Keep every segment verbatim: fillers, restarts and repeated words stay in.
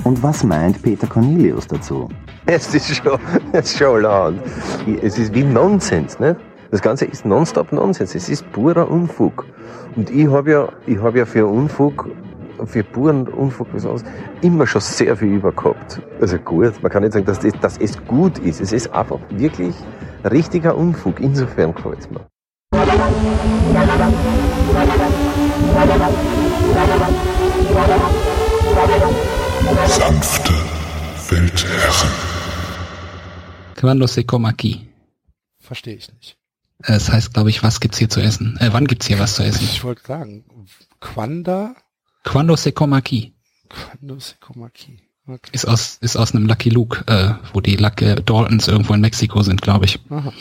Und was meint Peter Cornelius dazu? Es ist schon, es ist schon laut. Es ist wie Nonsens, ne? Das Ganze ist nonstop Nonsens. Es ist purer Unfug. Und ich habe ja, ich habe ja für Unfug, für puren Unfug, was anderes, immer schon sehr viel über gehabt. Also gut, man kann nicht sagen, dass, das, dass es gut ist. Es ist einfach wirklich richtiger Unfug. Insofern gefällt es mir. Sanfte Weltherren. Quando se come aquí. Verstehe ich nicht. Es heißt, glaube ich, was gibt's hier zu essen? Äh, wann gibt's hier was zu essen? Ich wollte sagen, Quanda? Quando se come aquí. Quando se come aquí. Okay. Ist aus, ist aus einem Lucky Luke, äh, wo die Lucky Daltons irgendwo in Mexiko sind, glaube ich. Aha.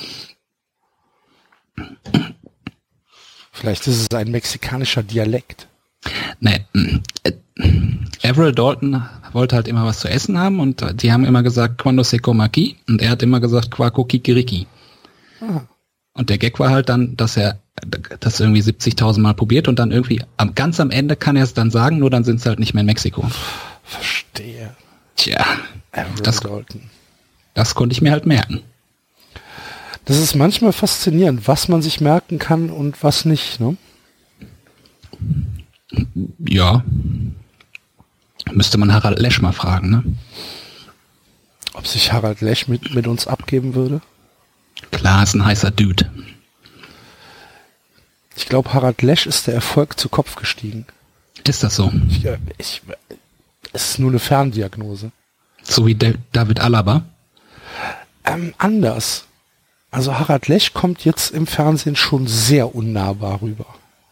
Vielleicht ist es ein mexikanischer Dialekt. Nee, äh, Everett Dalton wollte halt immer was zu essen haben und die haben immer gesagt, Quando se come aquí, und er hat immer gesagt, Quaco Kikiriki. Aha. Und der Gag war halt dann, dass er das irgendwie siebzigtausend Mal probiert und dann irgendwie am ganz am Ende kann er es dann sagen, nur dann sind sie halt nicht mehr in Mexiko. Verstehe. Tja, Everett das, Dalton. das konnte ich mir halt merken. Das ist manchmal faszinierend, was man sich merken kann und was nicht, ne? Ja. Müsste man Harald Lesch mal fragen, ne? Ob sich Harald Lesch mit, mit uns abgeben würde? Klar, ist ein heißer Dude. Ich glaube, Harald Lesch ist der Erfolg zu Kopf gestiegen. Ist das so? Ich, ich, es ist nur eine Ferndiagnose. So wie De- David Alaba? Ähm, anders. Also Harald Lesch kommt jetzt im Fernsehen schon sehr unnahbar rüber.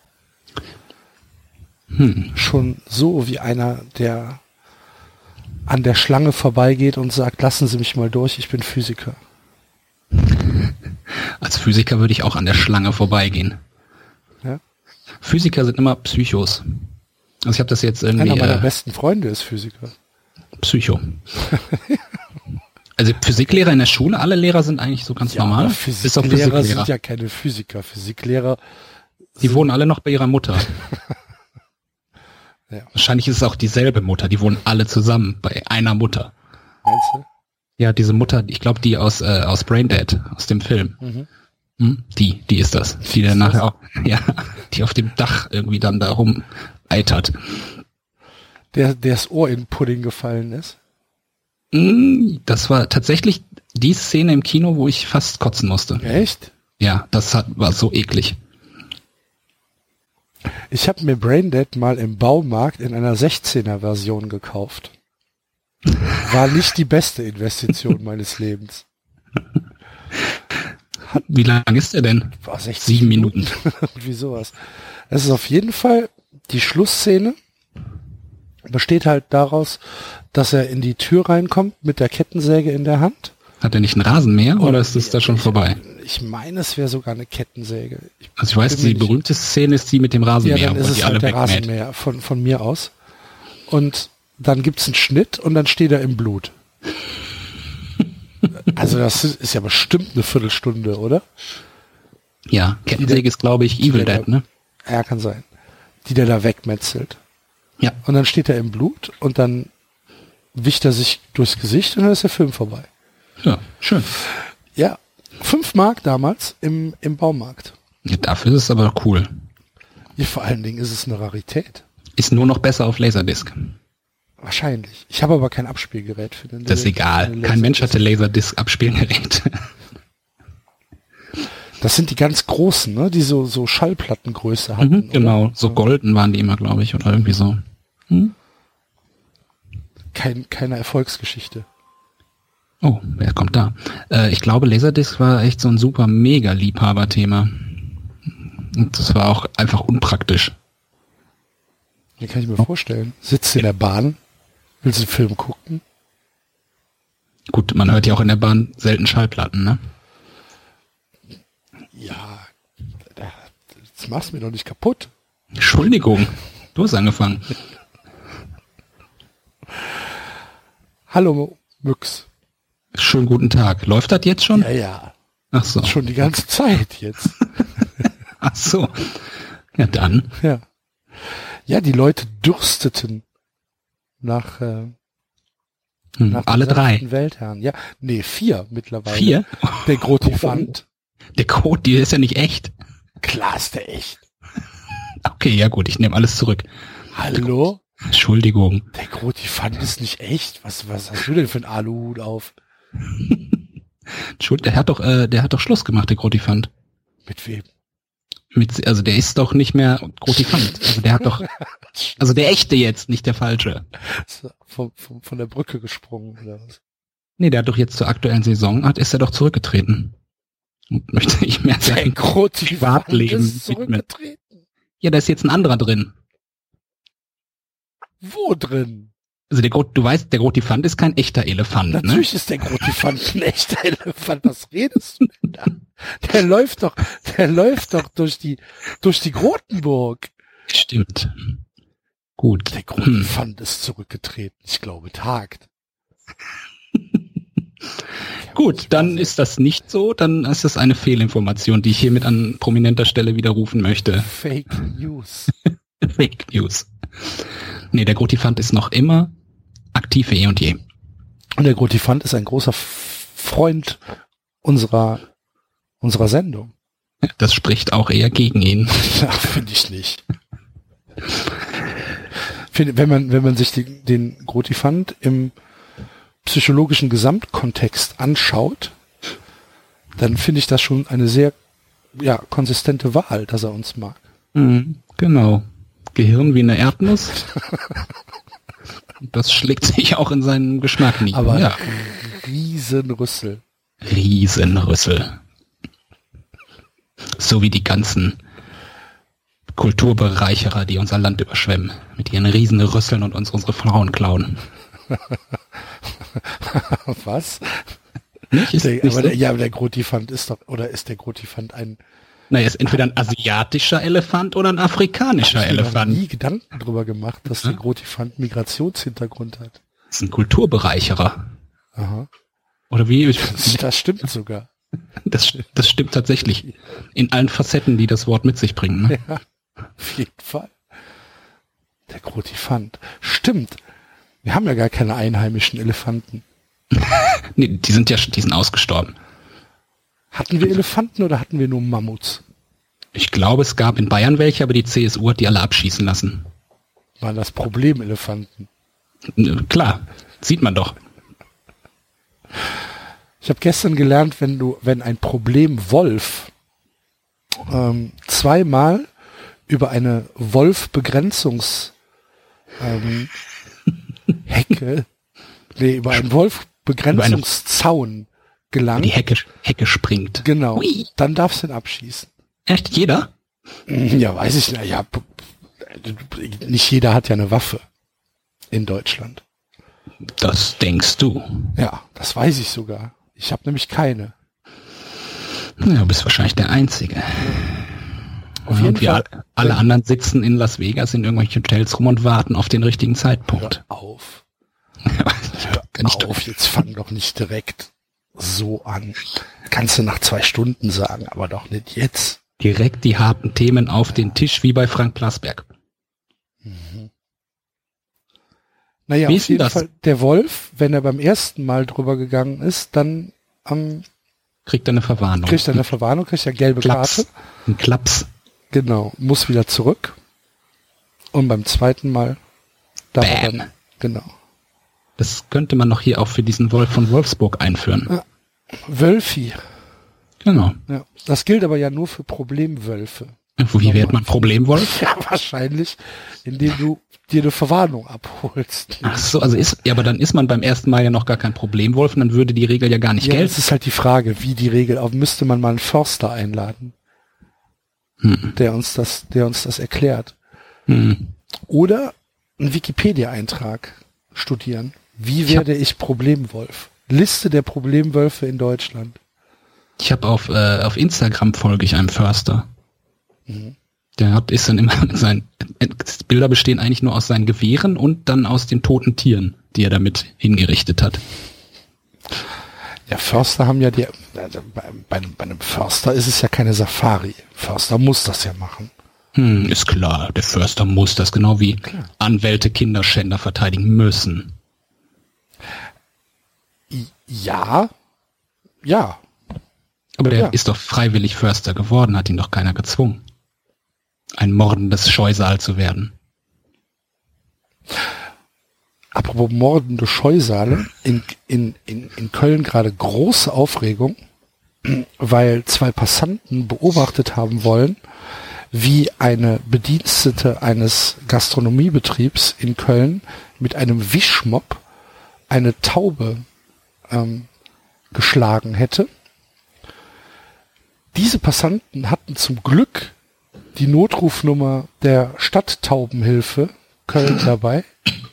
Hm. Schon so wie einer, der an der Schlange vorbeigeht und sagt, lassen Sie mich mal durch, ich bin Physiker. Als Physiker würde ich auch an der Schlange vorbeigehen. Ja? Physiker sind immer Psychos. Also ich habe das jetzt irgendwie... Einer meiner äh, besten Freunde ist Physiker. Psycho. Also Physiklehrer in der Schule, alle Lehrer sind eigentlich so ganz Ja, normal. aber Bis auf Physiklehrer Physiklehrer. sind ja keine Physiker. Physiklehrer... Die wohnen alle noch bei ihrer Mutter. Ja. Wahrscheinlich ist es auch dieselbe Mutter. Die wohnen alle zusammen bei einer Mutter. Meinst du? Ja, diese Mutter, ich glaube, die aus äh, aus Braindead, aus dem Film. Mhm. Hm? Die, die ist das. Die dann nachher auch, ja, die auf dem Dach irgendwie dann da rum eitert. Der, der das Ohr in den Pudding gefallen ist. Hm, das war tatsächlich die Szene im Kino, wo ich fast kotzen musste. Echt? Ja, das hat, war so eklig. Ich habe mir Braindead mal im Baumarkt in einer sechzehner Version gekauft. War nicht die beste Investition meines Lebens. Hat, Wie lang ist der denn? War sechzig Sieben Minuten. Wie sowas. Es ist auf jeden Fall die Schlussszene. Besteht halt daraus, dass er in die Tür reinkommt mit der Kettensäge in der Hand. Hat er nicht einen Rasenmäher Und oder ist das da schon ich, vorbei? Ich meine, es wäre sogar eine Kettensäge. Ich Also ich weiß, die berühmte Szene ist die mit dem ja, Rasenmäher, dann ist wo es die halt alle der wegmäht. Rasenmäher von, von mir aus. Und dann gibt's einen Schnitt und dann steht er im Blut. Also das ist ja bestimmt eine Viertelstunde, oder? Ja, Kettensäge ist, glaube ich, Evil Dead, ne? Ja, kann sein. Die der da wegmetzelt. Ja. Und dann steht er im Blut und dann wischt er sich durchs Gesicht und dann ist der Film vorbei. Ja, schön. Ja, fünf Mark damals im, im Baumarkt. Ja, dafür ist es aber cool. Ja, vor allen Dingen ist es eine Rarität. Ist nur noch besser auf Laserdisc. Wahrscheinlich. Ich habe aber kein Abspielgerät für den. Das ist egal. Kein Mensch hatte Laserdisc-Abspielgerät. Das sind die ganz großen, ne? Die so, so Schallplattengröße hatten. Mhm, genau, so golden waren die immer, glaube ich, oder irgendwie so. Hm? Kein, keine Erfolgsgeschichte. Oh, wer kommt da? Äh, ich glaube, Laserdisc war echt so ein super Mega-Liebhaber-Thema. Und das war auch einfach unpraktisch. Den kann ich mir vorstellen. Sitzt in der Bahn, willst du einen Film gucken? Gut, man hört ja auch in der Bahn selten Schallplatten, ne? Ja, das machst du mir doch nicht kaputt. Entschuldigung, du hast angefangen. Hallo, Müx. Schönen guten Tag. Läuft das jetzt schon? Ja, ja. Ach so. Schon die ganze Zeit jetzt. Ach so. Ja, dann. Ja. Ja, die Leute dürsteten nach, äh, Hm, Nach alle dem drei. sanften Weltherrn. Ja, nee, vier mittlerweile. Vier? Der Grotifant. Der Code, die ist ja nicht echt. Klar ist der echt. Okay, ja gut, ich nehme alles zurück. Hallo? Entschuldigung. Der Grotifant ist nicht echt. Was, was hast du denn für einen Aluhut auf? Entschuldigung, der hat doch, äh, der hat doch Schluss gemacht, der Grotifant. Mit wem? Mit, also der ist doch nicht mehr Grotifant. Also der hat doch, also der echte jetzt, nicht der falsche. So, von, von, von der Brücke gesprungen oder was? Nee, der hat doch jetzt zur aktuellen Saison, hat, ist er doch zurückgetreten. Und möchte ich mehr Der sein Grotifant Privatleben ist widmen. zurückgetreten. Ja, da ist jetzt ein anderer drin. Wo drin? Also der Grot, du weißt, der Grotifant ist kein echter Elefant, ne? Natürlich ist der Grotifant ein echter Elefant. Was redest du denn da? Der läuft doch, der läuft doch durch die, durch die Grotenburg. Stimmt. Gut. Der Grotifant hm. ist zurückgetreten. Ich glaube, tagt. Gut, dann ist das nicht so. Dann ist das eine Fehlinformation, die ich hiermit an prominenter Stelle widerrufen möchte. Fake News. Fake News. Nee, der Grotifant ist noch immer aktiv für eh und je. Und der Grotifant ist ein großer Freund unserer, unserer Sendung. Das spricht auch eher gegen ihn. Ja, finde ich nicht. Find, wenn man, wenn man sich die, den Grotifant im psychologischen Gesamtkontext anschaut, dann finde ich das schon eine sehr, ja, konsistente Wahl, dass er uns mag. Mhm, genau. Gehirn wie eine Erdnuss. Das schlägt sich auch in seinen Geschmack nieder. Aber ja. Riesenrüssel. Riesenrüssel. So wie die ganzen Kulturbereicherer, die unser Land überschwemmen. Mit ihren Riesenrüsseln und uns unsere Frauen klauen. Was? Nicht? Ist der, nicht aber so? der, ja, aber der Grotifant ist doch, oder ist der Grotifant ein... Naja, ist entweder ein asiatischer Elefant oder ein afrikanischer Ich habe mir Elefant. nie Gedanken drüber gemacht, dass der Grotifant Migrationshintergrund hat. Das ist ein Kulturbereicherer. Aha. Oder wie? Das, das stimmt sogar. Das, das stimmt tatsächlich. In allen Facetten, die das Wort mit sich bringen. Ne? Ja, auf jeden Fall. Der Grotifant. Stimmt. Wir haben ja gar keine einheimischen Elefanten. Nee, die sind ja die sind ausgestorben. Hatten wir Elefanten oder hatten wir nur Mammuts? Ich glaube, es gab in Bayern welche, aber die C S U hat die alle abschießen lassen. Waren das Problemelefanten? Klar, sieht man doch. Ich habe gestern gelernt, wenn du, wenn ein Problemwolf ähm, zweimal über eine Wolfbegrenzungs ähm, Hecke, nee, über einen Wolfbegrenzungszaun gelangt. Die Hecke, Hecke springt. Genau. Hui. Dann darfst du ihn abschießen. Echt? Jeder? Ja, weiß ich nicht. Ja, nicht jeder hat ja eine Waffe in Deutschland. Das denkst du. Ja, das weiß ich sogar. Ich habe nämlich keine. Ja, du bist wahrscheinlich der Einzige. Auf ja, jeden und wir Fall. alle, alle anderen sitzen in Las Vegas in irgendwelchen Hotels rum und warten auf den richtigen Zeitpunkt. Hör auf. Hör Hör auf, jetzt fang doch nicht direkt so an. Kannst du nach zwei Stunden sagen, aber doch nicht jetzt. Direkt die harten Themen auf den Tisch, wie bei Frank Plasberg. Mhm. Naja, Wie auf ist denn jeden das? Fall, der Wolf, wenn er beim ersten Mal drüber gegangen ist, dann ähm, Kriegt er eine Verwarnung. kriegt er eine Verwarnung, kriegt er gelbe Klaps. Karte. Ein Klaps. Genau, muss wieder zurück. Und beim zweiten Mal darf er Bam. dann, genau. Das könnte man noch hier auch für diesen Wolf von Wolfsburg einführen. Ja. Wölfi. Genau. Ja. Das gilt aber ja nur für Problemwölfe. Wie wird man Problemwolf? Ja, wahrscheinlich, indem du dir eine Verwarnung abholst. Ach so, also ist, ja, aber dann ist man beim ersten Mal ja noch gar kein Problemwolf und dann würde die Regel ja gar nicht Ja, gelten. das ist halt die Frage, wie die Regel, auch müsste man mal einen Förster einladen, Hm. der uns das, der uns das erklärt. Hm. Oder einen Wikipedia-Eintrag studieren. Wie Ich hab- werde ich Problemwolf? Liste der Problemwölfe in Deutschland. Ich habe auf, äh, auf Instagram folge ich einem Förster. Mhm. Der hat, ist dann immer mit seinen, Bilder bestehen eigentlich nur aus seinen Gewehren und dann aus den toten Tieren, die er damit hingerichtet hat. Ja, Förster haben ja die, also bei, bei, bei einem Förster ist es ja keine Safari. Förster muss das ja machen. Hm, ist klar, der Förster muss das, genau wie Anwälte Kinderschänder verteidigen müssen. Ja, ja. Aber der Ja. ist doch freiwillig Förster geworden, hat ihn doch keiner gezwungen, ein mordendes Scheusal zu werden. Apropos mordende Scheusale, in, in, in, in Köln gerade große Aufregung, weil zwei Passanten beobachtet haben wollen, wie eine Bedienstete eines Gastronomiebetriebs in Köln mit einem Wischmopp eine Taube ähm, geschlagen hätte. Diese Passanten hatten zum Glück die Notrufnummer der Stadttaubenhilfe Köln dabei,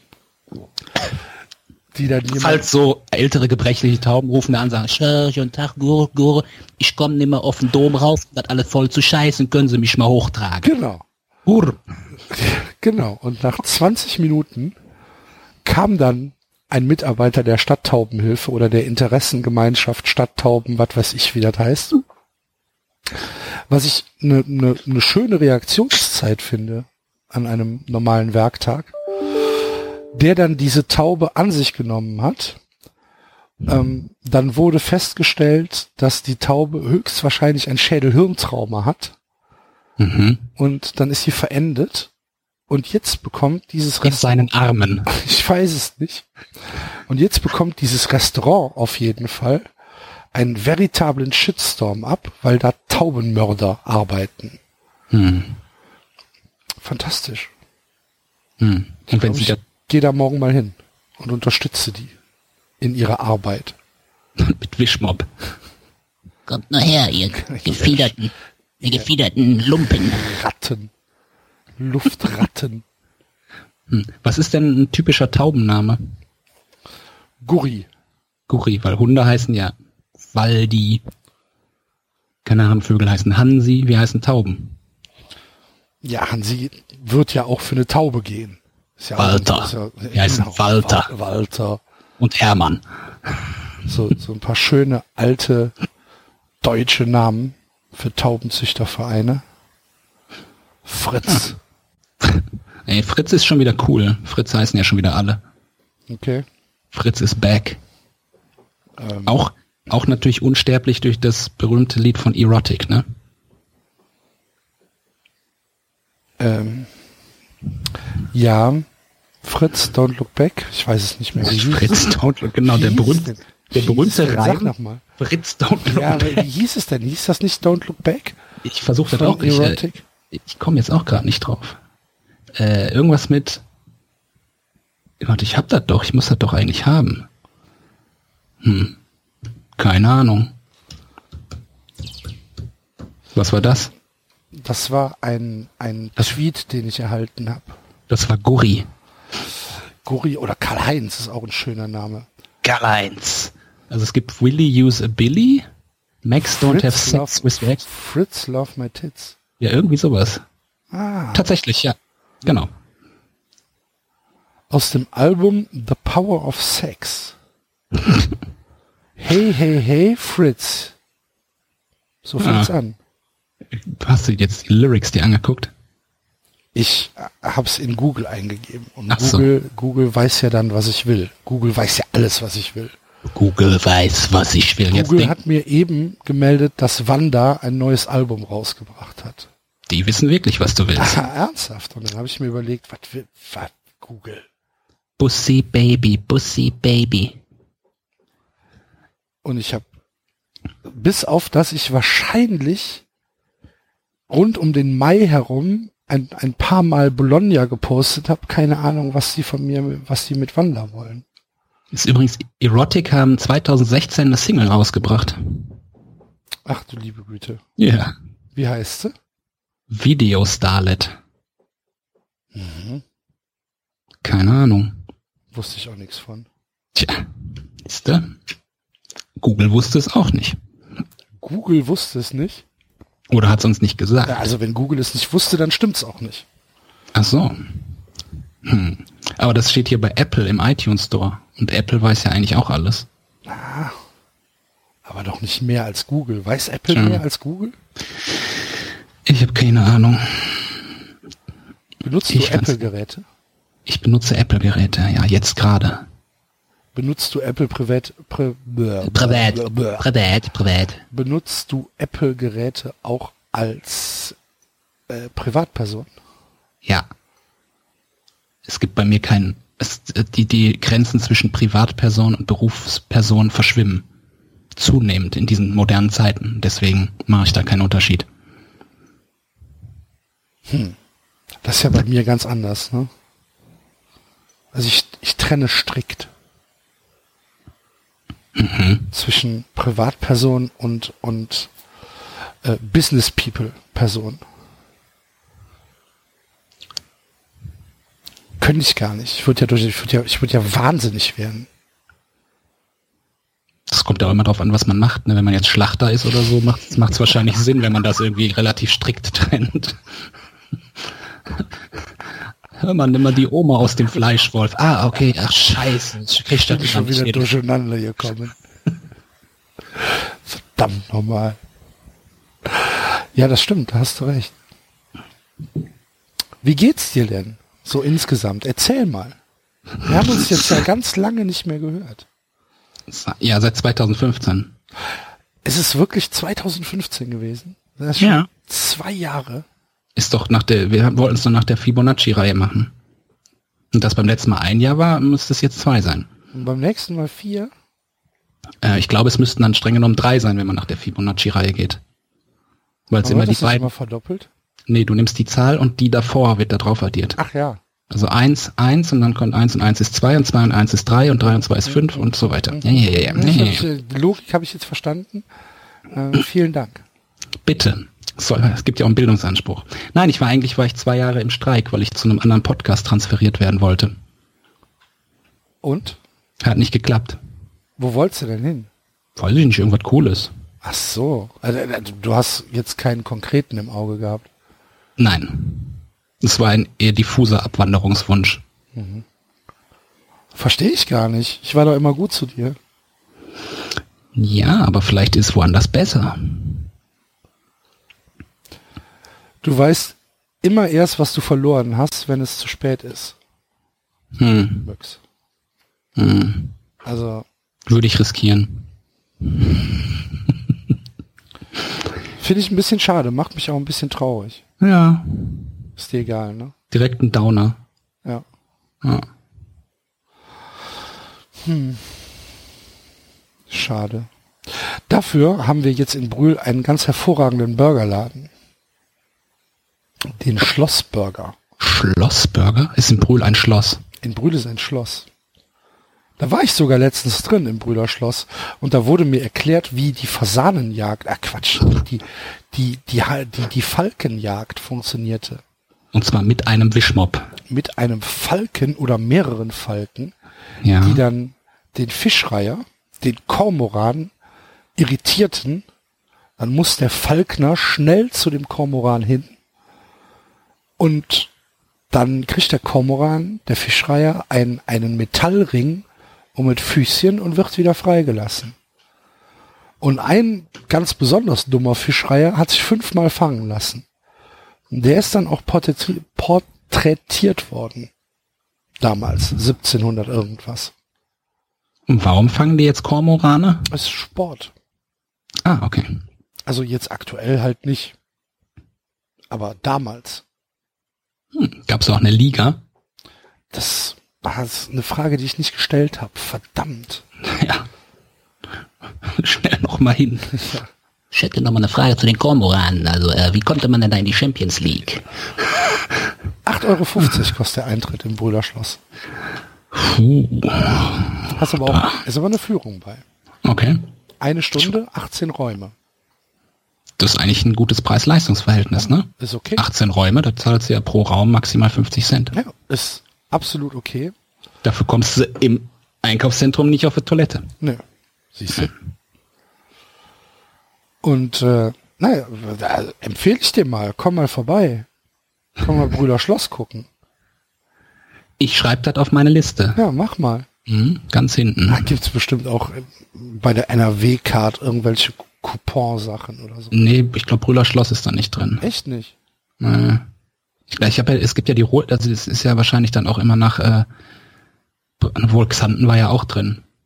die dann jemand, Falls so ältere gebrechliche Tauben rufen da an und sagen, schön, schönen Tag, Gurre, Gurre, ich komme nicht mehr auf den Dom rauf, das alles voll zu scheißen, können Sie mich mal hochtragen. genau, Gurre. genau. Und nach zwanzig Minuten kam dann ein Mitarbeiter der Stadttaubenhilfe oder der Interessengemeinschaft Stadttauben, was weiß ich, wie das heißt. Was ich eine ne, ne schöne Reaktionszeit finde an einem normalen Werktag, der dann diese Taube an sich genommen hat. Ähm, dann wurde festgestellt, dass die Taube höchstwahrscheinlich ein Schädel-Hirntrauma hat. Mhm. Und dann ist sie verendet. Und jetzt bekommt dieses In seinen Armen. ich weiß es nicht. Und jetzt bekommt dieses Restaurant auf jeden Fall einen veritablen Shitstorm ab, weil da Taubenmörder arbeiten. Hm. Fantastisch. Hm. Und wenn Ich Sie da gehe da morgen mal hin und unterstütze die in ihrer Arbeit. mit Wischmopp. Kommt nur her, ihr gefiederten, ihr gefiederten Lumpen. Ratten. Luftratten. Hm. Was ist denn ein typischer Taubenname? Gurri. Guri, weil Hunde heißen ja Waldi. Keine Ahnung, Vögel heißen Hansi, wir heißen Tauben. Ja, Hansi wird ja auch für eine Taube gehen. Ist ja Walter. Auch, ist ja, Wir heißen Walter. Wa- Walter. Und Hermann. So, so ein paar schöne alte deutsche Namen für Taubenzüchtervereine. Fritz. Ey, Fritz ist schon wieder cool. Fritz heißen ja schon wieder alle. Okay. Fritz ist back. Ähm, Auch, auch natürlich unsterblich durch das berühmte Lied von Erotic, ne? ähm, ja, Fritz, Don't Look Back. Ich weiß es nicht mehr. Wie hieß Fritz, es? don't look, genau, Wie der hieß es berühmte, denn? der Wie berühmte hieß es denn? Sag Reim. nochmal. Fritz, don't look Ja, back. aber wie hieß es denn? Hieß das nicht Don't Look Back? Ich versuche das Von auch. Ich, äh, Erotic? ich komme jetzt auch gerade nicht drauf. Äh, irgendwas mit. Warte, ich hab das doch. Ich muss das doch eigentlich haben. Hm. Keine Ahnung. Was war das? Das war ein, ein Das- Tweet, den ich erhalten habe. Das war Guri. Guri oder Karl-Heinz ist auch ein schöner Name. Karl-Heinz. Also es gibt Willy use a Billy. Max don't have Fritz sex love, with Rex. Fritz Love My Tits. Ja, irgendwie sowas. Ah. Tatsächlich, ja. Genau. Aus dem Album The Power of Sex. Hey, hey, hey, Fritz. So fängt's Ah. an. Hast du jetzt die Lyrics dir angeguckt? Ich äh, hab's in Google eingegeben. Und Ach so. Google, Google weiß ja dann, was ich will. Google weiß ja alles, was ich will. Google weiß, was ich will. Jetzt Google denk, hat mir eben gemeldet, dass Wanda ein neues Album rausgebracht hat. die wissen wirklich, was du willst. Ah, ernsthaft? Und dann habe ich mir überlegt, was will, was, Google? Bussy Baby, Bussy Baby. Und ich habe, bis auf das ich wahrscheinlich rund um den Mai herum ein, ein paar Mal Bologna gepostet habe, keine Ahnung, was die von mir, was die mit Wanda wollen. Ist übrigens, Erotic haben zwanzig sechzehn eine Single rausgebracht. Ach du liebe Güte. Ja. Yeah. Wie heißt sie? Video Starlet. Mhm. Keine Ahnung. Wusste ich auch nichts von. Tja, ist da? Google wusste es auch nicht. Google wusste es nicht. Oder hat es uns nicht gesagt. Ja, also wenn Google es nicht wusste, dann stimmt's auch nicht. Ach so. Hm. Aber das steht hier bei Apple im iTunes Store. Und Apple weiß ja eigentlich auch alles. Aber doch nicht mehr als Google. Weiß Apple Ja. mehr als Google? Ich habe keine Ahnung. Benutzt Ich du kann's- Apple-Geräte? Ich benutze Apple-Geräte. Ja, jetzt gerade. Benutzt du Apple Privat, Pri, bläh, Privat, bläh, bläh. privat, privat. Benutzt du Apple-Geräte auch als äh, Privatperson? Ja. Es gibt bei mir keinen, es, die, die Grenzen zwischen Privatperson und Berufsperson verschwimmen. Zunehmend in diesen modernen Zeiten. Deswegen mache ich da keinen Unterschied. Hm. Das ist ja bei mir ganz anders, ne? Also ich, ich trenne strikt Mhm. zwischen Privatperson und, und äh, Business People Person. Könnte ich gar nicht. Ich würde ja durch, ich würde ja, ich würde ja wahnsinnig werden. Das kommt ja auch immer drauf an, was man macht. Ne? Wenn man jetzt Schlachter ist oder so, macht es wahrscheinlich Sinn, wenn man das irgendwie relativ strikt trennt. Hör mal, nimm mal die Oma aus dem Fleischwolf. Ah, okay, ach scheiße, ich krieg Ich bin das schon wieder nicht. durcheinander gekommen. Verdammt nochmal. Ja, das stimmt, da hast du recht. Wie geht's dir denn so insgesamt? Erzähl mal. Wir haben uns jetzt ja ganz lange nicht mehr gehört. Ja, seit zweitausendfünfzehn. Es ist wirklich zweitausendfünfzehn gewesen. Das ist schon Ja. zwei Jahre. Ist doch nach der, wir wollten es doch nach der Fibonacci-Reihe machen. Und das beim letzten Mal ein Jahr war, müsste es jetzt zwei sein. Und beim nächsten Mal vier. Äh, ich glaube, es müssten dann streng genommen drei sein, wenn man nach der Fibonacci-Reihe geht. Weil es Aber immer das die ist beiden. immer verdoppelt. Nee, du nimmst die Zahl und die davor wird da drauf addiert. Ach ja. Also eins, eins und dann kommt eins und eins ist zwei und zwei und eins ist drei und drei und zwei ist fünf und so weiter. Ja, ja, ja, ja. Das hab ich, äh, die Logik habe ich jetzt verstanden. Äh, vielen Dank. Bitte. So, es gibt ja auch einen Bildungsanspruch. Nein, ich war eigentlich war ich zwei Jahre im Streik, weil ich zu einem anderen Podcast transferiert werden wollte. Und? Hat nicht geklappt. Wo wolltest du denn hin? Weiß ich nicht, irgendwas Cooles. Ach so. Also, äh, du hast jetzt keinen konkreten im Auge gehabt. Nein. Es war ein eher diffuser Abwanderungswunsch. Verstehe ich gar nicht. Ich war doch immer gut zu dir. Ja, aber vielleicht ist woanders besser. Du weißt immer erst, was du verloren hast, wenn es zu spät ist. Hm. Möx. Hm. Also, Würde ich riskieren. finde ich ein bisschen schade. Macht mich auch ein bisschen traurig. Ja. Ist dir egal, ne? Direkt ein Downer. Ja. Ja. Schade. Dafür haben wir jetzt in Brühl einen ganz hervorragenden Burgerladen. Den Schlossburger. Schlossburger? Ist in Brühl ein Schloss. In Brühl ist ein Schloss. Da war ich sogar letztens drin im Brühler Schloss und da wurde mir erklärt, wie die Fasanenjagd, ah Quatsch, die, die, die, die, die Falkenjagd funktionierte. Und zwar mit einem Wischmopp. Mit einem Falken oder mehreren Falken, Ja. die dann den Fischreiher, den Kormoran irritierten. Dann muss der Falkner schnell zu dem Kormoran hin und dann kriegt der Kormoran, der Fischreiher, einen, einen Metallring um mit Füßchen und wird wieder freigelassen. Und ein ganz besonders dummer Fischreiher hat sich fünfmal fangen lassen. Und der ist dann auch porträtiert, porträtiert worden. Damals, siebzehnhundert irgendwas. Und warum fangen die jetzt Kormorane? Das ist Sport. Ah, okay. Also jetzt aktuell halt nicht. Aber damals. Hm. Gab es auch eine Liga? Das war eine Frage, die ich nicht gestellt habe. Verdammt. Ja. Schnell noch mal hin. Ich hätte noch mal eine Frage zu den Kormoranen. Also, äh, wie konnte man denn da in die Champions League? acht Euro fünfzig kostet der Eintritt im Brühler Schloss. Puh. Hast aber auch, ist aber eine Führung bei. Okay. Eine Stunde, achtzehn Räume. Das ist eigentlich ein gutes Preis-Leistungs-Verhältnis, ne? Ist okay. achtzehn Räume, da zahlst du ja pro Raum maximal fünfzig Cent. Ja, ist absolut okay. Dafür kommst du im Einkaufszentrum nicht auf die Toilette. Nö, siehst du. Und, äh, naja, da empfehle ich dir mal, komm mal vorbei. Komm mal Brühler Schloss gucken. Ich schreibe das auf meine Liste. Ja, mach mal. Mhm, ganz hinten. Da gibt's bestimmt auch bei der N R W-Card irgendwelche Couponsachen oder so. Nee, ich glaube, Brühler Schloss ist da nicht drin. Echt nicht? Äh, ich, ich habe ja, es gibt ja die Rot, also das ist ja wahrscheinlich dann auch immer nach, äh, wohl Xanten war ja auch drin.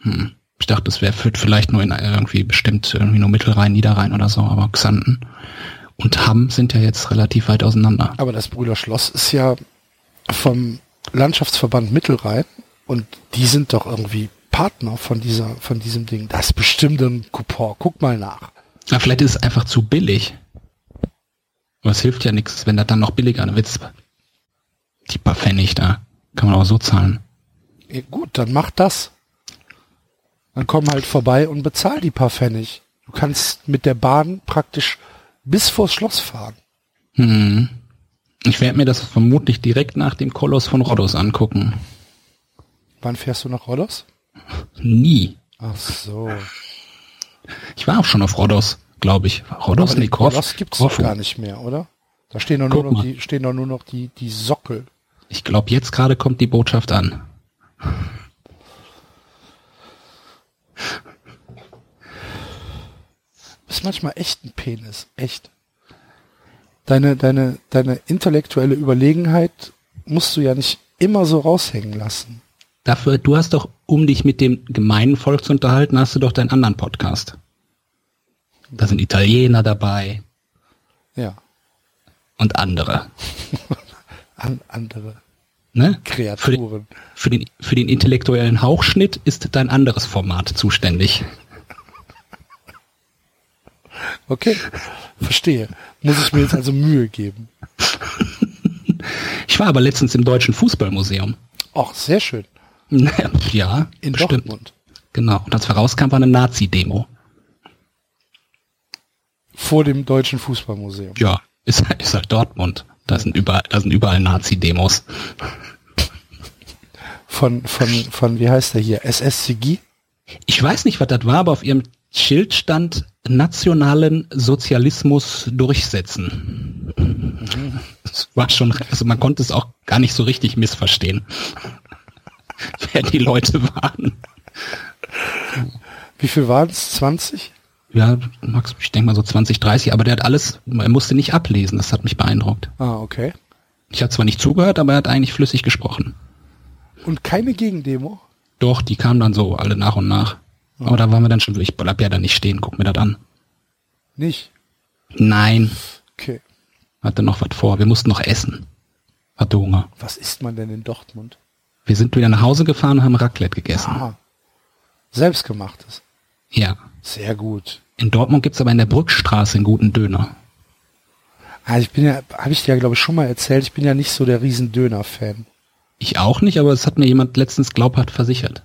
Hm. Ich dachte, das wäre führt vielleicht nur in irgendwie bestimmt irgendwie nur Mittelrhein, Niederrhein oder so, aber Xanten und Hamm sind ja jetzt relativ weit auseinander. Aber das Brüderschloss ist ja vom Landschaftsverband Mittelrhein und die sind doch irgendwie Partner von dieser, von diesem Ding. Das ist bestimmt ein Coupon. Guck mal nach. Ja, vielleicht ist es einfach zu billig. Aber es hilft ja nichts, wenn das dann noch billiger wird. Die paar Pfennig da kann man auch so zahlen. Ja, gut, dann mach das. Dann komm halt vorbei und bezahl die paar Pfennig. Du kannst mit der Bahn praktisch bis vors Schloss fahren. Hm. Ich werde mir das vermutlich direkt nach dem Koloss von Rhodos angucken. Wann fährst du nach Rhodos? Nie. Ach so. Ich war auch schon auf Rhodos, glaube ich. Rhodos? Aber Nee, den Korf, Koloss gibt's doch gar nicht mehr, oder? Da stehen doch nur Guck noch mal. die, stehen doch nur noch die, die Sockel. Ich glaube, jetzt gerade kommt die Botschaft an. Du bist manchmal echt ein Penis. Echt. Deine, deine, deine intellektuelle Überlegenheit musst du ja nicht immer so raushängen lassen. Dafür, du hast doch, um dich mit dem gemeinen Volk zu unterhalten, hast du doch deinen anderen Podcast. Da sind Italiener dabei Ja. und andere. An andere Ne? Kreaturen. Für den, für den intellektuellen Hauchschnitt ist dein anderes Format zuständig. Okay, verstehe. Muss ich mir jetzt also Mühe geben. Ich war aber letztens im Deutschen Fußballmuseum. Ach, sehr schön. Ja, In bestimmt. Dortmund. Genau. Und als herauskam, war eine Nazi-Demo. Vor dem Deutschen Fußballmuseum. Ja, ist, ist halt Dortmund. Da sind überall, da sind überall Nazi-Demos. Von, von, von, wie heißt der hier? S S C G? Ich weiß nicht, was das war, aber auf ihrem Schild stand nationalen Sozialismus durchsetzen. Mhm. Das war schon, also man konnte es auch gar nicht so richtig missverstehen, wer die Leute waren. Wie viel waren es? zwanzig? Ja, Max, ich denke mal so zwanzig, dreißig, aber der hat alles, er musste nicht ablesen, das hat mich beeindruckt. Ah, okay. Ich habe zwar nicht zugehört, aber er hat eigentlich flüssig gesprochen. Und keine Gegendemo? Doch, die kamen dann so alle nach und nach. Aber da waren wir dann schon, ich bleib ja da nicht stehen, guck mir das an. Nicht? Nein, Okay. hatte noch was vor, wir mussten noch essen. Hatte Hunger. Was isst man denn in Dortmund? Wir sind wieder nach Hause gefahren und haben Raclette gegessen. Ah, selbstgemachtes. Ja. Sehr gut. In Dortmund gibt's aber in der Brückstraße einen guten Döner. Ah, ich bin ja, habe ich dir ja glaube ich schon mal erzählt, ich bin ja nicht so der riesen Döner-Fan. Ich auch nicht, aber es hat mir jemand letztens glaubhaft versichert.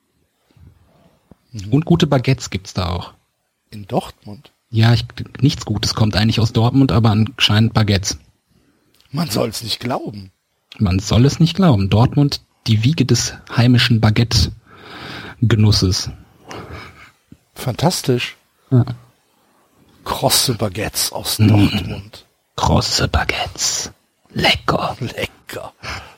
Mhm. Und gute Baguettes gibt's da auch. In Dortmund? Ja, ich, nichts Gutes kommt eigentlich aus Dortmund, aber anscheinend Baguettes. Man soll es nicht glauben. Man soll es nicht glauben. Dortmund, die Wiege des heimischen Baguette-Genusses. Fantastisch. Ja. Krosse Baguettes aus Dortmund. Große Baguettes. Lecker. Lecker.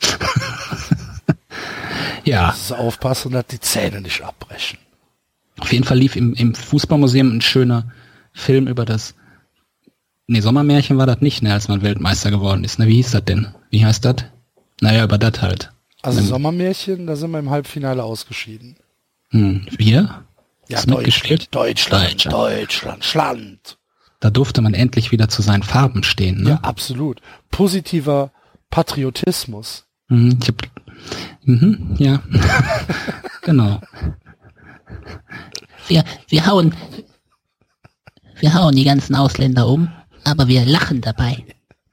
Ja, Also aufpassen, dass die Zähne nicht abbrechen. auf jeden Fall lief im, im Fußballmuseum ein schöner Film über das, nee, Sommermärchen war das nicht, ne, als man Weltmeister geworden ist. Ne, wie hieß das denn? Wie heißt das? Naja, über das halt. Also Ähm, Sommermärchen, da sind wir im Halbfinale ausgeschieden. Hm, wir? Ja, Hast du mitgespielt? Deutschland, Deutschland. Deutschland, Schland. Da durfte man endlich wieder zu seinen Farben stehen, ne? Ja, absolut. Positiver Patriotismus. Mhm, ich hab, mhm, ja. Genau. Wir, wir hauen, wir hauen die ganzen Ausländer um, aber wir lachen dabei.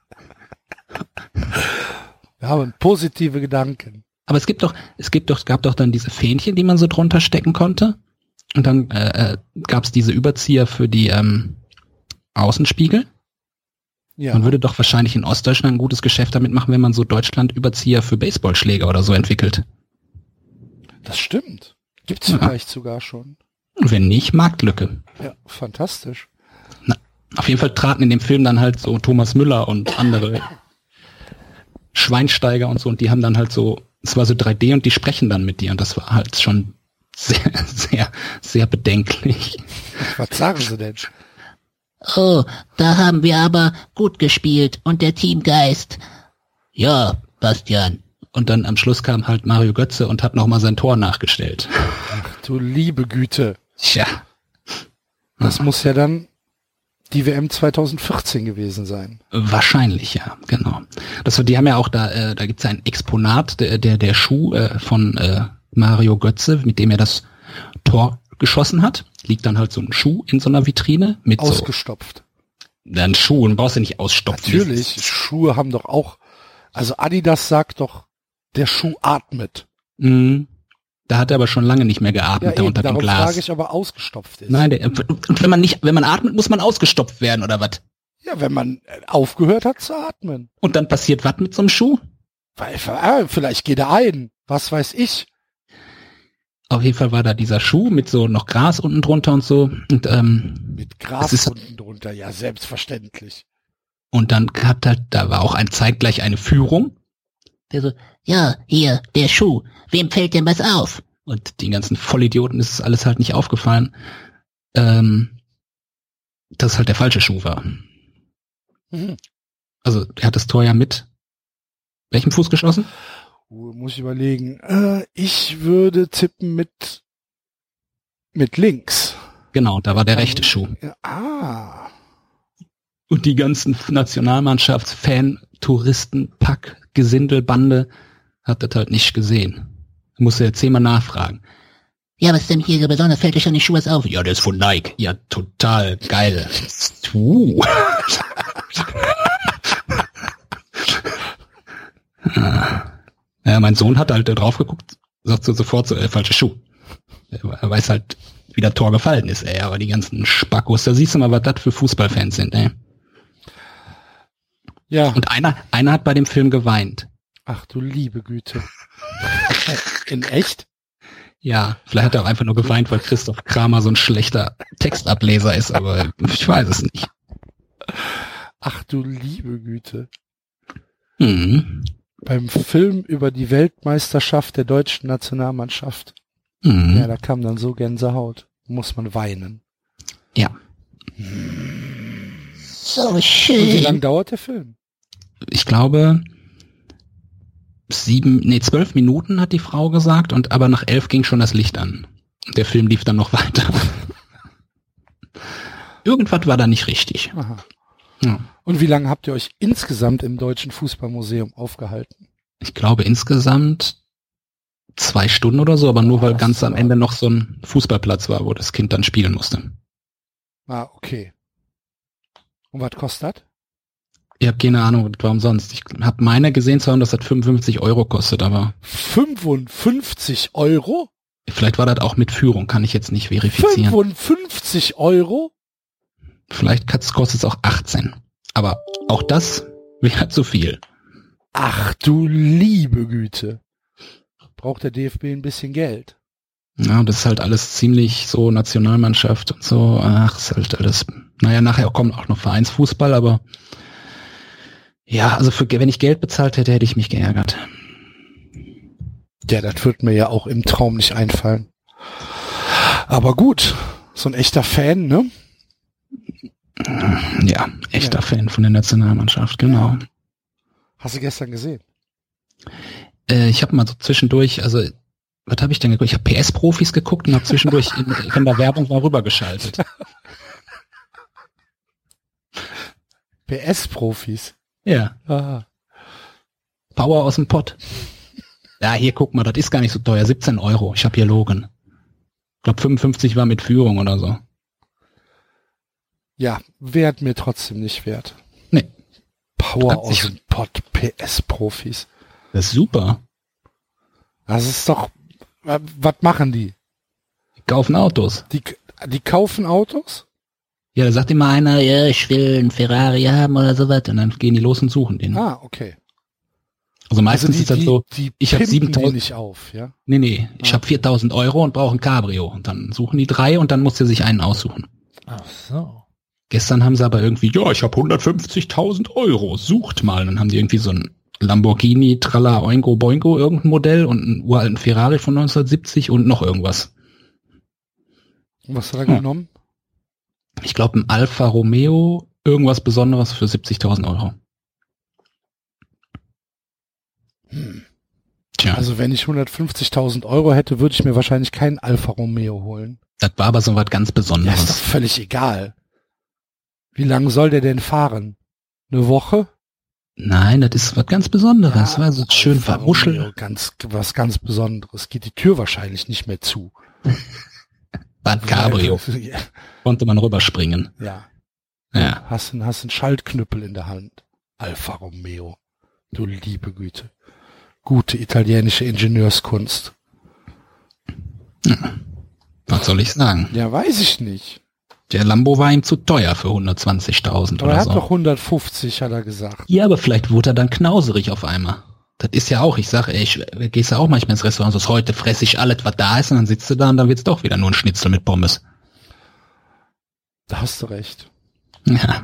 Wir haben positive Gedanken. Aber es gibt doch, es gibt doch, es gab doch dann diese Fähnchen, die man so drunter stecken konnte. Und dann äh, gab es diese Überzieher für die ähm, Außenspiegel. Ja, Man würde doch wahrscheinlich in Ostdeutschland ein gutes Geschäft damit machen, wenn man so Deutschland-Überzieher für Baseballschläger oder so entwickelt. das stimmt. Gibt's Ja. vielleicht sogar schon. Und wenn nicht, Marktlücke. Ja, fantastisch. Na, auf jeden Fall traten in dem Film dann halt so Thomas Müller und andere Schweinsteiger und so, und die haben dann halt so, es war so drei D und die sprechen dann mit dir, und das war halt schon sehr, sehr, sehr bedenklich. Was sagen sie denn? Oh, da haben wir aber gut gespielt und der Teamgeist. Ja, Bastian, und dann am Schluss kam halt Mario Götze und hat nochmal sein Tor nachgestellt. Ach du liebe Güte. Tja. Das ja. muss ja dann die W M zwanzig vierzehn gewesen sein. Wahrscheinlich, ja, genau. Das, die haben ja auch da, äh, da gibt's ein Exponat, der, der, der Schuh äh, von äh, Mario Götze, mit dem er das Tor geschossen hat. Liegt dann halt so ein Schuh in so einer Vitrine mit ausgestopft. So, dann Schuhen brauchst du nicht ausstopfen. Natürlich, Schuhe haben doch auch, also Adidas sagt doch, der Schuh atmet. Mhm. Da hat er aber schon lange nicht mehr geatmet, ja, da eben, unter dem Glas. Darum frage ich, aber ausgestopft ist. Nein, der, und wenn man nicht, wenn man atmet, muss man ausgestopft werden, oder was? Ja, wenn man aufgehört hat zu atmen. Und dann passiert was mit so einem Schuh? Weil, äh, vielleicht geht er ein. Was weiß ich. Auf jeden Fall war da dieser Schuh mit so noch Gras unten drunter und so. Und, ähm, mit Gras ist, unten drunter, ja, selbstverständlich. Und dann hat halt, da war auch ein zeitgleich eine Führung. Der so, ja, hier, der Schuh, wem fällt denn was auf? Und den ganzen Vollidioten ist es alles halt nicht aufgefallen, ähm, dass es halt der falsche Schuh war. Mhm. Also, er hat das Tor ja mit welchem Fuß geschossen? Uh, muss ich überlegen. Äh, ich würde tippen mit, mit links. Genau, da war der rechte Schuh. Ja, ah. Und die ganzen Nationalmannschafts-, Fan-, Touristen-, Pack-, Gesindelbande hat das halt nicht gesehen. Muss er jetzt zehnmal nachfragen. Ja, was ist denn hier so besonders? Fällt euch schon die Schuhe auf? Ja, der ist von Nike. Ja, total geil. Uh. Ja, mein Sohn hat halt drauf geguckt, sagt so sofort so, äh, falscher Schuh. Er weiß halt, wie das Tor gefallen ist, ey, aber die ganzen Spackos, da siehst du mal, was das für Fußballfans sind, ey. Ja. Und einer, einer hat bei dem Film geweint. Ach du liebe Güte. In echt? Ja, vielleicht hat er auch einfach nur geweint, weil Christoph Kramer so ein schlechter Textableser ist, aber ich weiß es nicht. Ach du liebe Güte. Mhm. Beim Film über die Weltmeisterschaft der deutschen Nationalmannschaft. Mhm. Ja, da kam dann so Gänsehaut. Muss man weinen. Ja. So schön. Und wie lang dauert der Film? Ich glaube, sieben, nee, zwölf Minuten hat die Frau gesagt, und aber nach elf ging schon das Licht an. Der Film lief dann noch weiter. Irgendwas war da nicht richtig. Aha. Ja. Und wie lange habt ihr euch insgesamt im Deutschen Fußballmuseum aufgehalten? Ich glaube insgesamt zwei Stunden oder so, aber nur oh, weil ganz am Ende noch so ein Fußballplatz war, wo das Kind dann spielen musste. Ah, okay. Und was kostet? Ich habe keine Ahnung, warum sonst. Ich habe meine gesehen zu haben, dass das fünfundfünfzig Euro kostet, aber... fünfundfünfzig Euro? Vielleicht war das auch mit Führung, kann ich jetzt nicht verifizieren. fünfundfünfzig Euro? Vielleicht kostet es auch achtzehn. Aber auch das wäre zu viel. Ach du liebe Güte. Braucht der D F B ein bisschen Geld? Ja, das ist halt alles ziemlich so Nationalmannschaft und so. Ach, ist halt alles... Naja, nachher kommt auch noch Vereinsfußball, aber... Ja, also für, wenn ich Geld bezahlt hätte, hätte ich mich geärgert. Ja, das wird mir ja auch im Traum nicht einfallen. Aber gut, so ein echter Fan, ne? Ja, echter ja. Fan von der Nationalmannschaft, genau. Hast du gestern gesehen? Äh, ich habe mal so zwischendurch, also was habe ich denn geguckt? Ich habe P S-Profis geguckt und habe zwischendurch, in, wenn da Werbung war, rübergeschaltet. P S-Profis? Ja. Aha. Power aus dem Pott. Ja, hier guck mal, das ist gar nicht so teuer. siebzehn Euro. Ich habe hier Logan. Ich glaube fünfundfünfzig war mit Führung oder so. Ja, wert mir trotzdem nicht wert. Nee. Power aus dem Pott, P S-Profis. Das ist super. Das ist doch, was machen die? Die kaufen Autos. Die, die kaufen Autos? Ja, da sagt immer einer, ja, ich will einen Ferrari haben oder sowas, und dann gehen die los und suchen den. Ah, okay. Also meistens also die, ist das die, so, die ich habe siebentausend nicht auf, ja? Nee, nee, ah. ich habe viertausend Euro und brauche ein Cabrio. Und dann suchen die drei und dann muss der sich einen aussuchen. Ach so. Gestern haben sie aber irgendwie, ja, ich habe hundertfünfzigtausend Euro, sucht mal. Und dann haben die irgendwie so ein Lamborghini, Tralla, Oingo, Boingo, irgendein Modell und einen uralten Ferrari von neunzehnhundertsiebzig und noch irgendwas. Was hat er hm. genommen? Ich glaube ein Alfa Romeo, irgendwas Besonderes für siebzigtausend Euro. Hm. Tja, Also wenn ich hundertfünfzigtausend Euro hätte, würde ich mir wahrscheinlich keinen Alfa Romeo holen. das war aber so was ganz Ja, ist doch Besonderes. völlig egal. Wie lange soll der denn fahren? Eine Woche? Nein, das ist was ganz Besonderes. War so schön Alfa vermuschelt. Romeo, ganz, was ganz Besonderes. Geht die Tür wahrscheinlich nicht mehr zu. War ein Cabrio. Ja. Konnte man rüberspringen. Ja. Ja. Hast einen, hast einen Schaltknüppel in der Hand. Alfa Romeo. Du liebe Güte. Gute italienische Ingenieurskunst. Was soll ich sagen? Ja, weiß ich nicht. Der Lambo war ihm zu teuer für hundertzwanzigtausend Aber er oder hat so. doch hundertfünfzig, hat er gesagt. Ja, aber vielleicht wurde er dann knauserig auf einmal. Das ist ja auch, ich sage, ey, ich gehst ja auch manchmal ins Restaurant, so heute fresse ich alles, was da ist, und dann sitzt du da und dann wird's doch wieder nur ein Schnitzel mit Pommes. Da hast du recht. Ja.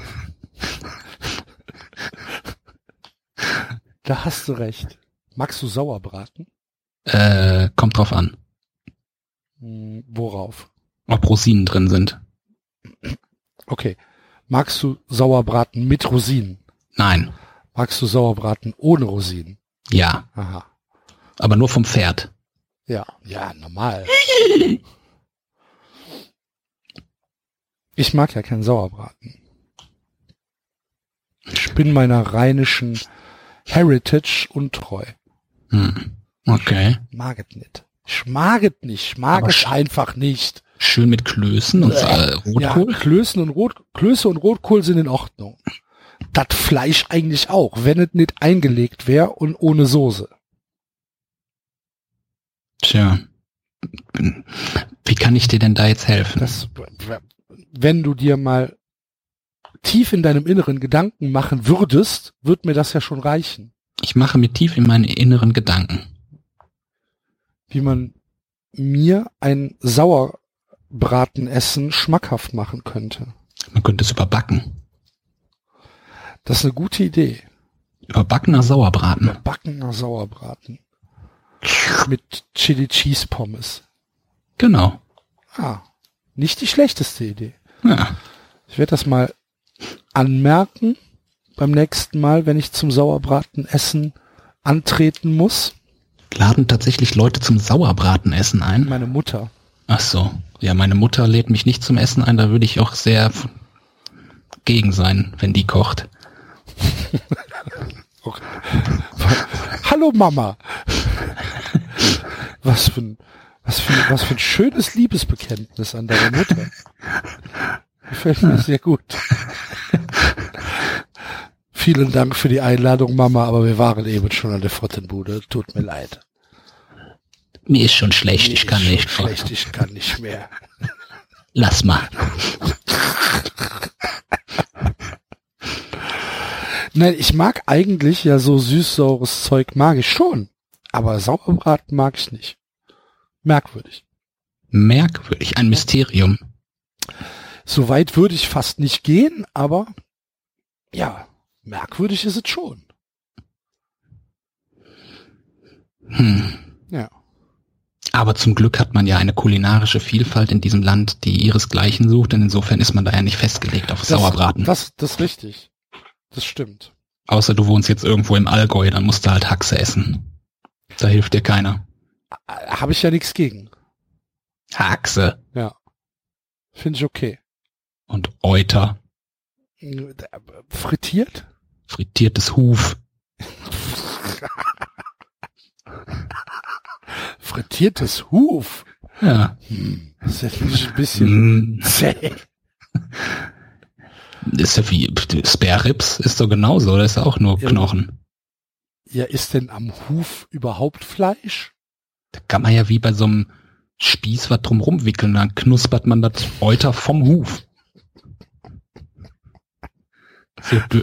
Da hast du recht. Magst du Sauerbraten? Äh, kommt drauf an, Hm, worauf? ob Rosinen drin sind. Okay. Magst du Sauerbraten mit Rosinen? Nein. Magst du Sauerbraten ohne Rosinen? Ja. Aha. Aber nur vom Pferd. Ja, ja, normal. Ich mag ja keinen Sauerbraten. Ich bin meiner rheinischen Heritage untreu. Hm. Okay. Mag es nicht. Ich mag es nicht. Ich mag Aber es sch- einfach nicht. Schön mit Klößen und äh, Rotkohl. Ja, Klößen und Rot, Klöße und Rotkohl sind in Ordnung. Das Fleisch eigentlich auch, wenn es nicht eingelegt wäre und ohne Soße. Tja. Wie kann ich dir denn da jetzt helfen? Das, wenn du dir mal tief in deinem Inneren Gedanken machen würdest, wird mir das ja schon reichen. Ich mache mir tief in meine inneren Gedanken. Wie man mir ein Sauerbratenessen schmackhaft machen könnte. Man könnte es überbacken. Das ist eine gute Idee. Überbackener Sauerbraten. Backener Sauerbraten. Mit Chili Cheese Pommes. Genau. Ah, nicht die schlechteste Idee. Ja. Ich werde das mal anmerken beim nächsten Mal, wenn ich zum Sauerbratenessen antreten muss. Laden tatsächlich Leute zum Sauerbratenessen ein? Meine Mutter. Ach so. Ja, meine Mutter lädt mich nicht zum Essen ein, da würde ich auch sehr f- gegen sein, wenn die kocht. Okay. Hallo Mama. Was für ein, was für, was für ein schönes Liebesbekenntnis an deine Mutter. Gefällt mir sehr gut. Vielen Dank für die Einladung, Mama, aber wir waren eben schon an der Frottenbude. Tut mir leid. Mir ist schon schlecht, ich Mir kann ist schon nicht. Schlecht, ich kann nicht mehr. Lass mal. Nein, ich mag eigentlich ja so süß-saures Zeug, mag ich schon. Aber Sauerbraten mag ich nicht. Merkwürdig. Merkwürdig, ein Mysterium. So weit würde ich fast nicht gehen, aber ja, merkwürdig ist es schon. Hm. Ja. Aber zum Glück hat man ja eine kulinarische Vielfalt in diesem Land, die ihresgleichen sucht, und insofern ist man da ja nicht festgelegt auf Das, Sauerbraten. Das, das ist richtig. Das stimmt. Außer du wohnst jetzt irgendwo im Allgäu, dann musst du halt Haxe essen. Da hilft dir keiner. Habe ich ja nichts gegen. Haxe Ja. Finde ich okay. und Euter, Frittiert? frittiertes Huf. Frittiertes Huf? Ja. Hm, das ist natürlich ein bisschen Mm, zäh. ist ja wie Spare Ribs ist doch genauso, oder ist ja auch nur Ja. Knochen. Ja, ist denn am Huf überhaupt Fleisch? Da kann man ja wie bei so einem Spieß was drum rumwickeln, dann knuspert man das Euter vom Huf. So bö-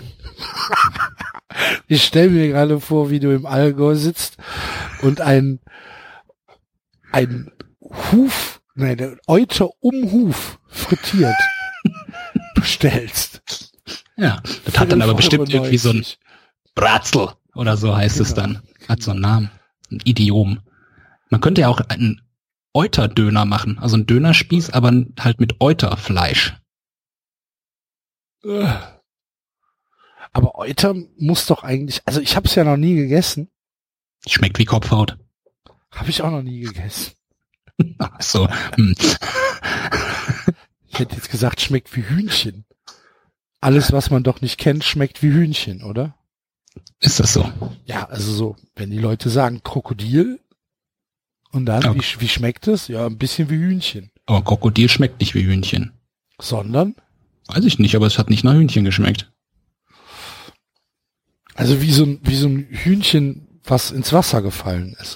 Ich stelle mir gerade vor, wie du im Allgäu sitzt und ein, ein Huf, nein, der Euter um Huf frittiert bestellst. ja, das hat dann aber bestimmt irgendwie so ein fünfundneunzig. Bratzel oder so heißt es Genau. dann. Hat so einen Namen, ein Idiom. Man könnte ja auch einen Euterdöner machen, also einen Dönerspieß, aber halt mit Euterfleisch. Ugh. Aber Euter muss doch eigentlich, also ich habe es ja noch nie gegessen, Schmeckt wie Kopfhaut. Habe ich auch noch nie gegessen. Ach so. Hm. Ich hätte jetzt gesagt, schmeckt wie Hühnchen. Alles, was man doch nicht kennt, schmeckt wie Hühnchen, oder? Ist das so? Ja, also so, wenn die Leute sagen Krokodil und dann, Ja. wie, wie schmeckt es? Ja, ein bisschen wie Hühnchen. Aber Krokodil schmeckt nicht wie Hühnchen. Sondern? Weiß ich nicht, aber es hat nicht nach Hühnchen geschmeckt. Also wie so ein, wie so ein Hühnchen, was ins Wasser gefallen ist.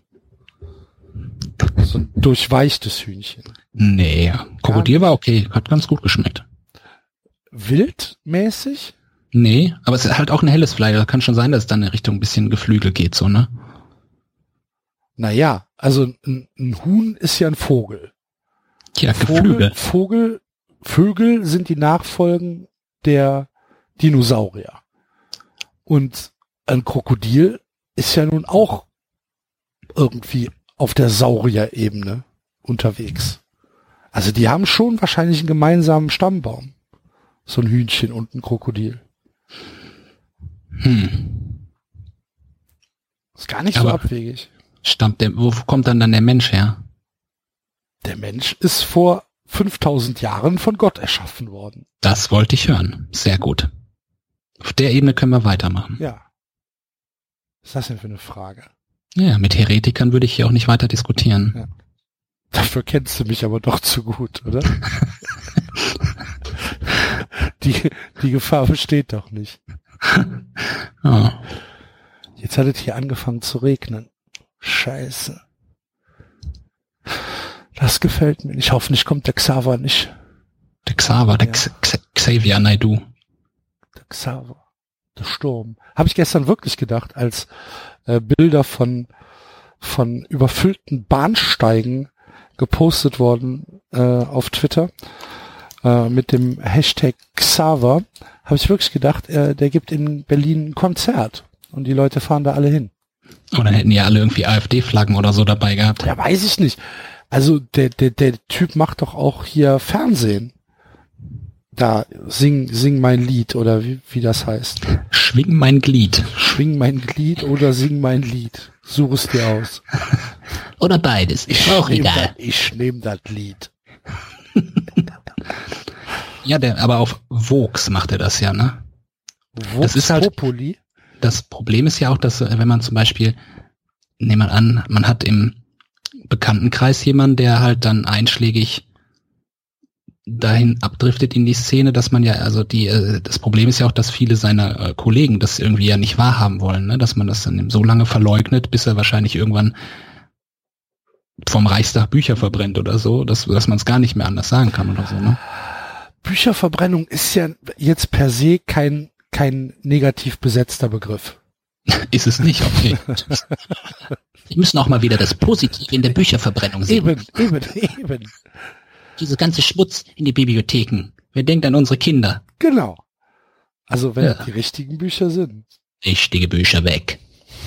So ein durchweichtes Hühnchen. Nee, Krokodil war okay, hat ganz gut geschmeckt. Wildmäßig? Nee, aber es ist halt auch ein helles Fleisch. Da kann schon sein, dass es dann in Richtung ein bisschen Geflügel geht, so, ne? Naja, also ein, ein Huhn ist ja ein Vogel. Ja, Vogel, Geflügel. Vogel, Vögel sind die Nachfolgen der Dinosaurier. Und ein Krokodil ist ja nun auch irgendwie auf der Saurierebene unterwegs. Also die haben schon wahrscheinlich einen gemeinsamen Stammbaum. So ein Hühnchen und ein Krokodil. Hm. Ist gar nicht Aber so abwegig. Stammt der, wo kommt dann dann der Mensch her? Der Mensch ist vor fünftausend Jahren von Gott erschaffen worden. Das wollte ich hören. Sehr gut. Auf der Ebene können wir weitermachen. Ja. Was ist das denn für eine Frage? Ja, mit Heretikern würde ich hier auch nicht weiter diskutieren. Ja. Dafür kennst du mich aber doch zu gut, oder? die, die Gefahr besteht doch nicht. Oh. Jetzt hat es hier angefangen zu regnen. Scheiße. Das gefällt mir nicht. Hoffentlich kommt der Xaver nicht. Der Xaver, der Ja. X- X- Xavier Naidoo. Der Xaver. Der Sturm. Habe ich gestern wirklich gedacht, als äh, Bilder von von überfüllten Bahnsteigen gepostet worden äh, auf Twitter äh, mit dem Hashtag Xaver, habe ich wirklich gedacht, äh, der gibt in Berlin ein Konzert und die Leute fahren da alle hin. Oder hätten ja alle irgendwie AfD-Flaggen oder so dabei gehabt. Ja, weiß ich nicht. Also der der der Typ macht doch auch hier Fernsehen. Da sing sing mein Lied oder wie wie das heißt. Schwing mein Glied. Schwing mein Glied oder sing mein Lied. Such es dir aus. Oder beides. Ist auch nehm egal. Das, ich nehme das Lied. Ja, der, aber auf Vox macht er das ja, ne? Vox Das ist halt- Populi. Das Problem ist ja auch, dass äh, wenn man zum Beispiel, nehmen wir an, man hat im Bekanntenkreis jemanden, der halt dann einschlägig dahin abdriftet in die Szene, dass man ja, also die, äh, das Problem ist ja auch, dass viele seiner äh, Kollegen das irgendwie ja nicht wahrhaben wollen, ne? Dass man das dann so lange verleugnet, bis er wahrscheinlich irgendwann vom Reichstag Bücher verbrennt oder so, dass, dass man es gar nicht mehr anders sagen kann oder so, ne? Bücherverbrennung ist ja jetzt per se kein kein negativ besetzter Begriff. Ist es nicht, okay. Wir müssen auch mal wieder das Positive in der Bücherverbrennung sehen. Eben, eben, eben. Diese ganze Schmutz in die Bibliotheken. Wer denkt an unsere Kinder? Genau. Also wenn Ja. das die richtigen Bücher sind. Richtige Bücher weg.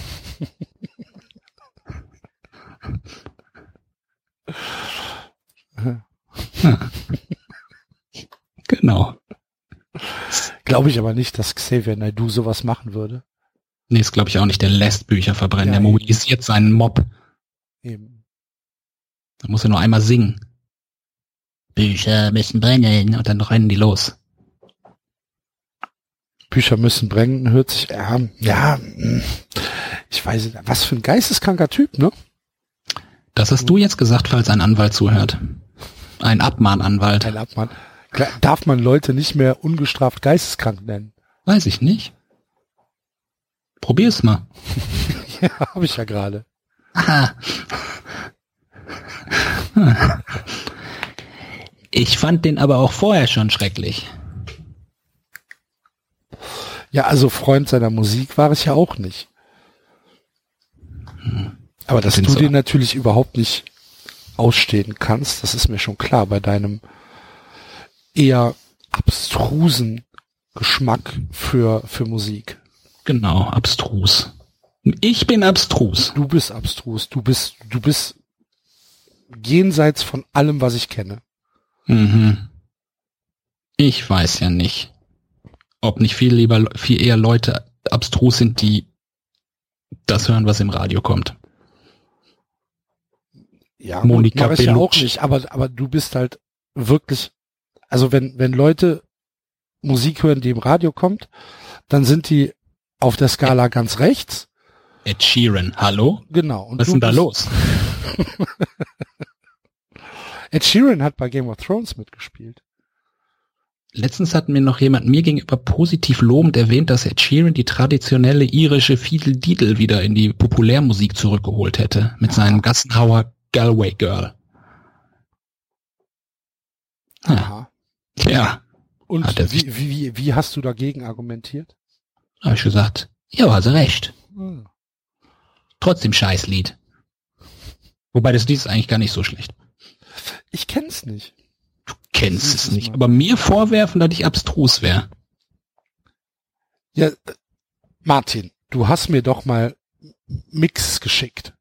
Genau. Glaube ich aber nicht, dass Xavier Naidoo sowas machen würde. Nee, ist glaube ich auch nicht. Der lässt Bücher verbrennen. Ja, der mobilisiert seinen Mob. Eben. Da muss er nur einmal singen. Bücher müssen brennen. Und dann rennen die los. Bücher müssen brennen, hört sich, ja, ja, hm, ich weiß nicht, was für ein geisteskranker Typ, ne? Das hast du jetzt gesagt, falls ein Anwalt zuhört. Ein Abmahnanwalt. Ein Abmann. Klar, darf man Leute nicht mehr ungestraft geisteskrank nennen? Weiß ich nicht. Probier's mal. Ja, habe ich ja gerade. Aha. Ich fand den aber auch vorher schon schrecklich. Ja, also Freund seiner Musik war ich ja auch nicht. Aber dass Bin du so- den natürlich überhaupt nicht ausstehen kannst, das ist mir schon klar bei deinem eher abstrusen Geschmack für, für Musik. Genau, abstrus. Ich bin abstrus. Du bist abstrus, du bist, du bist jenseits von allem, was ich kenne. Mhm. Ich weiß ja nicht, ob nicht viel lieber, viel eher Leute abstrus sind, die Das hören, was im Radio kommt. Ja, Monika mach ich ja auch Bellucci. nicht, aber, aber du bist halt wirklich, also wenn, wenn Leute Musik hören, die im Radio kommt, dann sind die auf der Skala ganz rechts. Ed Sheeran, hallo? Genau. Und Was ist du denn da bist- los? Ed Sheeran hat bei Game of Thrones mitgespielt. Letztens hat mir noch jemand mir gegenüber positiv lobend erwähnt, dass Ed Sheeran die traditionelle irische Fiedel-Didel wieder in die Populärmusik zurückgeholt hätte. Mit seinem Gassenhauer Galway Girl. Ja. Aha. Ja, Und Hat er sich- wie, wie, wie, wie hast du dagegen argumentiert? habe ich gesagt. Ja, also recht. Hm. Trotzdem Scheißlied. Wobei das Lied ist eigentlich gar nicht so schlecht. Ich kenn's nicht. Kennst Siehst es du's nicht. mal. Aber mir vorwerfen, dass ich abstrus wäre. Ja, äh, Martin, du hast mir doch mal Mix geschickt.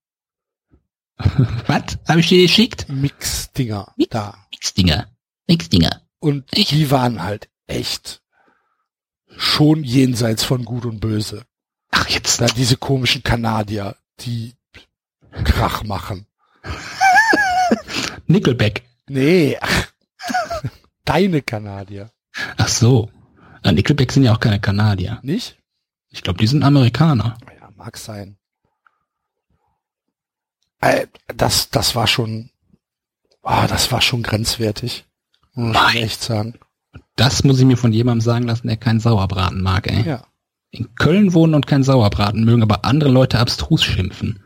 Was? Habe ich dir geschickt? Mix-Dinger Mix? da. Mixdinger. Mixdinger. Und Ich- die waren halt echt schon jenseits von Gut und Böse. Ach, jetzt. Da diese komischen Kanadier, die Krach machen. Nickelback. Nee, ach, deine Kanadier, Ach so. Ja, Nickelback sind ja auch keine Kanadier. nicht? Ich glaube, die sind Amerikaner. Ja, mag sein. Äh, das, das war schon, ah, das war schon grenzwertig. Muss ich Nein. echt sagen. Das muss ich mir von jemandem sagen lassen, der keinen Sauerbraten mag, ey. Ja. In Köln wohnen und keinen Sauerbraten mögen, aber andere Leute abstrus schimpfen.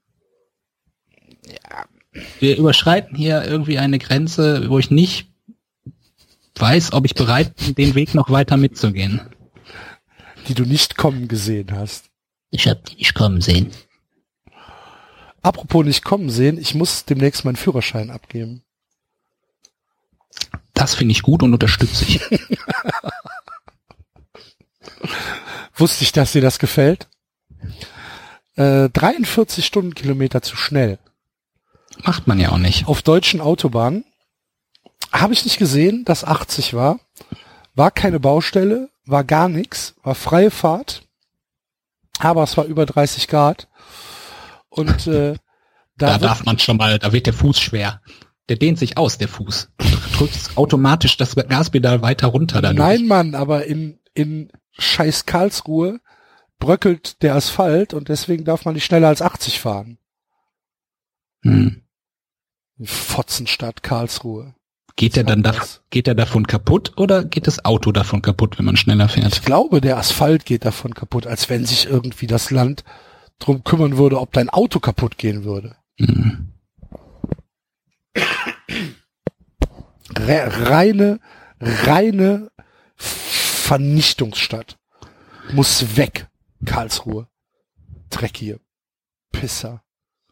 Wir überschreiten hier irgendwie eine Grenze, wo ich nicht weiß, ob ich bereit bin, den Weg noch weiter mitzugehen. Die du nicht kommen gesehen hast. Ich hab die nicht kommen sehen. Apropos nicht kommen sehen, ich muss demnächst meinen Führerschein abgeben. Das finde ich gut und unterstütze ich. Wusste ich, dass dir das gefällt? Äh, dreiundvierzig Stundenkilometer zu schnell. Macht man ja auch nicht. Auf deutschen Autobahnen habe ich nicht gesehen, dass achtzig war. War keine Baustelle, war gar nichts, war freie Fahrt. Aber es war über dreißig Grad. Und äh, Da, da, wird, darf man schon mal, da wird der Fuß schwer. Der dehnt sich aus, der Fuß. Du drückst automatisch das Gaspedal weiter runter dadurch. nein, Mann, aber in, in scheiß Karlsruhe bröckelt der Asphalt und deswegen darf man nicht schneller als achtzig fahren. Hm. Fotzenstadt Karlsruhe. Geht der dann da, Was? geht der davon kaputt oder geht das Auto davon kaputt, wenn man schneller Ich fährt? glaube, der Asphalt geht davon kaputt, als wenn sich irgendwie das Land drum kümmern würde, ob dein Auto kaputt gehen würde. Hm. Re reine, reine Vernichtungsstadt. Muss weg, Karlsruhe. Dreckige Pisser.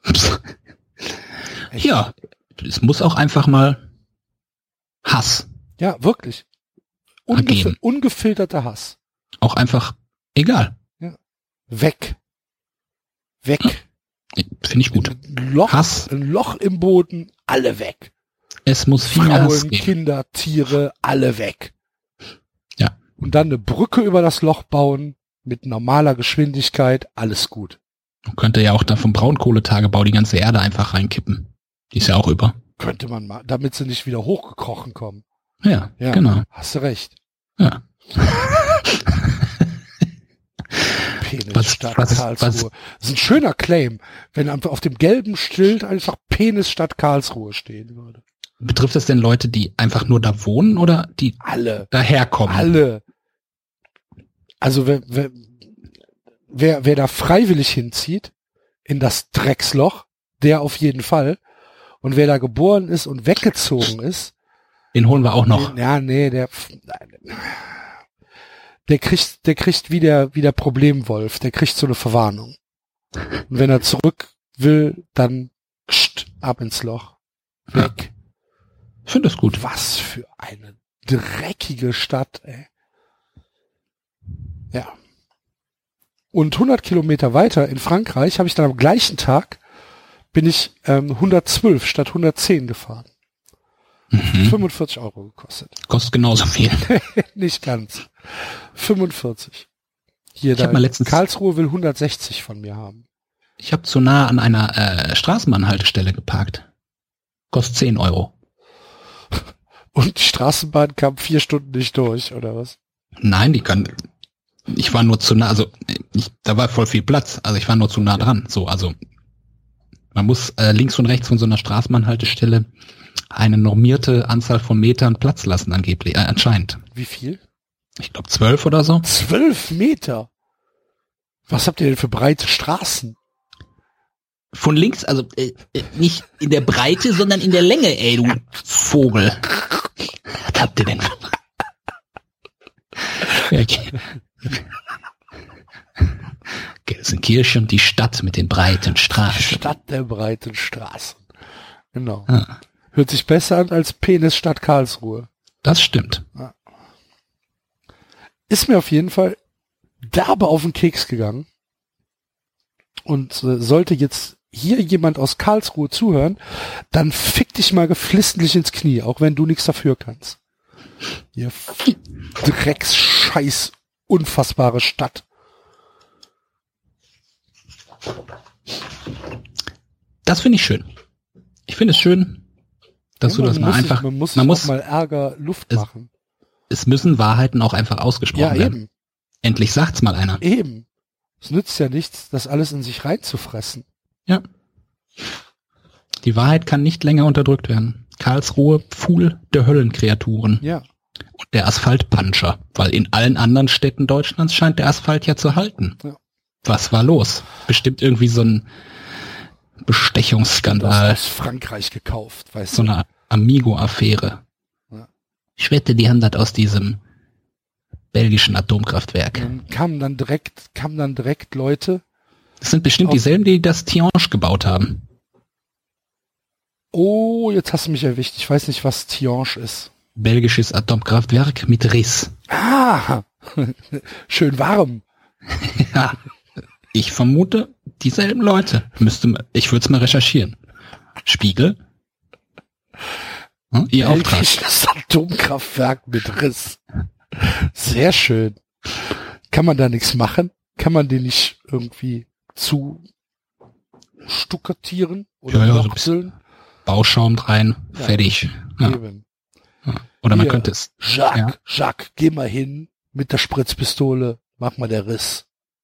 Echt. Ja, es muss auch einfach mal Hass. Ja, wirklich. Ungefil Ergeben. ungefilterter Hass. Auch einfach egal. Weg. Weg. Finde ich gut. Ein Loch, Hass. ein Loch im Boden, alle weg. Es muss viel mehr Hass Frauen, geben. Kinder, Tiere, alle weg. Ja. Und dann eine Brücke über das Loch bauen mit normaler Geschwindigkeit, alles gut. Man könnte ja auch da vom Braunkohletagebau die ganze Erde einfach reinkippen. Die ist ja auch über. Könnte man mal, damit sie nicht wieder hochgekrochen kommen. Ja, Ja, genau. hast du recht. Ja. Penis Was- statt was- Karlsruhe. Das ist ein schöner Claim, wenn einfach auf dem gelben Schild einfach Penis statt Karlsruhe stehen würde. Betrifft das denn Leute, die einfach nur da wohnen oder die Alle. daherkommen? Alle. Also wer, wer, wer, wer da freiwillig hinzieht, in das Drecksloch, der auf jeden Fall. Und wer da geboren ist und weggezogen ist, Den holen wir auch noch. ja, nee, der, der kriegt, der kriegt wie der, wie der Problemwolf, der kriegt so eine Verwarnung. Und wenn er zurück will, dann pst, ab ins Loch. Weg. Ich finde das gut. Was für eine dreckige Stadt, ey. Ja. Und hundert Kilometer weiter in Frankreich habe ich dann am gleichen Tag bin ich ähm, hundertzwölf statt hundertzehn gefahren. Mhm. fünfundvierzig Euro gekostet. Kostet genauso viel. Nicht ganz. fünfundvierzig. Hier, Ich hab da, mal letztens- Karlsruhe will hundertsechzig von mir haben. Ich habe zu nah an einer äh, Straßenbahnhaltestelle geparkt. Kostet zehn Euro. Und die Straßenbahn kam vier Stunden nicht durch, oder was? Nein, die kann. Ich war nur zu nah, also ich, da war voll viel Platz, also ich war nur zu nah dran. So, also man muss äh, links und rechts von so einer Straßenbahnhaltestelle eine normierte Anzahl von Metern Platz lassen, angeblich, äh, anscheinend. Wie viel? Ich glaube zwölf oder so. Zwölf Meter. Was habt ihr denn für breite Straßen? Von links, also äh, äh, nicht in der Breite, sondern in der Länge, ey, du Vogel. Was habt ihr denn? Ja, okay. Gelsenkirchen, die Stadt mit den breiten Straßen. Stadt der breiten Straßen. Genau. Ah, Hört sich besser an als Penisstadt Karlsruhe. das stimmt. Ist mir auf jeden Fall derbe auf den Keks gegangen. Und äh, sollte jetzt hier jemand aus Karlsruhe zuhören, dann fick dich mal geflissentlich ins Knie, auch wenn du nichts dafür kannst. Ihr Drecksscheiß unfassbare Stadt. Das finde ich schön. Ich finde es schön, dass Ja, du das man mal muss sich- einfach, man muss, man sich muss, auch mal Ärger Luft es- machen. es müssen Wahrheiten auch einfach ausgesprochen Ja, werden. eben. Endlich sagt's mal einer. Eben. Es nützt ja nichts, das alles in sich reinzufressen. Ja. Die Wahrheit kann nicht länger unterdrückt werden. Karlsruhe, Pfuhl der Höllenkreaturen Ja. und der Asphaltpuncher, weil in allen anderen Städten Deutschlands scheint der Asphalt ja zu halten. Ja. Was war los? Bestimmt irgendwie so ein Das Bestechungsskandal, aus Frankreich gekauft, weißt so du. eine Amigo-Affäre. Ja. Ich wette, die haben das aus diesem belgischen Atomkraftwerk. Dann kamen dann direkt, kamen dann direkt Leute. Das sind bestimmt Auf- dieselben, die das Tihange gebaut haben. Oh, jetzt hast du mich erwischt. Ich weiß nicht, was Tihange ist. Belgisches Atomkraftwerk mit Riss. Ah, schön warm. Ja, ich vermute dieselben Leute. Müsste, ma- ich würde es mal recherchieren. Spiegel? Hm, ihr Auftrag. Belgisches Atomkraftwerk mit Riss. Sehr schön. Kann man da nichts machen? Kann man den nicht irgendwie zu stuckatieren oder Ja, ja, so ein lochseln? Bauschaum rein, Ja. fertig. Ja. Eben. Oder man Hier, könnte es. Jacques, Ja. Jacques, geh mal hin mit der Spritzpistole, mach mal der Riss.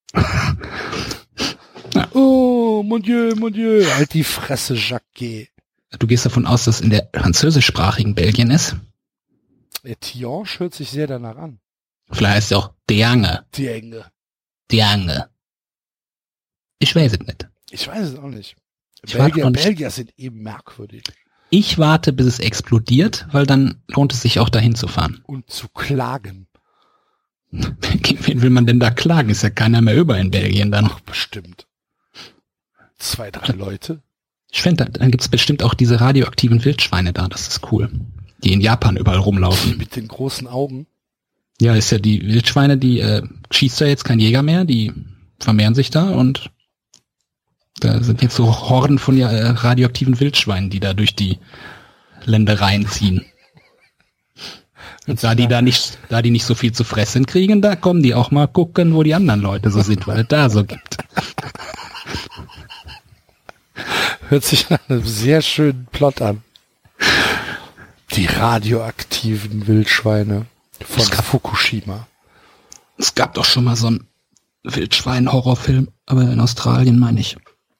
Oh, mon Dieu, mon Dieu. Halt die Fresse, Jacques, geh. Du gehst davon aus, dass es in der französischsprachigen Belgien ist? Der Tihange hört sich sehr danach an. Vielleicht heißt es auch Diange. Die Enge. Diange. Ich weiß es nicht. Ich weiß es auch nicht. Ich warte Belgier, noch nicht. Belgier sind eben merkwürdig. Ich warte, bis es explodiert, weil dann lohnt es sich auch dahin zu fahren. Und zu klagen. Gegen wen will man denn da klagen? Ist ja keiner mehr über in Belgien dann. Ach, bestimmt. Zwei, drei Leute. Ich finde, dann gibt's bestimmt auch diese radioaktiven Wildschweine da. Das ist cool. Die in Japan überall rumlaufen. Mit den großen Augen. Ja, ist ja die Wildschweine, die äh, schießt ja jetzt kein Jäger mehr. Die vermehren sich da und da sind jetzt so Horden von ja, äh, radioaktiven Wildschweinen, die da durch die Ländereien ziehen. Und da die da nicht, da die nicht so viel zu fressen kriegen, da kommen die auch mal gucken, wo die anderen Leute so sind, weil es da so gibt. Hört sich nach einem sehr schönen Plot an. Die radioaktiven Wildschweine von Es gab- Fukushima. Es gab doch schon mal so einen Wildschwein-Horrorfilm, aber in Australien meine ich.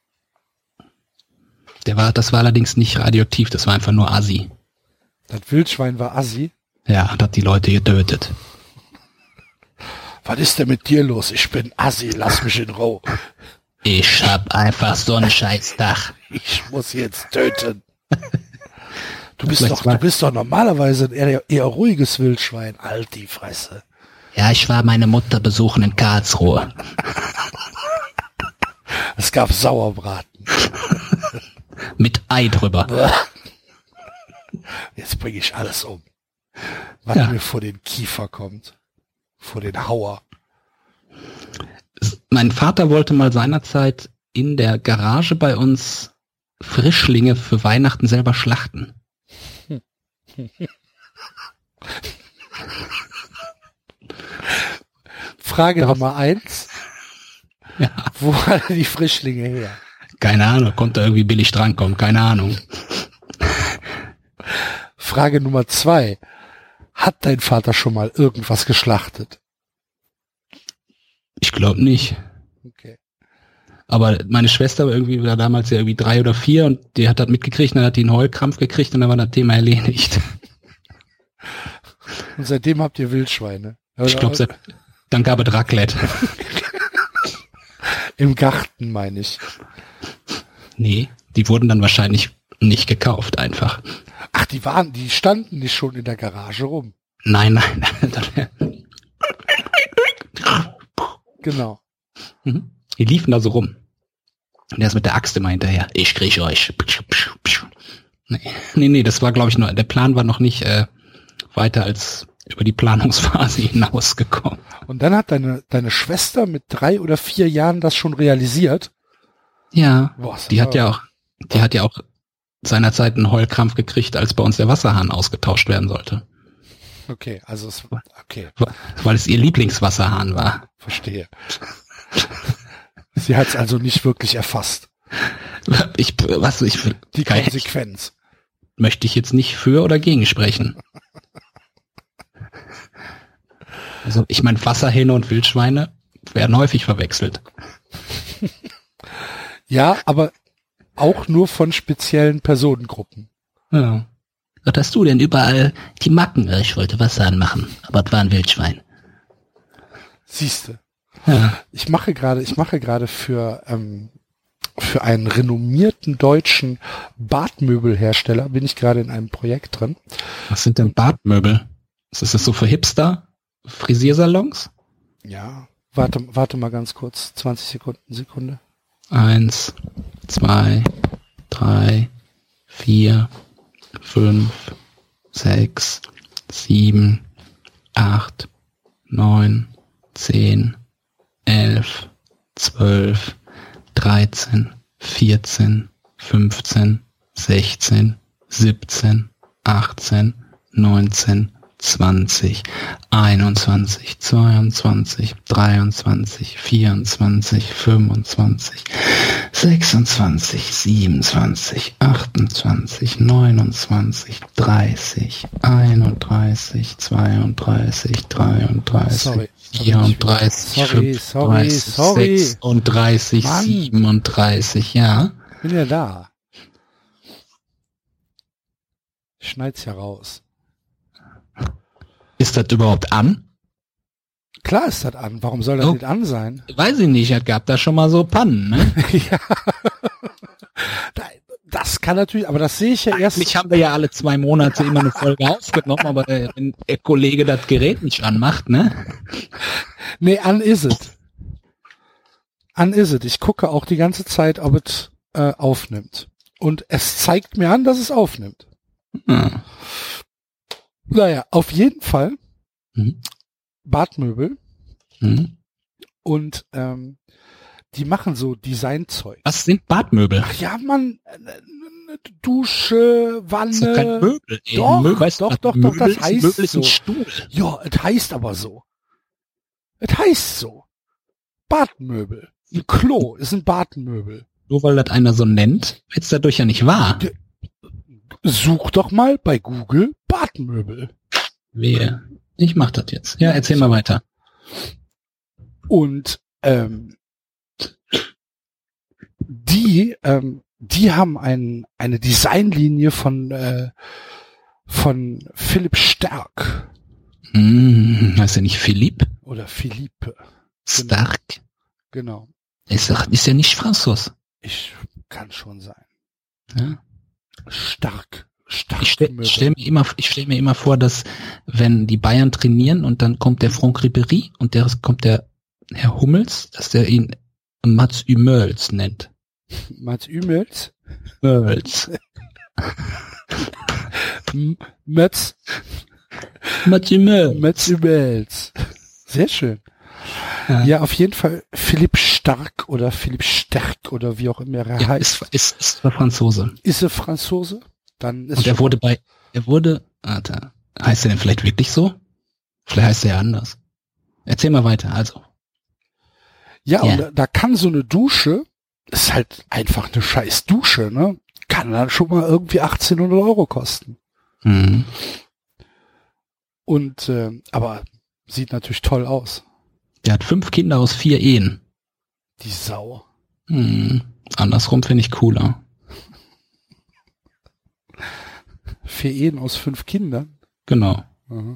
Der war, das war allerdings nicht radioaktiv, das war einfach nur Assi. Das Wildschwein war Assi. Ja, und hat die Leute getötet. Was ist denn mit dir los? Ich bin Assi, lass mich in Ruhe. Ich hab einfach so ein Scheißdach. Ich muss jetzt töten. Du bist Vielleicht doch, mal- du bist doch normalerweise ein eher, eher ruhiges Wildschwein. Halt die Fresse. Ja, ich war meine Mutter besuchen in Karlsruhe. Es gab Sauerbraten. Mit Ei drüber. Jetzt bringe ich alles um. Was Ja. mir vor den Kiefer kommt. Vor den Hauer. Mein Vater wollte mal seinerzeit in der Garage bei uns Frischlinge für Weihnachten selber schlachten. Frage Darauf- Nummer eins. Ja. Wo hat er die Frischlinge her? Keine Ahnung, konnte irgendwie billig drankommen, keine Ahnung. Frage Nummer zwei. Hat dein Vater schon mal irgendwas geschlachtet? Ich glaube nicht. Okay. Aber meine Schwester war irgendwie war damals ja irgendwie drei oder vier und die hat das mitgekriegt, und dann hat die einen Heulkrampf gekriegt und dann war das Thema erledigt. Und seitdem habt ihr Wildschweine? Ich glaube, dann gab es Raclette. Im Garten, meine ich. Nee, die wurden dann wahrscheinlich nicht gekauft einfach. Ach, die waren, die standen nicht schon in der Garage rum. Nein, nein, nein. Genau. Mhm. Die liefen da so rum. Und der ist mit der Axt immer hinterher. Ich krieg euch. Nee, nee, nee, das war, glaube ich, nur, der Plan war noch nicht äh, weiter als über die Planungsphase hinausgekommen. Und dann hat deine, deine Schwester mit drei oder vier Jahren das schon realisiert. Ja, Boah, ist die das hat ja auch, die hat ja auch seinerzeit einen Heulkrampf gekriegt, als bei uns der Wasserhahn ausgetauscht werden sollte. Okay, also es, okay, Weil es ihr Lieblingswasserhahn war. verstehe. Sie hat es also nicht wirklich erfasst. Ich, was, ich, Die kann, Konsequenz. möchte ich jetzt nicht für oder gegen sprechen. Also, ich meine, Wasserhähne und Wildschweine werden häufig verwechselt. Ja, aber auch nur von speziellen Personengruppen. Ja. Was hast du denn überall die Macken? Ich wollte Wasserhahn machen, aber es war ein Wildschwein. Siehste. Ja. Ich mache gerade, ich mache gerade für ähm, für einen renommierten deutschen Badmöbelhersteller bin ich gerade in einem Projekt drin. Was sind denn Badmöbel? Ist das so für Hipster? Frisiersalons? Ja, warte, warte mal ganz kurz, zwanzig Sekunden, Sekunde. Eins, zwei, drei, vier, fünf, sechs, sieben, acht, neun, zehn, elf, zwölf, dreizehn, vierzehn, fünfzehn, sechzehn, siebzehn, achtzehn, neunzehn, zwanzig, einundzwanzig, zweiundzwanzig, dreiundzwanzig, vierundzwanzig, fünfundzwanzig, sechsundzwanzig, siebenundzwanzig, achtundzwanzig, neunundzwanzig, dreißig, einunddreißig, zweiunddreißig, dreiunddreißig, Sorry. vierunddreißig, Sorry, sorry, fünfunddreißig, sorry. sechsunddreißig, Mann. siebenunddreißig, ja. Bin ja da. Ich schneid's ja raus. Ist das überhaupt an? Klar ist das an. Warum soll das Oh. nicht an sein? Weiß ich nicht, es gab da schon mal so Pannen, ne? Ja. Da- Das kann natürlich, aber das sehe ich ja erst. Eigentlich haben wir ja alle zwei Monate immer eine Folge aufgenommen, aber äh, wenn der Kollege das Gerät nicht anmacht, ne? Nee, an is it. An is it. Ich gucke auch die ganze Zeit, ob es äh, aufnimmt. Und es zeigt mir an, dass es aufnimmt. Hm. Naja, auf jeden Fall Mhm. Badmöbel Mhm. und ähm, die machen so Designzeug. Was sind Badmöbel? Ach ja, Mann, äh, äh, Dusche, Das ist doch kein Wanne. Möbel. Ey. Doch, Möbel, weißt du, doch, was doch, doch, Möbel das ist? heißt Möbel ist ein so. Stuhl. Ja, es heißt aber so. Es heißt so. Badmöbel. Ein Klo ist ein Badmöbel. Nur weil das einer so nennt, ist dadurch ja nicht wahr. Such doch mal bei Google Badmöbel. Wehe. Ich mach das jetzt. Ja, erzähl mal weiter. Und ähm, die, ähm, die haben ein, eine Designlinie von äh, von Philipp Stark Hm, heißt ja nicht Philipp? oder Philippe. Stark? Genau. Ist, doch, ist ja nicht Franzos. Ich kann schon sein. Ja? Stark. Stark. Ich stelle stell mir immer, ich stell mir immer vor, dass wenn die Bayern trainieren und dann kommt der Franck Ribéry und der kommt der Herr Hummels, dass der ihn Mats Hummels nennt. Mats Hummels. Hummels. M- Mats. Mats Hummels. Mats Hummels. Sehr schön. Ja. Ja, auf jeden Fall Philipp Stark oder Philipp Stark oder wie auch immer er Ja, heißt. ist, ist, ist der Franzose. Ist er Franzose? Dann ist Und er schon- wurde bei, er wurde, warte, heißt er denn vielleicht wirklich so? Vielleicht heißt er ja anders. Erzähl mal weiter, also. Ja, Ja. und da, da kann so eine Dusche, ist halt einfach eine scheiß Dusche, ne? Kann dann schon mal irgendwie achtzehnhundert Euro kosten. Mhm. Und, äh, aber sieht natürlich toll aus. Der hat fünf Kinder aus vier Ehen. Die Sau. Mhm. Andersrum finde ich cooler. Vier Ehen aus fünf Kindern. Genau. Mhm.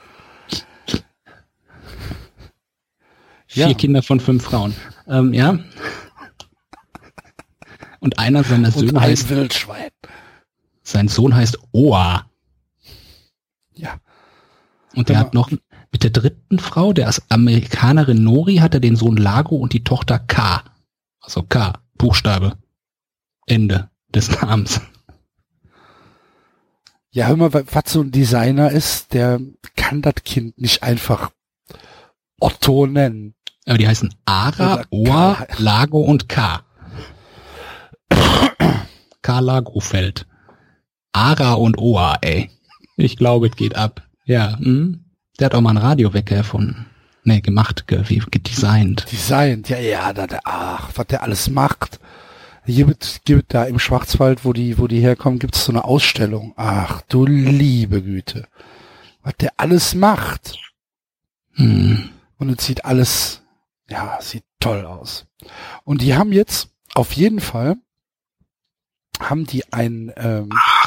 Vier Ja. Kinder von fünf Frauen. Ähm, ja. Und einer seiner Und Söhne ein heißt, Wildschwein. sein Sohn heißt Oa. Ja. Und der Ja. hat noch mit der dritten Frau, der Amerikanerin Nori, hat er den Sohn Lago und die Tochter K. Also K, Buchstabe. Ende des Namens. Ja, hör mal, was so ein Designer ist, der kann das Kind nicht einfach Otto nennen. Aber die heißen Ara, Oder Oa, K. Lago und K. K. Lagofeld. Ara und Oa, ey. Ich glaube, es geht ab. Ja, hm? Der hat auch mal einen Radiowecker erfunden. Nee, gemacht, ge wie gedesignt. Designt, ja, ja, da, da, ach, was der alles macht. Hier gibt, gibt da im Schwarzwald, wo die, wo die herkommen, gibt es so eine Ausstellung. Ach, du liebe Güte. Was der alles macht. Hm. Und es sieht alles, ja, sieht toll aus. Und die haben jetzt, auf jeden Fall, haben die ein, ähm,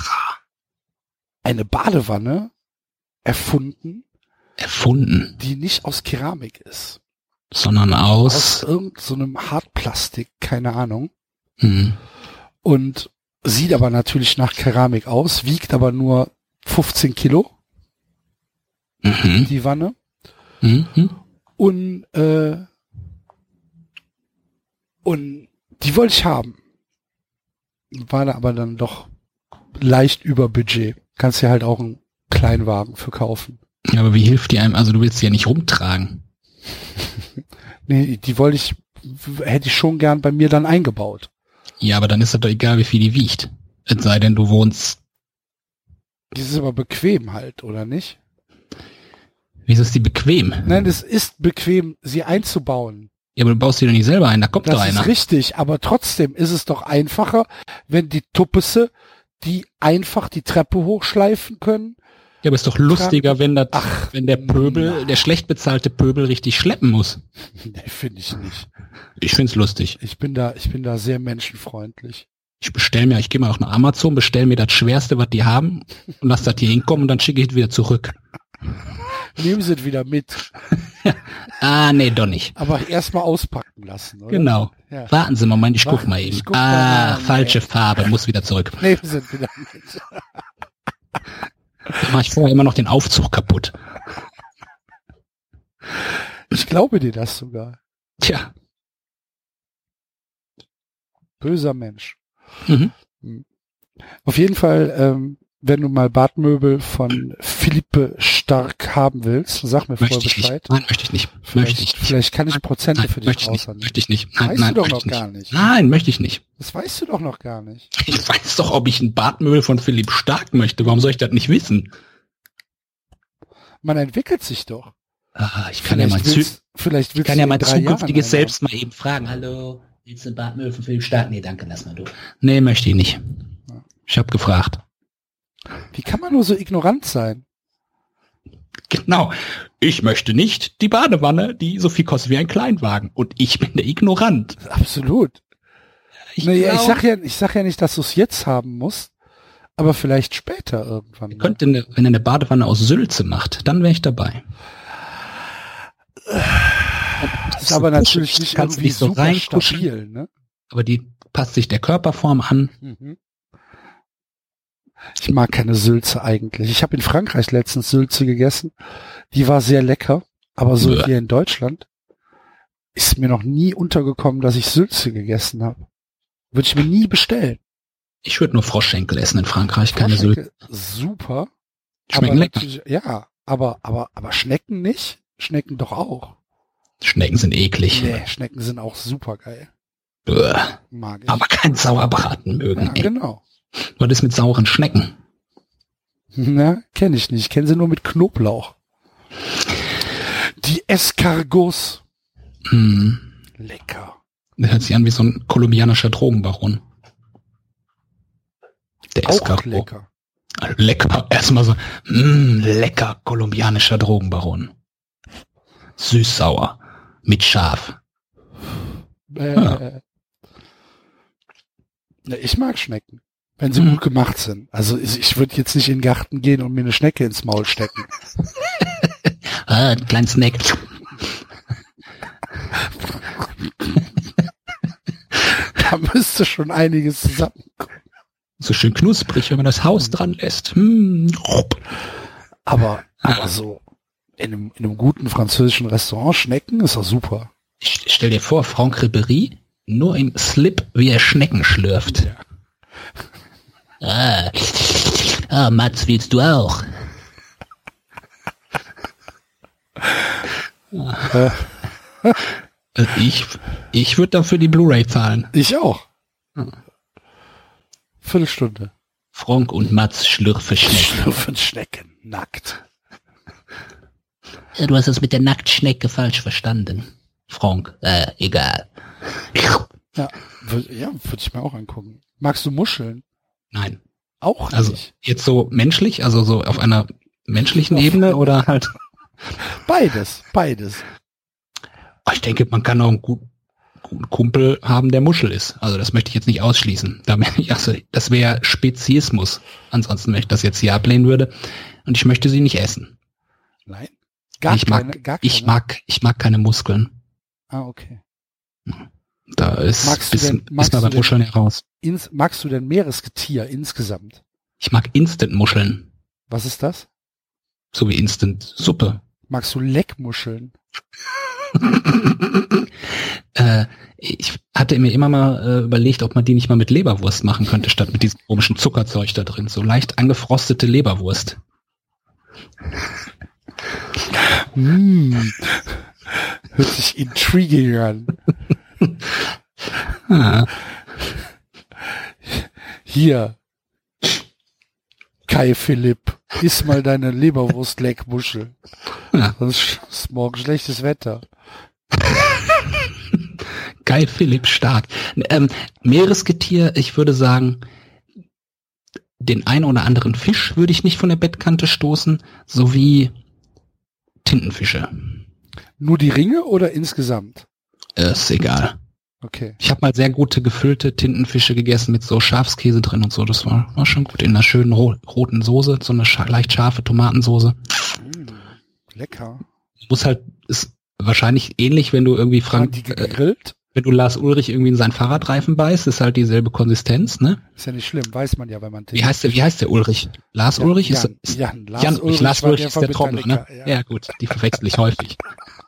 eine Badewanne erfunden, Erfunden, die nicht aus Keramik ist. sondern Aus aus... irgend so einem Hartplastik, keine Ahnung. Hm. Und sieht aber natürlich nach Keramik aus, wiegt aber nur fünfzehn Kilo, Mhm. die Wanne. Mhm. Und, äh, und die wollte ich haben. War da aber dann doch leicht über Budget. Kannst dir halt auch einen Kleinwagen für kaufen. Ja, aber wie hilft die einem? Also du willst sie ja nicht rumtragen. Nee, die wollte ich, hätte ich schon gern bei mir dann eingebaut. Ja, aber dann ist das doch egal, wie viel die wiegt. Es sei denn, du wohnst... Die ist aber bequem halt, oder nicht? Wieso ist die bequem? Nein, es ist bequem, sie einzubauen. Ja, aber du baust die doch nicht selber ein, da kommt doch Das einer. ist richtig, aber trotzdem ist es doch einfacher, wenn die Tuppese, die einfach die Treppe hochschleifen können. Ja, aber ist doch lustiger, wenn das, Ach, wenn der Pöbel, na. der schlecht bezahlte Pöbel richtig schleppen muss. Nee, finde ich nicht. Ich find's lustig. Ich bin da, ich bin da sehr menschenfreundlich. Ich bestell mir, ich gehe mal auch nach Amazon, bestell mir das Schwerste, was die haben und lass das hier hinkommen und dann schicke ich es wieder zurück. Nehmen Sie es wieder mit, Ah, nee, doch nicht. aber erstmal auspacken lassen, oder? Genau. Ja. Warten Sie, Moment, ich guck Warten, mal ich eben. guck Ah, mal, nee. falsche Farbe, muss wieder zurück. Nehmen Sie es wieder mit. Da mach ich vorher immer noch den Aufzug kaputt. Ich glaube dir das sogar. Tja. Böser Mensch. Mhm. Auf jeden Fall, ähm, wenn du mal Badmöbel von Philippe Stark haben willst, sag mir vorher Möchte ich Bescheid. nicht. Nein, möchte ich nicht. Möchte Vielleicht, ich nicht. vielleicht kann ich Prozente Nein, für dich möchte ich nicht. raushandeln. Möchte ich nicht. Nein, Weißt nein, du doch möchte noch ich gar nicht. nicht. Nein, möchte ich nicht. Das weißt du doch noch gar nicht. Ich weiß doch, ob ich ein Badmöbel von Philipp Stark möchte. Warum soll ich das nicht wissen? Man entwickelt sich doch. Ah, ich kann ja mein, Zü willst, vielleicht ich willst kann du ja in mein drei zukünftiges Jahren Selbst mal eben fragen. Hallo, willst du ein Badmöbel von Philipp Stark? Nee, danke, lass mal du. Nee, möchte ich nicht. Ich habe gefragt. einbauen. Wie kann man nur so ignorant sein? Genau. Ich möchte nicht die Badewanne, die so viel kostet wie ein Kleinwagen. Und ich bin der Ignorant. Absolut. Ich, Naja, ich glaub, sag ja, ich sag ja nicht, dass du es jetzt haben musst, aber vielleicht später irgendwann. ihr könnt eine, wenn ihr eine Badewanne aus Sülze macht, dann wäre ich dabei. Das ist aber natürlich nicht Kannst irgendwie nicht so super reinkuscheln. stabil, ne? Aber die passt sich der Körperform an. Mhm. Ich mag keine Sülze eigentlich. Ich habe in Frankreich letztens Sülze gegessen. Die war sehr lecker, aber so Bäh. hier in Deutschland ist mir noch nie untergekommen, dass ich Sülze gegessen habe. Würde ich mir nie bestellen. Ich würde nur Froschschenkel essen in Frankreich, keine Sülze. Froschschenkel, super. Schmecken aber lecker. natürlich- Ja, aber, aber, aber Schnecken nicht? Schnecken doch auch. Schnecken sind eklig. Nee, Schnecken sind auch super geil. Bäh. Mag ich. Aber kein Sauerbraten mögen. ja, ey. genau. Was ist mit sauren Schnecken? Na, kenne ich nicht. Ich kenne sie nur mit Knoblauch. Die Escargots. Hm. Lecker. Der hört sich an wie so ein kolumbianischer Drogenbaron. Der Auch Escargot. lecker. Lecker. Erstmal so, mh, lecker kolumbianischer Drogenbaron. Süß-sauer. Mit Schaf. Äh, Ja. Ja, ich mag Schnecken, wenn sie Mhm. gut gemacht sind. Also ich, ich würde jetzt nicht in den Garten gehen und mir eine Schnecke ins Maul stecken. Ah, ein kleiner Snack. Da müsste schon einiges zusammenkommen. So schön knusprig, wenn man das Haus dran lässt. Hm. Aber, aber so in einem, in einem guten französischen Restaurant Schnecken ist doch super. Ich stell dir vor, Franck Ribéry nur im Slip, wie er Schnecken schlürft. Ja. Ah, ah Mats, willst du auch? Also ich ich würde dafür die Blu-ray zahlen. Ich auch. Viertelstunde. Franck und Mats schlürfe Schnecken. Schlürfen Schnecken, nackt. Ja, du hast das mit der Nacktschnecke falsch verstanden. Franck, Äh, egal. Ja, würd, ja, würde ich mir auch angucken. Magst du Muscheln? nein. Auch Also nicht. jetzt so menschlich, also so auf einer menschlichen Ebene oder halt. Beides, beides. Ich denke, man kann auch einen guten, guten Kumpel haben, der Muschel ist. Also das möchte ich jetzt nicht ausschließen. Da wär ich- Also das wäre Speziismus. Ansonsten, wenn ich das jetzt hier ablehnen würde. Und ich möchte sie nicht essen. Nein. Gar ich keine, mag, gar keine. ich mag, ich mag keine Muskeln. Ah, okay. Da ist Magst du bis, denn- ist magst man du bei denn- Muscheln heraus. Ins, magst du denn Meeresgetier insgesamt? Ich mag Instant-Muscheln. Was ist das? So wie Instant-Suppe. Magst du Leckmuscheln? äh, ich hatte mir immer mal äh, überlegt, ob man die nicht mal mit Leberwurst machen könnte, statt mit diesem komischen Zuckerzeug da drin. So leicht angefrostete Leberwurst. Hm. Hört sich intriguing an. Ah, Hier. Kai Philipp, iss mal deine Leberwurst-Leckmuschel. ja. Sonst ist morgen schlechtes Wetter. Geil, Philipp, stark. Ähm, Meeresgetier, ich würde sagen, den ein oder anderen Fisch würde ich nicht von der Bettkante stoßen, sowie Tintenfische. Nur die Ringe oder insgesamt? Äh, ist egal. Okay. Ich habe mal sehr gute gefüllte Tintenfische gegessen mit so Schafskäse drin und so. Das war, war schon gut. In einer schönen ro roten Soße, so eine scha leicht scharfe Tomatensoße. Mm, lecker. Muss halt, ist wahrscheinlich ähnlich, wenn du irgendwie Haben Frank, die äh, gegrillt? wenn du Lars Ulrich irgendwie in seinen Fahrradreifen beißt, ist halt dieselbe Konsistenz, ne? Ist ja nicht schlimm, weiß man ja, wenn man Wie heißt der, wie heißt der Ulrich? Lars Jan, Ulrich ist, Jan, ist Jan, Lars Jan, Ulrich Lars war Ulrich der ist von der Trommler, ne? Metallica, Ja. ja. gut, die verwechsel ich häufig.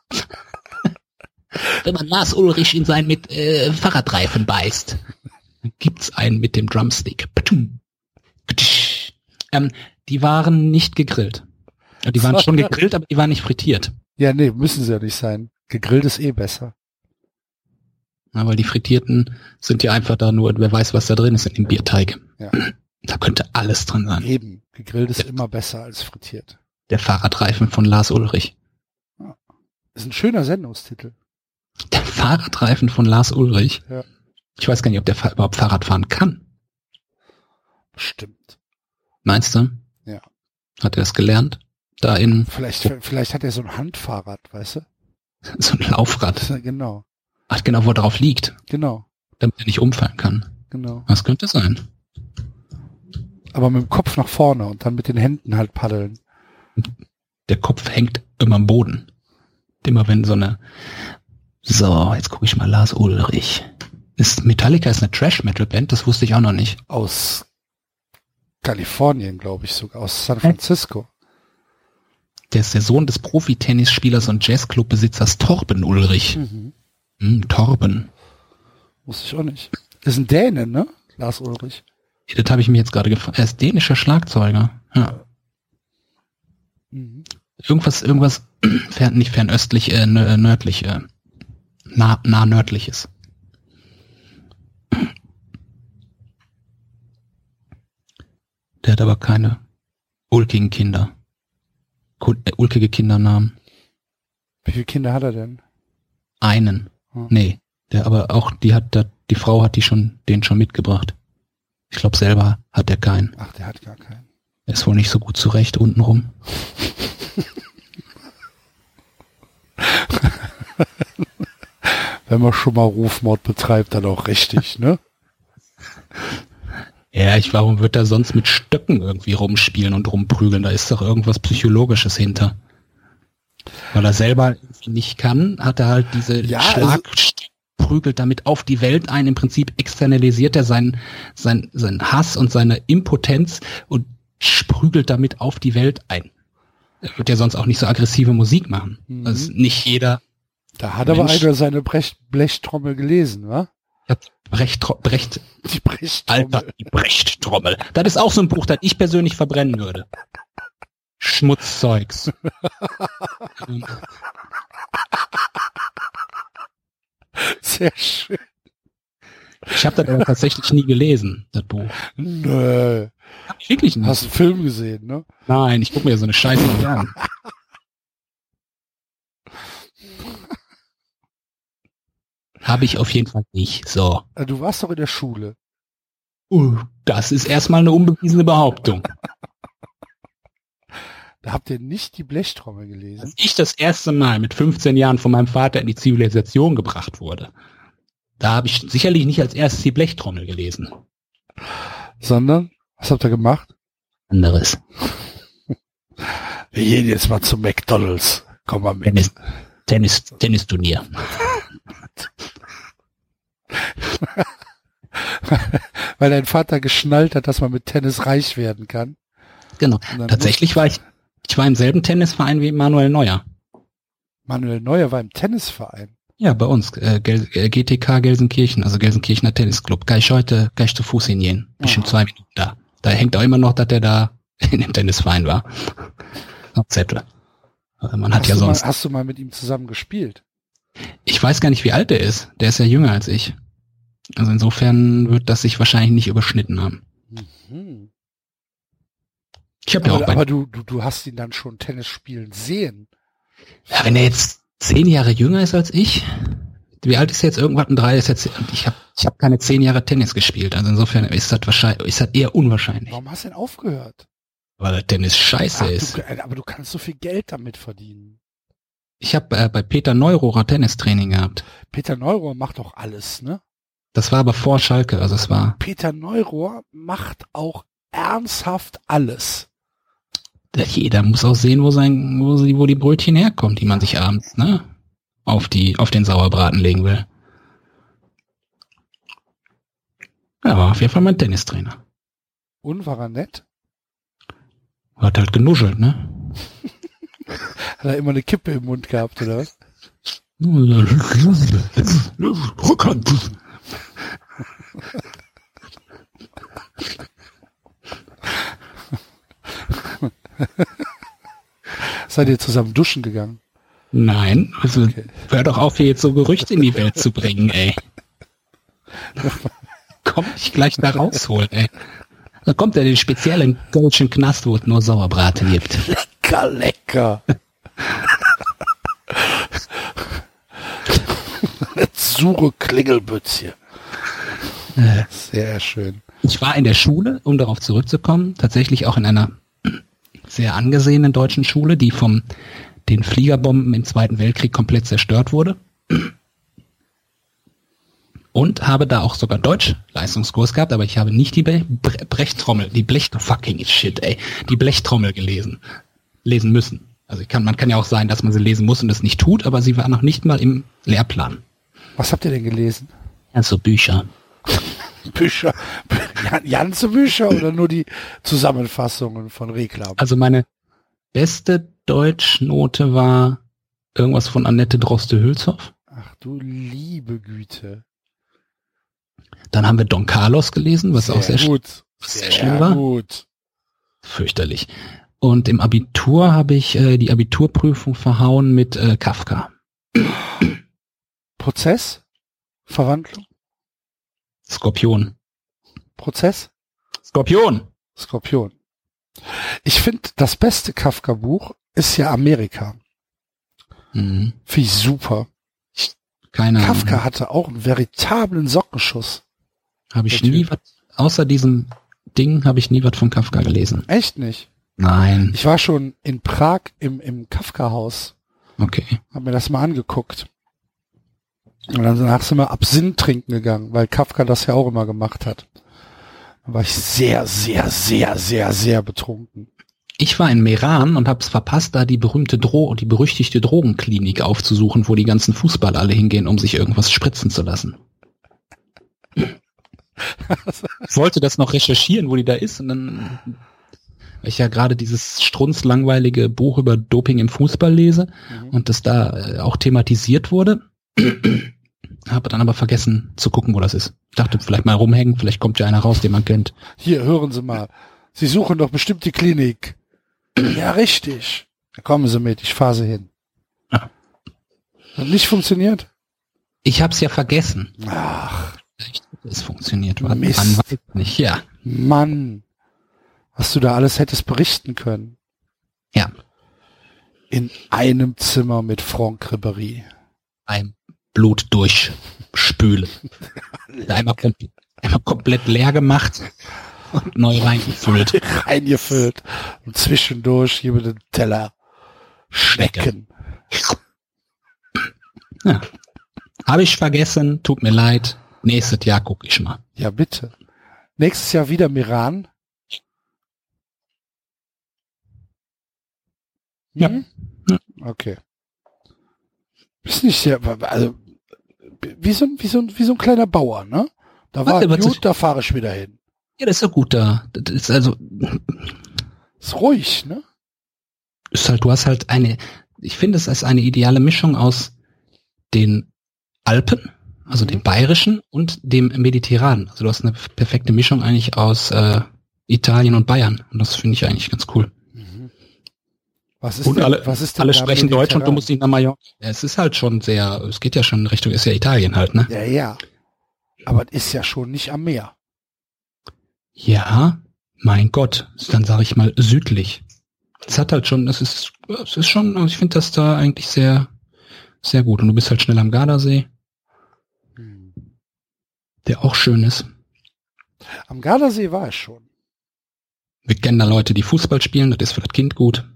Wenn man Lars Ulrich in seinen mit äh, Fahrradreifen beißt. Dann gibt's einen mit dem Drumstick. Patum. Ktsch. Ähm, die waren nicht gegrillt. Ja, die waren schon gegrillt, aber die waren nicht frittiert. Ja, nee, müssen sie ja nicht sein. Gegrillt ist eh besser. Ja, weil die frittierten sind ja einfach da nur, wer weiß, was da drin ist in dem Bierteig. Ja. Da könnte alles drin sein. Eben, gegrillt ist Ja. immer besser als frittiert. Der Fahrradreifen von Lars Ulrich. Ist ein schöner Sendungstitel. Der Fahrradreifen von Lars Ulrich. Ja. Ich weiß gar nicht, ob der Fa- überhaupt Fahrrad fahren kann. Stimmt. Meinst du? Ja. Hat er es gelernt? Da in Vielleicht, vielleicht hat er so ein Handfahrrad, weißt du? so ein Laufrad. Genau, Ach, genau, wo er drauf liegt, genau, damit er nicht umfallen kann. genau. Was könnte sein? Aber mit dem Kopf nach vorne und dann mit den Händen halt paddeln. Der Kopf hängt immer am Boden. Immer wenn so eine... So, jetzt gucke ich mal Lars Ulrich. Ist Metallica ist eine Trash-Metal-Band, das wusste ich auch noch nicht. Aus Kalifornien, glaube ich sogar, aus San Francisco. Der ist der Sohn des Profi-Tennisspielers und Jazzclub-Besitzers Torben Ulrich. Mhm. Hm, Torben. Wusste ich auch nicht. Ist ein Däne, ne? Lars Ulrich. Das habe ich mir jetzt gerade gefragt. Er ist dänischer Schlagzeuger. Ja. Mhm. Irgendwas, irgendwas fern, nicht fernöstlich, äh, nö- nördlich, äh, nah, nah nördliches. Der hat aber keine ulkigen Kinder. Kul- äh, ulkige Kindernamen. Wie viele Kinder hat er denn? Einen. Hm. Nee, der aber auch, die hat, da, die Frau hat die schon, den schon mitgebracht. Ich glaube selber hat er keinen. Ach, der hat gar keinen. Er ist wohl nicht so gut zurecht untenrum. Wenn man schon mal Rufmord betreibt, dann auch richtig, ne? Ja, ich, warum wird er sonst mit Stöcken irgendwie rumspielen und rumprügeln? Da ist doch irgendwas Psychologisches hinter. Weil er selber irgendwie nicht kann, hat er halt diese Ja, Schlag, prügelt damit auf die Welt ein. Im Prinzip externalisiert er seinen, seinen, seinen Hass und seine Impotenz und prügelt damit auf die Welt ein. Er wird ja sonst auch nicht so aggressive Musik machen. Mhm. Also nicht jeder. Da hat Mensch. aber einer seine Brech Blechtrommel gelesen, wa? Ich hab Brecht, Brecht, Die Brechtrommel. Alter, die Brecht-Trommel. Das ist auch so ein Buch, das ich persönlich verbrennen würde. Schmutzzeugs. Sehr schön. Ich habe das aber tatsächlich nie gelesen, das Buch. Nö. Hab ich wirklich nicht. Hast einen Film gesehen, ne? Nein, ich guck mir so eine Scheiße nicht an. Habe ich auf jeden Fall nicht. So. Du warst doch in der Schule. Uh, das ist erstmal eine unbewiesene Behauptung. Da habt ihr nicht die Blechtrommel gelesen. Als ich das erste Mal mit fünfzehn Jahren von meinem Vater in die Zivilisation gebracht wurde, da habe ich sicherlich nicht als erstes die Blechtrommel gelesen. Sondern, was habt ihr gemacht? Anderes. Wir gehen jetzt mal zu McDonald's. Komm mal mit. Tennis, Tennis, Tennisturnier. Weil dein Vater geschnallt hat, dass man mit Tennis reich werden kann. Genau. Tatsächlich war ich, ich war im selben Tennisverein wie Manuel Neuer. Manuel Neuer war im Tennisverein. Ja, bei uns, äh, Gel äh, G T K Gelsenkirchen, also Gelsenkirchener Tennisclub. Kann ich heute, kann ich zu Fuß hingehen. Bestimmt Aha. zwei Minuten da. Da hängt auch immer noch, dass der da in dem Tennisverein war. Auf Zettel. Also man hat Hast ja du sonst. Mal, hast du mal mit ihm zusammen gespielt? Ich weiß gar nicht, wie alt er ist. Der ist ja jünger als ich. Also insofern wird das sich wahrscheinlich nicht überschnitten haben. Mhm. Ich habe ja auch Aber, bei, aber du, du, du hast ihn dann schon Tennis spielen sehen. ja, wenn er jetzt zehn Jahre jünger ist als ich, wie alt ist er jetzt? Irgendwann ein drei ist jetzt, ich habe ich hab keine zehn Jahre Tennis gespielt. Also insofern ist das wahrscheinlich, ist das eher unwahrscheinlich. Warum hast du denn aufgehört? Weil der Tennis scheiße Ach, ist. du, aber du kannst so viel Geld damit verdienen. Ich habe äh, bei Peter Neurohrer Tennistraining gehabt. Peter Neurohr macht doch alles, ne? Das war aber vor Schalke, also es war. Peter Neurohr macht auch ernsthaft alles. Jeder muss auch sehen, wo sein, wo sie, wo die Brötchen herkommen, die man sich abends, ne, auf die, auf den Sauerbraten legen will. Ja, war auf jeden Fall mein Tennistrainer. Und war er nett? Hat halt genuschelt, ne? Hat er immer eine Kippe im Mund gehabt, oder was? Rückhand. Seid ihr zusammen duschen gegangen? Nein, also Okay. hör doch auf, hier jetzt so Gerüchte in die Welt zu bringen, ey. Komm ich gleich da rausholen, ey. Da kommt er den speziellen deutschen Knast, wo es nur Sauerbraten gibt. Lecker, lecker. Sure Klingelbützchen. Sehr schön. Ich war in der Schule, um darauf zurückzukommen, tatsächlich auch in einer sehr angesehenen deutschen Schule, die vom den Fliegerbomben im Zweiten Weltkrieg komplett zerstört wurde. Und habe da auch sogar Deutsch-Leistungskurs gehabt, aber ich habe nicht die Bre Bre Brechtrommel, die Blech, fucking shit, ey, die Blechtrommel gelesen, lesen müssen. Also ich kann, man kann ja auch sein, dass man sie lesen muss und es nicht tut, aber sie war noch nicht mal im Lehrplan. Was habt ihr denn gelesen? Also Bücher. Bücher. Ganze Bücher oder nur die Zusammenfassungen von Reklam? Also meine beste Deutschnote war irgendwas von Annette Droste-Hülshoff. Ach du liebe Güte. Dann haben wir Don Carlos gelesen, was auch sehr, gut. was Sehr sehr schlimm war. gut. Fürchterlich. Und im Abitur habe ich äh, die Abiturprüfung verhauen mit äh, Kafka. Prozess? Verwandlung? Skorpion. Prozess? Skorpion! Skorpion. Ich finde, das beste Kafka-Buch ist ja Amerika. Mhm. Finde ich super. Keine Ahnung. Kafka hatte auch einen veritablen Sockenschuss. Habe ich Der nie Typ. was, außer diesem Ding habe ich nie was von Kafka gelesen. Echt nicht? Nein. Ich war schon in Prag im, im Kafka-Haus. Okay. Hab mir das mal angeguckt. Und dann danach sind wir Absinth trinken gegangen, weil Kafka das ja auch immer gemacht hat. Da war ich sehr, sehr, sehr, sehr, sehr betrunken. Ich war in Meran und hab's verpasst, da die berühmte Dro- die berüchtigte Drogenklinik aufzusuchen, wo die ganzen Fußballer alle hingehen, um sich irgendwas spritzen zu lassen. Ich wollte das noch recherchieren, wo die da ist, und dann, weil ich ja gerade dieses strunzlangweilige Buch über Doping im Fußball lese Mhm. und das da äh, auch thematisiert wurde, habe dann aber vergessen zu gucken, wo das ist. Ich dachte, vielleicht mal rumhängen, vielleicht kommt ja einer raus, den man kennt. Hier, hören Sie mal. Sie suchen doch bestimmt die Klinik. Ja, richtig. Da kommen Sie mit, ich fahre Sie hin. Ja. Hat nicht funktioniert? Ich hab's ja vergessen. Ach, Es funktioniert. Wann, Mist. wann weiß ich nicht. Ja. Mann. Was du da alles hättest berichten können. Ja. In einem Zimmer mit Franck Ribéry. Ein Blut durchspülen. einmal, komplett, einmal komplett leer gemacht und neu reingefüllt. Reingefüllt. Und zwischendurch hier mit dem Teller schmecken. Ja. Habe ich vergessen, tut mir leid. Nächstes Jahr gucke ich mal. Ja, bitte. Nächstes Jahr wieder Meran. Ja. Hm? Okay. Bist nicht sehr, also, wie so, ein- wie so, ein- wie so ein kleiner Bauer, ne? Da war Warte, warte. gut, da fahre ich wieder hin. Ja, das ist ja gut da. Das ist also, Ist ruhig, ne? ist halt, du hast halt eine, ich finde es als eine ideale Mischung aus den Alpen, also Mhm. dem Bayerischen und dem Mediterranen. Also du hast eine perfekte Mischung eigentlich aus äh, Italien und Bayern. Und das finde ich eigentlich ganz cool. Was ist Und denn, alle, was ist denn alle da sprechen Deutsch und du mediterran? musst nicht nach Mallorca. Ja, es ist halt schon sehr, es geht ja schon in Richtung, ist ja Italien halt, ne? Ja, ja. Aber es ist ja schon nicht am Meer. Ja, mein Gott, ist dann sage ich mal südlich. Es hat halt schon, es ist, es ist schon, also ich finde das da eigentlich sehr, sehr gut. Und du bist halt schnell am Gardasee, der auch schön ist. Am Gardasee war ich schon. Wir kennen da Leute, die Fußball spielen, das ist für das Kind gut.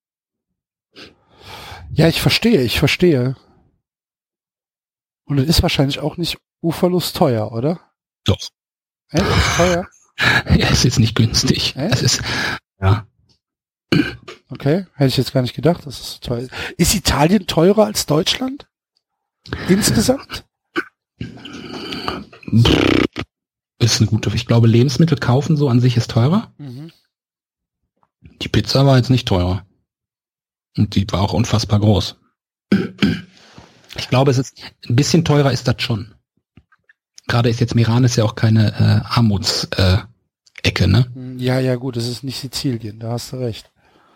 Ja, ich verstehe, ich verstehe. Und es ist wahrscheinlich auch nicht uferlos teuer, oder? Doch. Echt? Ist teuer? Ja, es ist nicht günstig. Echt? Es ist, ja. Okay, hätte ich jetzt gar nicht gedacht, dass es so teuer ist. Ist Italien teurer als Deutschland? Insgesamt? Ist eine gute, ich glaube, Lebensmittel kaufen so an sich ist teurer. Mhm. Die Pizza war jetzt nicht teurer. Und die war auch unfassbar groß. Ich glaube, es ist ein bisschen teurer ist das schon. Gerade ist jetzt Meran ist ja auch keine äh, Armutsecke, äh, Ecke, ne? Ja, ja, gut, es ist nicht Sizilien, da hast du recht.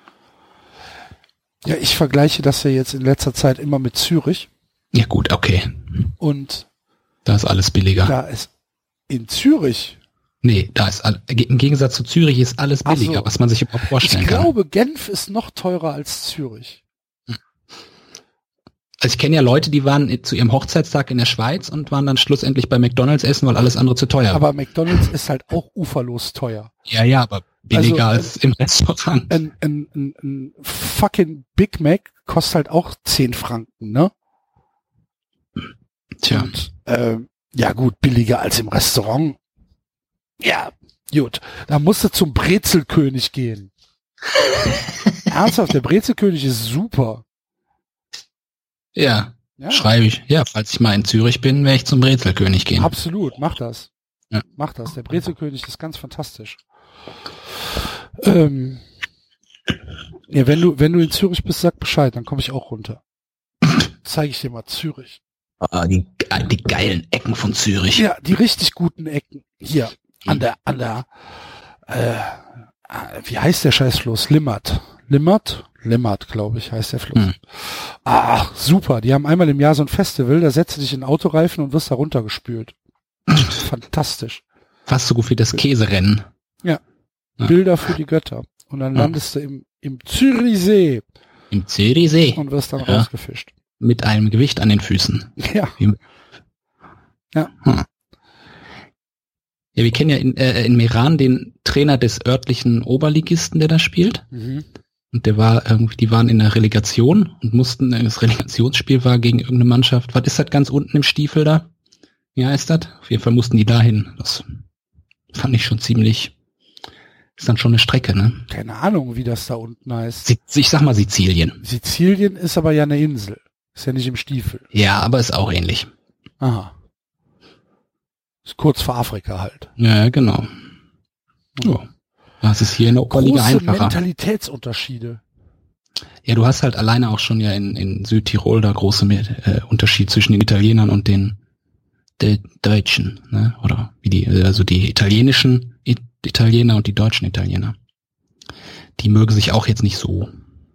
Ja, ich vergleiche das ja jetzt in letzter Zeit immer mit Zürich Ja gut, okay. und Da ist alles billiger. da ist in Zürich, Nee, da ist all, im Gegensatz zu Zürich ist alles Ach so. billiger, was man sich überhaupt ich vorstellen kann. glaube, Genf ist noch teurer als Zürich. Also ich kenne ja Leute, die waren zu ihrem Hochzeitstag in der Schweiz und waren dann schlussendlich bei McDonald's essen, weil alles andere zu teuer war. Aber McDonald's ist halt auch uferlos teuer. Ja, ja, aber billiger Also, als im Restaurant. Ein, ein, ein, ein fucking Big Mac kostet halt auch zehn Franken, ne? Tja, Und, ähm, ja gut, billiger als im Restaurant. Ja, gut. Da musst du zum Brezelkönig gehen. Ernsthaft, der Brezelkönig ist super. ja, Ja, schreibe ich. Ja, falls ich mal in Zürich bin, werde ich zum Brezelkönig gehen. absolut, mach das. Ja. Mach das. Der Brezelkönig ist ganz fantastisch. Ähm, ja, wenn du, wenn du in Zürich bist, sag Bescheid, dann komme ich auch runter. Zeige ich dir mal Zürich. Ah, die, die geilen Ecken von Zürich. Ja, die richtig guten Ecken. Hier, an der, an der, äh, wie heißt der Scheißfluss? Limmert. Limmert? Limmert, glaube ich, heißt der Fluss. Hm. Ah, super. Die haben einmal im Jahr so ein Festival, da setzt du dich in Autoreifen und wirst da runtergespült. Fantastisch. Fast so gut wie das Käserennen. Ja. Bilder für die Götter. Und dann Ja. landest du im, im Zürichsee. Im Zürichsee. Und wirst dann Ja. rausgefischt. Mit einem Gewicht an den Füßen. Ja. Wie- Ja. Hm. Ja, wir kennen ja in, äh, in Meran den Trainer des örtlichen Oberligisten, der da spielt. Mhm. Und der war irgendwie, die waren in der Relegation und mussten, das Relegationsspiel war gegen irgendeine Mannschaft. Was ist das ganz unten im Stiefel da? Wie heißt das? Auf jeden Fall mussten die dahin. Das fand ich schon ziemlich, ist dann schon eine Strecke, ne? Keine Ahnung, wie das da unten heißt. Si- Ich sag mal Sizilien. Sizilien ist aber ja eine Insel. Ist ja nicht im Stiefel. Ja, aber ist auch ähnlich. Aha. Ist kurz vor Afrika halt. Ja, genau. Oh. Das ist hier in der Oberliga Große einfacher. Mentalitätsunterschiede. Ja, du hast halt alleine auch schon ja in, in Südtirol da große äh, Unterschied zwischen den Italienern und den der Deutschen, ne? Oder wie die, also die italienischen I- Italiener und die deutschen Italiener. Die mögen sich auch jetzt nicht so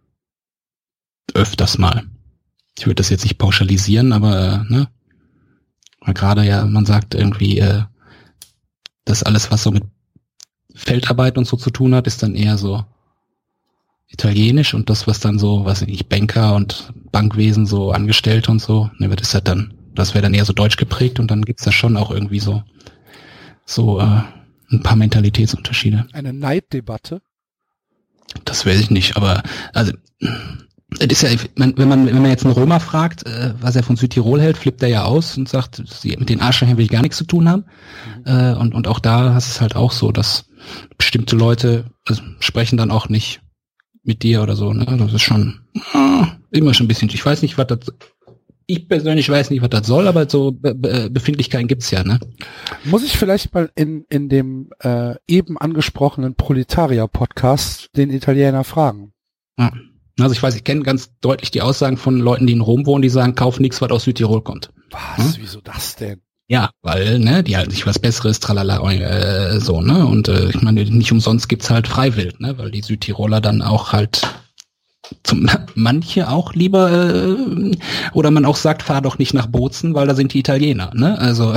öfters mal. Ich würde das jetzt nicht pauschalisieren, aber äh, ne? Weil gerade ja, man sagt irgendwie, äh, dass alles, was so mit Feldarbeit und so zu tun hat, ist dann eher so italienisch und das, was dann so, weiß ich nicht, Banker und Bankwesen, so Angestellte und so, ne, das ist ja dann, das wäre dann eher so deutsch geprägt und dann gibt's da schon auch irgendwie so, so äh, ein paar Mentalitätsunterschiede. Eine Neiddebatte. Das weiß ich nicht, aber also es ist ja, man, wenn man wenn man jetzt einen Römer fragt, äh, was er von Südtirol hält, flippt er ja aus und sagt, sie, mit den Arschlöchern will ich gar nichts zu tun haben. Mhm. Äh, und und auch da hast es halt auch so, dass bestimmte Leute also, sprechen dann auch nicht mit dir oder so. Ne? Das ist schon äh, immer schon ein bisschen. Ich weiß nicht, was das. Ich persönlich weiß nicht, was das soll, aber so Be- Be- Befindlichkeiten gibt's ja, ne? Muss ich vielleicht mal in, in dem äh, eben angesprochenen Proletarier-Podcast den Italiener fragen? Ja. Also ich weiß, ich kenne ganz deutlich die Aussagen von Leuten, die in Rom wohnen, die sagen, kauf nichts, was aus Südtirol kommt. Was? Hm? Wieso das denn? Ja, weil, ne, die halt nicht was Besseres, tralala, äh, so, ne, und äh, ich meine, nicht umsonst gibt's halt Freiwild, ne, weil die Südtiroler dann auch halt zum manche auch lieber, äh, oder man auch sagt, fahr doch nicht nach Bozen, weil da sind die Italiener, ne, also.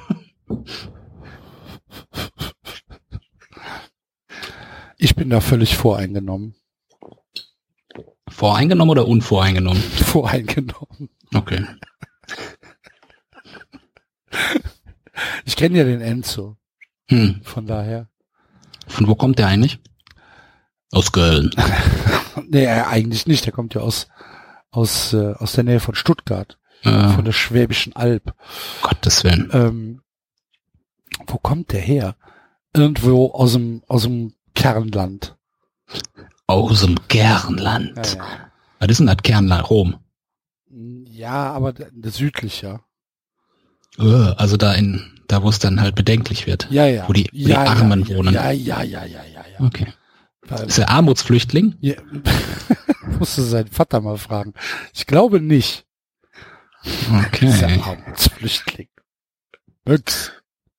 Ich bin da völlig voreingenommen. Voreingenommen oder unvoreingenommen? Voreingenommen. Okay. Ich kenne ja den Enzo. Hm. Von daher. Von wo kommt der eigentlich? Aus Köln. Nee, eigentlich nicht. Der kommt ja aus aus äh, aus der Nähe von Stuttgart. Äh, Von der Schwäbischen Alb. Gottes Willen. Ähm, wo kommt der her? Irgendwo aus dem aus dem Kernland. Aus dem Kernland. Ja, ja. Was ist denn das Kernland? Rom? Ja, aber der, der südlich, ja. Uh, also da in, da wo es dann halt bedenklich wird. Ja, ja. Wo die, wo ja, die Armen ja, wohnen. Ja, ja, ja, ja, ja, ja. Okay. Weil, Ist er Armutsflüchtling? ja, musst du seinen Vater mal fragen. Ich glaube nicht. Okay. Ist er Armutsflüchtling. Nix.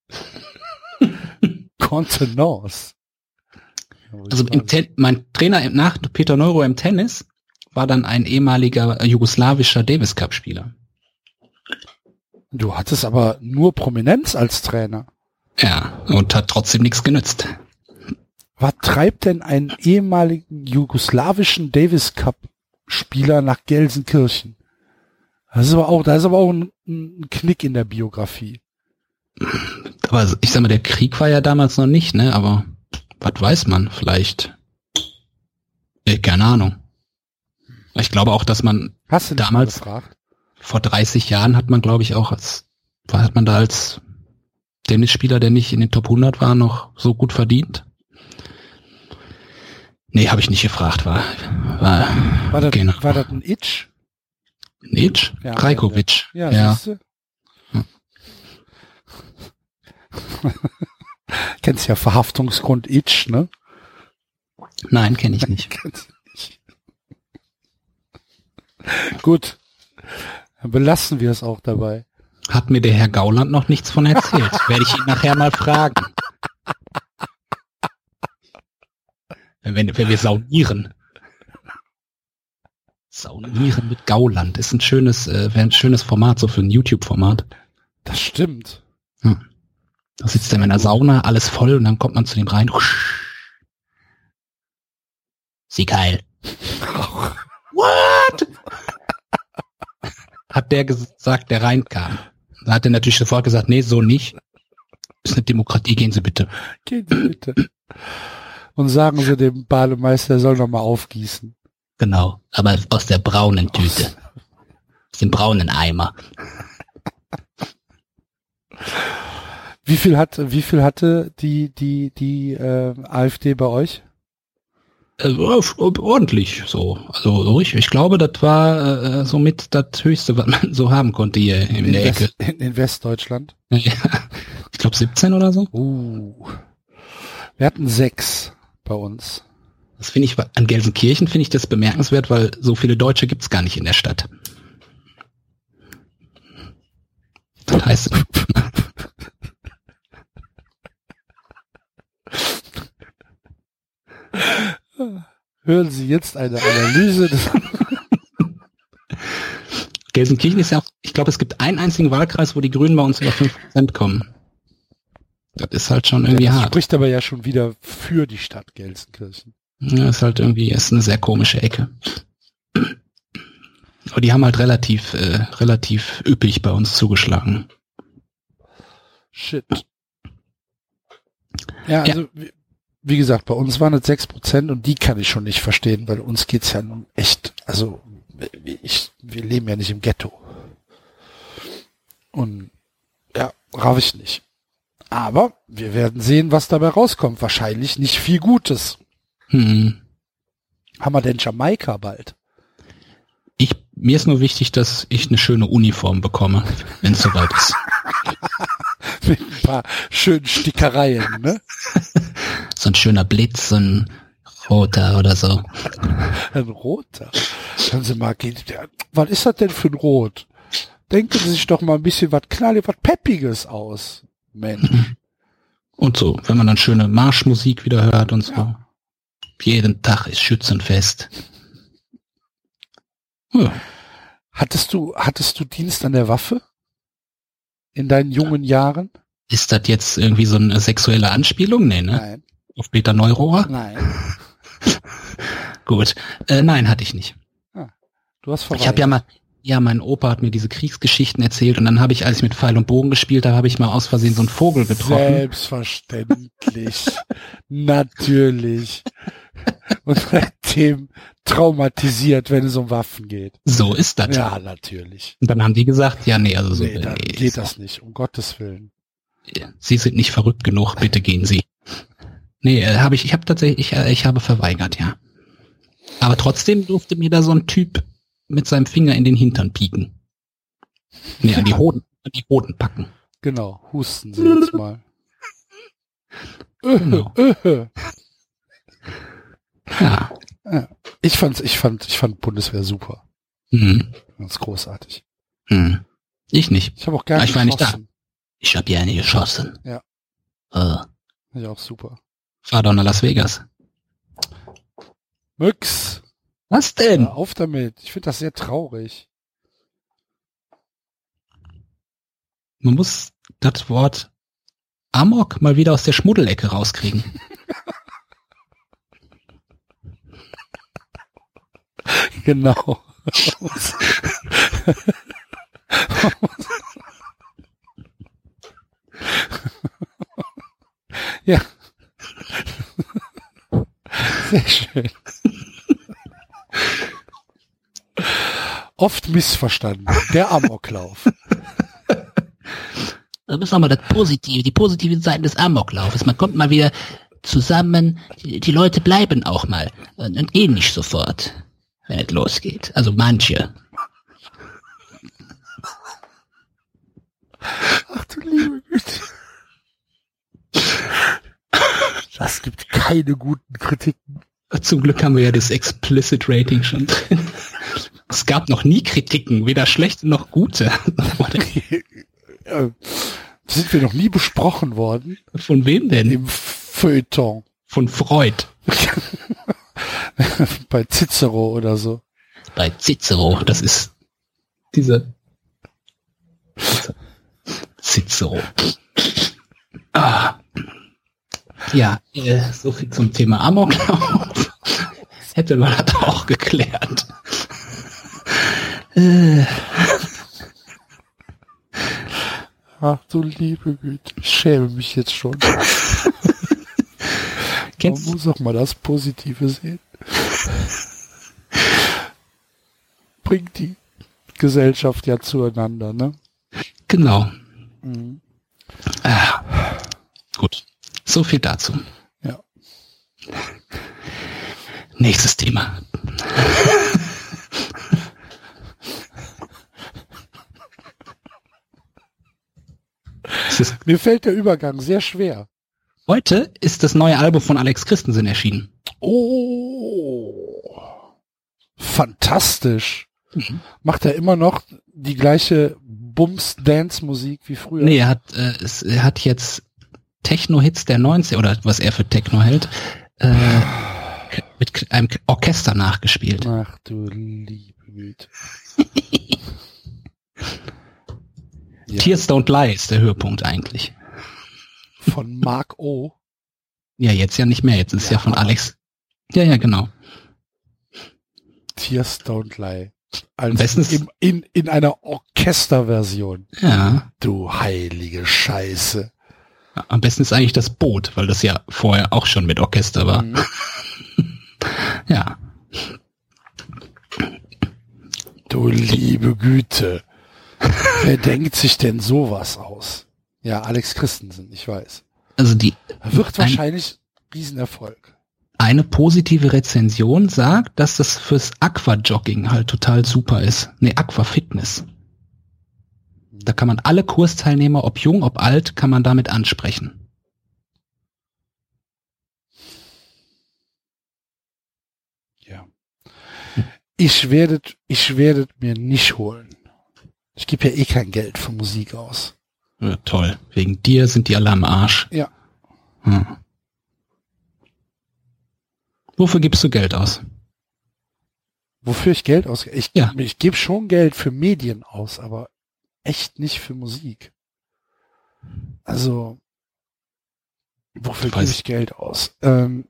Kontenance. Also im Ten mein Trainer im- nach Peter Neuro im Tennis war dann ein ehemaliger äh, jugoslawischer Davis Cup Spieler. Du hattest aber nur Prominenz als Trainer. Ja, und hat trotzdem nichts genützt. Was treibt denn einen ehemaligen jugoslawischen Davis Cup Spieler nach Gelsenkirchen? Das ist aber auch, da ist aber auch ein, ein Knick in der Biografie. Aber ich sag mal, der Krieg war ja damals noch nicht, ne? Aber was weiß man? Vielleicht. Äh, keine Ahnung. Ich glaube auch, dass man Hast du nicht damals mal gefragt? vor dreißig Jahren hat man, glaube ich, auch als, hat man da als Tennisspieler, der nicht in den Top hundert war, noch so gut verdient? Nee, habe ich nicht gefragt, war, war, War das, genau. war das ein Itch? Nitsch? Ja, Krajkovic. Ja, Ja. siehst du? Kennst ja Verhaftungsgrund Itch, ne? Nein, kenne ich nicht. Kennst du nicht. Gut. Dann belassen wir es auch dabei. Hat mir der Herr Gauland noch nichts von erzählt. Werde ich ihn nachher mal fragen. Wenn, wenn wir saunieren. Saunieren mit Gauland ist ein schönes, äh, wäre ein schönes Format, so für ein YouTube-Format. Das stimmt. Hm. Da sitzt er in einer Sauna, alles voll, und dann kommt man zu dem rein. Husch. Sie geil. What? Hat der gesagt, der reinkam. Da hat er natürlich sofort gesagt, nee, so nicht. Ist eine Demokratie, gehen Sie bitte. Gehen Sie bitte. Und sagen Sie dem Bademeister, er soll nochmal aufgießen. Genau, aber aus der braunen Tüte. Aus dem braunen Eimer. Wie viel hat, wie viel hatte die, die, die äh, AfD bei euch? Äh, ordentlich, so. Also ich, ich glaube, das war äh, somit das Höchste, was man so haben konnte hier in, in der West, Ecke. in, in Westdeutschland? Ja, ich glaube siebzehn oder so. Uh, wir hatten sechs bei uns. Das finde ich, an Gelsenkirchen finde ich das bemerkenswert, weil so viele Deutsche gibt's gar nicht in der Stadt. Das heißt, hören Sie jetzt eine Analyse des Gelsenkirchen ist ja auch, ich glaube, es gibt einen einzigen Wahlkreis, wo die Grünen bei uns über fünf Prozent kommen. Das ist halt schon irgendwie das hart. spricht aber ja schon wieder für die Stadt Gelsenkirchen. Ja, ist halt irgendwie, ist eine sehr komische Ecke. Aber die haben halt relativ, äh, relativ üppig bei uns zugeschlagen. Shit. Ja, also, ja. Wie, wie gesagt, bei uns waren es sechs Prozent und die kann ich schon nicht verstehen, weil uns geht's ja nun echt, also, ich, wir leben ja nicht im Ghetto. Und, ja, raff ich nicht. Aber wir werden sehen, was dabei rauskommt. Wahrscheinlich nicht viel Gutes. Hm. Haben wir denn Jamaika bald? Ich, mir ist nur wichtig, dass ich eine schöne Uniform bekomme, wenn es soweit ist. Mit ein paar schönen Stickereien, ne? So ein schöner Blitz, so ein roter oder so. Ein roter? Hören Sie mal, geht der, was ist das denn für ein Rot? Denken Sie sich doch mal ein bisschen was Knalliges, was Peppiges aus. Mensch. Und so, wenn man dann schöne Marschmusik wieder hört und so. Ja. Jeden Tag ist Schützenfest. Ja. Hattest du, hattest du Dienst an der Waffe? In deinen jungen Jahren? Ist das jetzt irgendwie so eine sexuelle Anspielung? Nee, ne? Nein. Auf Peter Neurohrer? Nein. Gut. Äh, nein, hatte ich nicht. Ah, du hast verweigert. Ich habe ja mal, ja, mein Opa hat mir diese Kriegsgeschichten erzählt und dann habe ich, als ich mit Pfeil und Bogen gespielt habe, habe ich mal aus Versehen so einen Vogel getroffen. Selbstverständlich. Natürlich. Und seitdem traumatisiert, wenn es um Waffen geht. So ist das. Ja, natürlich. Und dann haben die gesagt, ja, nee, also so. Nee, dann nee, geht so. das nicht, um Gottes Willen. Sie sind nicht verrückt genug, bitte gehen Sie. Nee, äh, habe ich, ich habe tatsächlich, ich, äh, ich habe verweigert, ja. Aber trotzdem durfte mir da so ein Typ mit seinem Finger in den Hintern pieken. Nee, an die Hoden, an die Hoden packen. Genau, husten Sie jetzt mal. Genau. Ja. Ja. Ich fand's, ich fand, ich fand Bundeswehr super. Mhm. Ganz großartig. Mhm. Ich nicht. Ich habe auch gerne ich war nicht da. geschossen. Ich habe gerne geschossen. Ja. Äh. Ja, auch super. Fahr doch nach Las Vegas. Müx. Was denn? Hör auf damit. Ich finde das sehr traurig. Man muss das Wort Amok mal wieder aus der Schmuddelecke rauskriegen. Genau. Ja. Sehr schön. Oft missverstanden. Der Amoklauf. Das ist nochmal das Positive, die positiven Seiten des Amoklaufes. Man kommt mal wieder zusammen, die, die Leute bleiben auch mal und, und gehen nicht sofort, wenn es losgeht. Also manche. Ach du liebe Güte. Das gibt keine guten Kritiken. Zum Glück haben wir ja das Explicit Rating schon drin. Es gab noch nie Kritiken, weder schlechte noch gute. Sind wir noch nie besprochen worden? Von wem denn? Im Feuilleton. Von Freud. Bei Cicero oder so. Bei Cicero, Das ist dieser Cicero. Ah. Ja, äh, so viel zum Thema Amoklauf. Hätte man das auch geklärt. Äh, Ach du liebe Güte, ich schäme mich jetzt schon. Man kennst, muss auch mal das Positive sehen. Bringt die Gesellschaft ja zueinander, ne? genau. Mhm. Ah, gut. So viel dazu. Ja. Nächstes Thema. Es ist, Mir fällt der Übergang sehr schwer. heute ist das neue Album von Alex Christensen erschienen. Oh, fantastisch. Mhm. Macht er immer noch die gleiche Bums-Dance-Musik wie früher? Nee, er hat, äh, es, er hat jetzt Techno-Hits der neunziger, oder was er für Techno hält, äh, mit einem Orchester nachgespielt. Ach du liebe Güte. Ja. Tears Don't Lie ist der Höhepunkt eigentlich. Von Mark O. Ja, jetzt ja nicht mehr, jetzt ist ja, Ja. von Alex. Ja, ja, genau. Tears Don't Lie. Also Bestens- im, in, in einer Orchesterversion. Ja. Du heilige Scheiße. Am besten ist eigentlich das Boot, weil das ja vorher auch schon mit Orchester war. Mhm. Ja. Du liebe Güte. Wer denkt sich denn sowas aus? Ja, Alex Christensen, ich weiß. Also die Wird ein, wahrscheinlich Riesenerfolg. eine positive Rezension sagt, dass das fürs Aquajogging halt total super ist. Nee, Aquafitness. Da kann man alle Kursteilnehmer, ob jung, ob alt, kann man damit ansprechen. Ja. Ich werde, ich werde mir nicht holen. Ich gebe ja eh kein Geld für Musik aus. Ja, toll. Wegen dir sind die alle am Arsch. Ja. Hm. Wofür gibst du Geld aus? Wofür ich Geld ausgebe? Ich, Ja. ich gebe schon Geld für Medien aus, aber echt nicht für Musik. Also, wofür Ich weiß- gebe ich Geld aus? Ähm,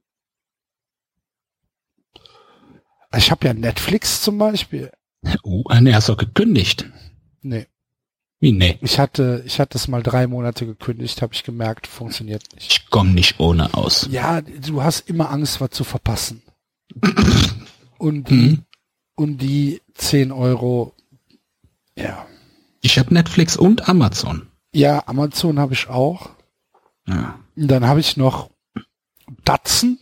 ich habe ja Netflix zum Beispiel. Oh, ne, hast du gekündigt. Nee. Wie, nee. Ich hatte, ich hatte es mal drei Monate gekündigt, habe ich gemerkt, funktioniert nicht. Ich komm nicht ohne aus. Ja, du hast immer Angst, was zu verpassen. Und die, Mhm. und die zehn Euro, ja. Ich habe Netflix und Amazon. Ja, Amazon habe ich auch. Ja. Und dann habe ich noch Datsen.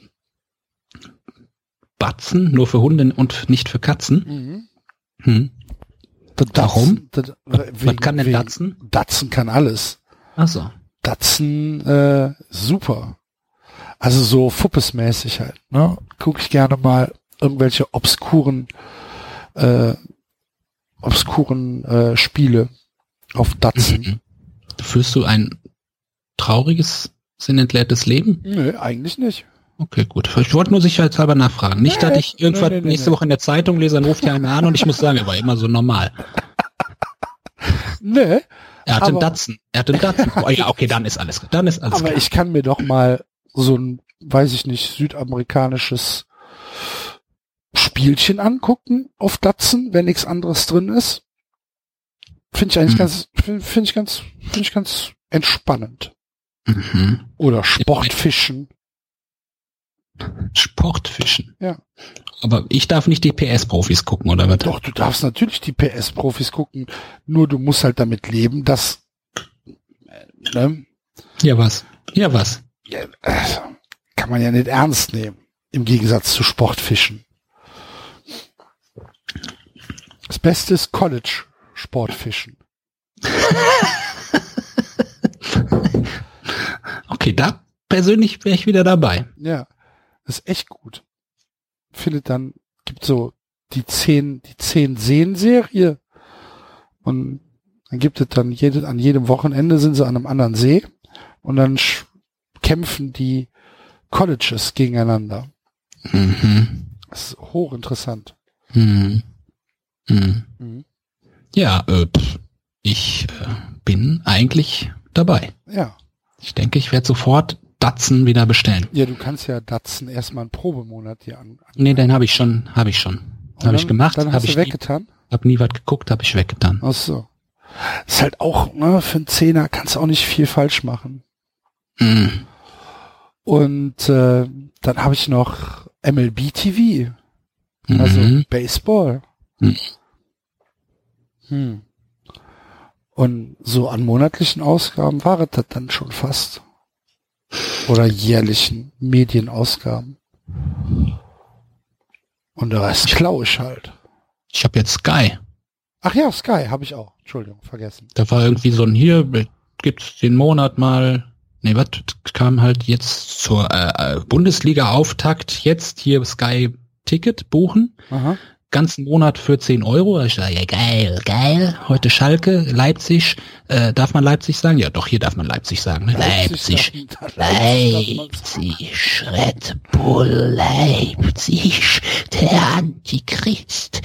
Batzen, nur für Hunde und nicht für Katzen. Mhm. Hm. Der Warum? Datsun, der, Was kann denn wegen- Datsun? Datsun kann alles. Ach so. Datsun, äh, super. Also so fuppesmäßig halt, ne? Guck ich gerne mal irgendwelche obskuren, äh, obskuren äh, Spiele auf Datsun. Mhm. Führst du ein trauriges, sinnentleertes Leben? Nö, eigentlich nicht. Okay, gut. Ich wollte nur sicherheitshalber nachfragen. Nicht, Nee, dass ich irgendwas nee, nee, nee, nächste nee. Woche in der Zeitung lese, dann ruft ja einer an und ich muss sagen, er war immer so normal. Nö, Er hat einen Aber- Datsun. Er hat einen Datsun. Oh, ja, okay, dann ist alles, dann ist alles aber klar. ich kann mir doch mal so ein, weiß ich nicht, südamerikanisches Spielchen angucken auf Datsun, wenn nichts anderes drin ist. Finde ich eigentlich Hm. ganz, finde find ich ganz, finde ich ganz entspannend. Mhm. Oder Sportfischen. Sportfischen. Ja. Aber ich darf nicht die P S-Profis gucken, oder was? Doch, du darfst natürlich die P S-Profis gucken, nur du musst halt damit leben, dass, äh, ne, Ja, was? Ja, was? ja, äh, kann man ja nicht ernst nehmen, im Gegensatz zu Sportfischen. Das Beste ist College-Sportfischen. Okay, da persönlich wäre ich wieder dabei. Ja, das ist echt gut. Findet dann, gibt so die zehn, die zehn Seen-Serie und dann gibt es dann jede, an jedem Wochenende sind sie an einem anderen See und dann sch- kämpfen die Colleges gegeneinander. Mhm. Das ist hochinteressant. Mhm. Mhm. Mhm. Ja, äh, pff, ich äh, bin eigentlich dabei. Ja. Ich denke, ich werde sofort Datsun wieder bestellen. Ja, du kannst ja Datsun erstmal einen Probemonat dir an. an Nee, den habe ich schon, habe ich schon. und Habe ich dann- gemacht, Dann habe hast ich du nie, weggetan. hab nie was geguckt, hab ich weggetan. Ach so. Ist halt auch, ne, für einen Zehner kannst du auch nicht viel falsch machen. Mm. Und äh, dann habe ich noch M L B T V, also Mhm. Baseball. Mhm. Hm. Und so an monatlichen Ausgaben war es das dann schon fast. Oder jährlichen Medienausgaben. Und der Rest klaue ich halt. Ich habe jetzt Sky. Ach ja, Sky habe ich auch. Entschuldigung, vergessen. Da war irgendwie so ein hier, gibt's den Monat mal, nee, was, kam halt jetzt zur äh, Bundesliga-Auftakt, jetzt hier Sky-Ticket buchen. Aha. Ganzen Monat für zehn Euro. Ich sage, ja geil, geil. Heute Schalke, Leipzig. Äh, darf man Leipzig sagen? Ja, doch, hier darf man Leipzig sagen. Ne? Leipzig, Leipzig, darf man- Leipzig, Red Bull Leipzig, der Antichrist.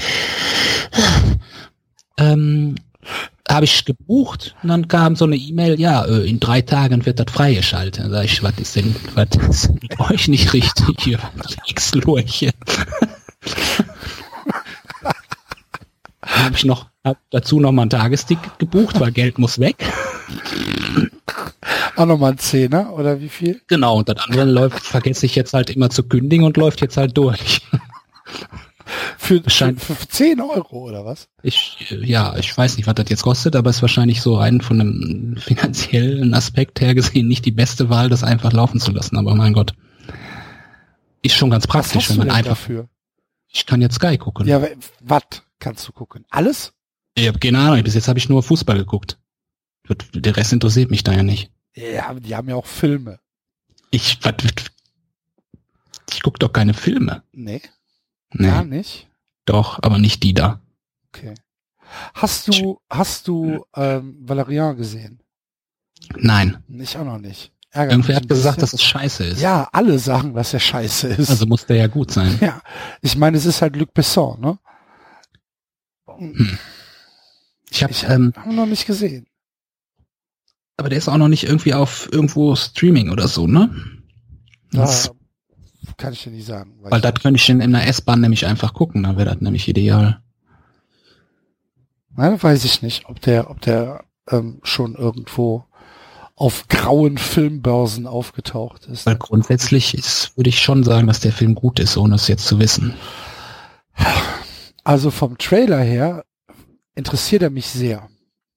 Ähm, habe ich gebucht und dann kam so eine E-Mail, ja, äh, in drei Tagen wird das freigeschaltet. Da sag ich, was ist denn, was ist denn mit euch nicht richtig hier? Lurche. Habe ich noch, hab dazu noch mal ein Tagesticket gebucht, weil Geld muss weg. Auch nochmal ein Zehner oder wie viel? Genau, und das andere läuft, vergesse ich jetzt halt immer zu kündigen und läuft jetzt halt durch. Für, für, Scheint- für zehn Euro oder was? Ich, äh, ja, ich weiß nicht, was das jetzt kostet, aber es ist wahrscheinlich so rein von einem finanziellen Aspekt her gesehen nicht die beste Wahl, das einfach laufen zu lassen. Aber mein Gott, ist schon ganz Was praktisch, hast wenn du man denn einfach. dafür? Ich kann jetzt Sky gucken. Ja, was kannst du gucken? Alles? Ich habe keine Ahnung. Bis jetzt habe ich nur Fußball geguckt. Der Rest interessiert mich da ja nicht. Ja, die haben ja auch Filme. Ich, was, ich guck doch keine Filme. Nee, Nee, gar nicht. doch, aber nicht die da. Okay. Hast du, hast du ähm, Valerian gesehen? Nein. Ich auch noch nicht. Ärgert Irgendwer mich hat ein gesagt, dass bisschen. es scheiße ist. Ja, alle sagen, dass er scheiße ist. Also muss der ja gut sein. ja, ich meine, es ist halt Luc Besson, ne? Ich habe, Ich ähm, habe noch nicht gesehen. aber der ist auch noch nicht irgendwie auf irgendwo Streaming oder so, ne? Da Das, kann ich dir nicht sagen. weil das könnte ich in, in der S-Bahn nämlich einfach gucken, dann wäre das nämlich ideal. Nein, weiß ich nicht, ob der, ob der ähm, schon irgendwo auf grauen Filmbörsen aufgetaucht ist. Weil grundsätzlich ist, würde ich schon sagen, dass der Film gut ist, ohne es jetzt zu wissen. Also vom Trailer her interessiert er mich sehr.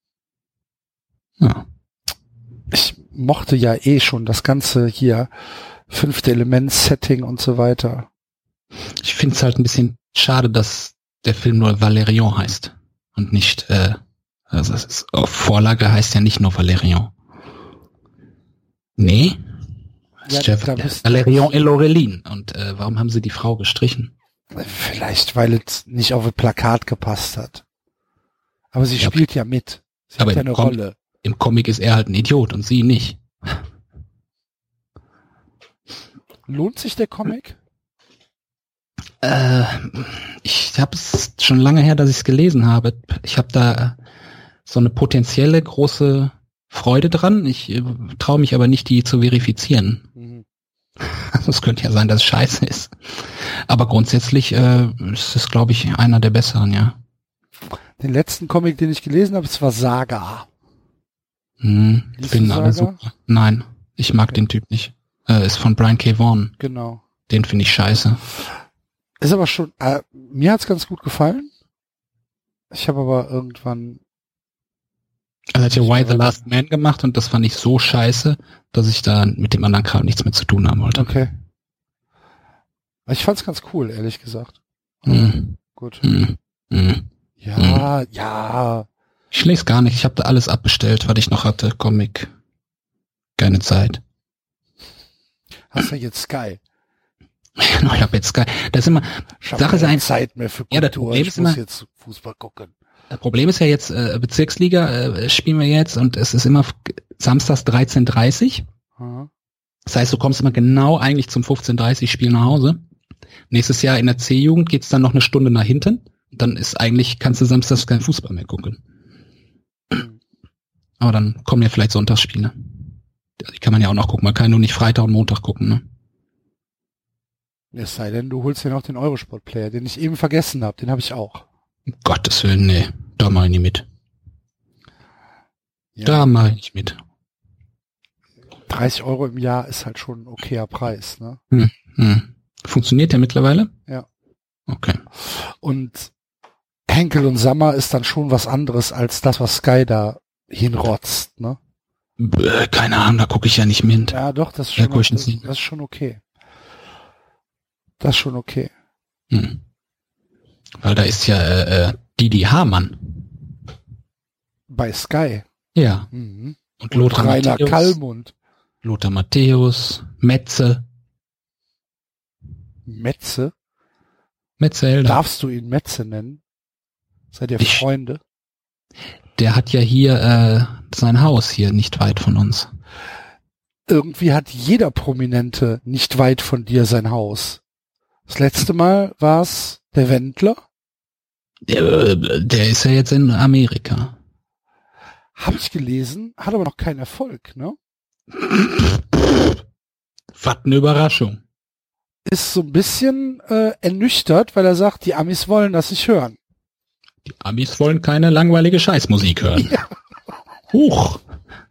Ja. Ich mochte ja eh schon das ganze hier fünfte Element-Setting und so weiter. Ich finde es halt ein bisschen schade, dass der Film nur Valerian heißt und nicht, äh, also es ist, auf Vorlage heißt ja nicht nur Valerian. Nee? Ja, Ist ja da müsste- Valerian et Laureline. Und äh, warum haben sie die Frau gestrichen? Vielleicht, weil es nicht auf ein Plakat gepasst hat. Aber sie Ja, spielt ja mit. Sie aber hat ja im eine Com- Rolle. Im Comic ist er halt ein Idiot und sie nicht. Lohnt sich der Comic? Äh, ich habe es schon lange her, dass ich es gelesen habe. Ich habe da so eine potenzielle große Freude dran. Ich äh, traue mich aber nicht, die zu verifizieren. Mhm. Also es könnte ja sein, dass es scheiße ist. Aber grundsätzlich äh, ist es, glaube ich, einer der besseren, ja. Den letzten Comic, den ich gelesen habe, es war Saga. Hm, Liest finden du alle Saga? super. Nein, ich mag den Typ nicht. Äh, ist von Brian K. Vaughan. Genau. Den finde ich scheiße. Ist aber schon, äh, mir hat's ganz gut gefallen. Ich habe aber irgendwann, Er hat ja Why the Last Man gemacht und das fand ich so scheiße, dass ich da mit dem anderen Kram nichts mehr zu tun haben wollte. okay. Ich fand's ganz cool, ehrlich gesagt. Hm, Gut. hm, hm. Ja, ja. Ich lese gar nicht. Ich habe da alles abbestellt, was ich noch hatte. Comic. Keine Zeit. Hast du jetzt Sky? Ich habe jetzt Sky. Das ist immer, Ich hab Sache ist keine ein- Zeit mehr für Ja, das Kultur. Problem ich ist muss immer- jetzt Fußball gucken. das Problem ist ja jetzt, äh, Bezirksliga äh, spielen wir jetzt und es ist immer f- samstags dreizehn Uhr dreißig. Aha. Das heißt, du kommst immer genau eigentlich zum fünfzehn Uhr dreißig Spiel nach Hause. Nächstes Jahr in der C-Jugend geht's dann noch eine Stunde nach hinten. Dann ist eigentlich, kannst du samstags kein Fußball mehr gucken. Aber dann kommen ja vielleicht Sonntagsspiele. Die kann man ja auch noch gucken. Man kann nur nicht Freitag und Montag gucken, ne? Es sei denn, du holst dir noch den Eurosport-Player, den ich eben vergessen habe. Den habe ich auch. Um Gottes Willen, nee. Da mach ich nicht mit. Ja. Da mach ich nicht mit. dreißig Euro im Jahr ist halt schon ein okayer Preis, ne? Hm. Hm. Funktioniert der mittlerweile? Ja. Okay. Und Henkel und Sammer ist dann schon was anderes als das, was Sky da hinrotzt, ne? Bäh, keine Ahnung, da gucke ich ja nicht mit. Ja, doch, das ist Ja, schon, guck ich das, nicht. das ist schon okay. Das ist schon okay. Hm. Weil da ist ja äh, äh, Didi Hamann. Bei Sky. Ja. Mhm. Und Und Lothar Rainer Matthäus. Kallmund. Lothar Matthäus. Metze. Metze. Metzelder. Darfst du ihn Metze nennen? Seid ihr Ich- Freunde? Der hat ja hier äh, sein Haus hier nicht weit von uns. Irgendwie hat jeder Prominente nicht weit von dir sein Haus. Das letzte Mal war es der Wendler. Der, äh, der ist ja jetzt in Amerika. Hab ich gelesen, hat aber noch keinen Erfolg, ne? Was eine Überraschung. Ist so ein bisschen äh, ernüchtert, weil er sagt, die Amis wollen das nicht hören. Die Amis wollen keine langweilige Scheißmusik hören. Ja. Huch.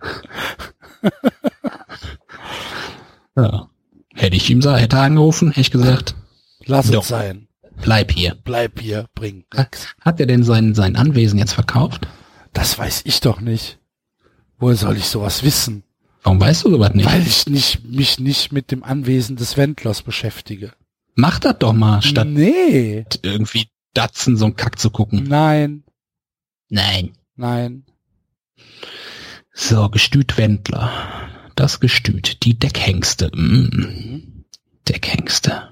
Ja. Hätte ich ihm sa- hätte er angerufen, hätte ich gesagt, Lass Doch. es sein. bleib hier. Bleib hier, bring nix. Hat er denn sein, sein Anwesen jetzt verkauft? Das weiß ich doch nicht. Woher soll ich sowas wissen? Warum weißt du sowas nicht? Weil ich nicht, mich nicht mit dem Anwesen des Wendlers beschäftige. Mach das doch mal, statt Nee. irgendwie Datsen so einen Kack zu gucken. Nein. Nein. Nein. So, Gestüt Wendler. Das Gestüt. Die Deckhengste. Mm. Deckhengste.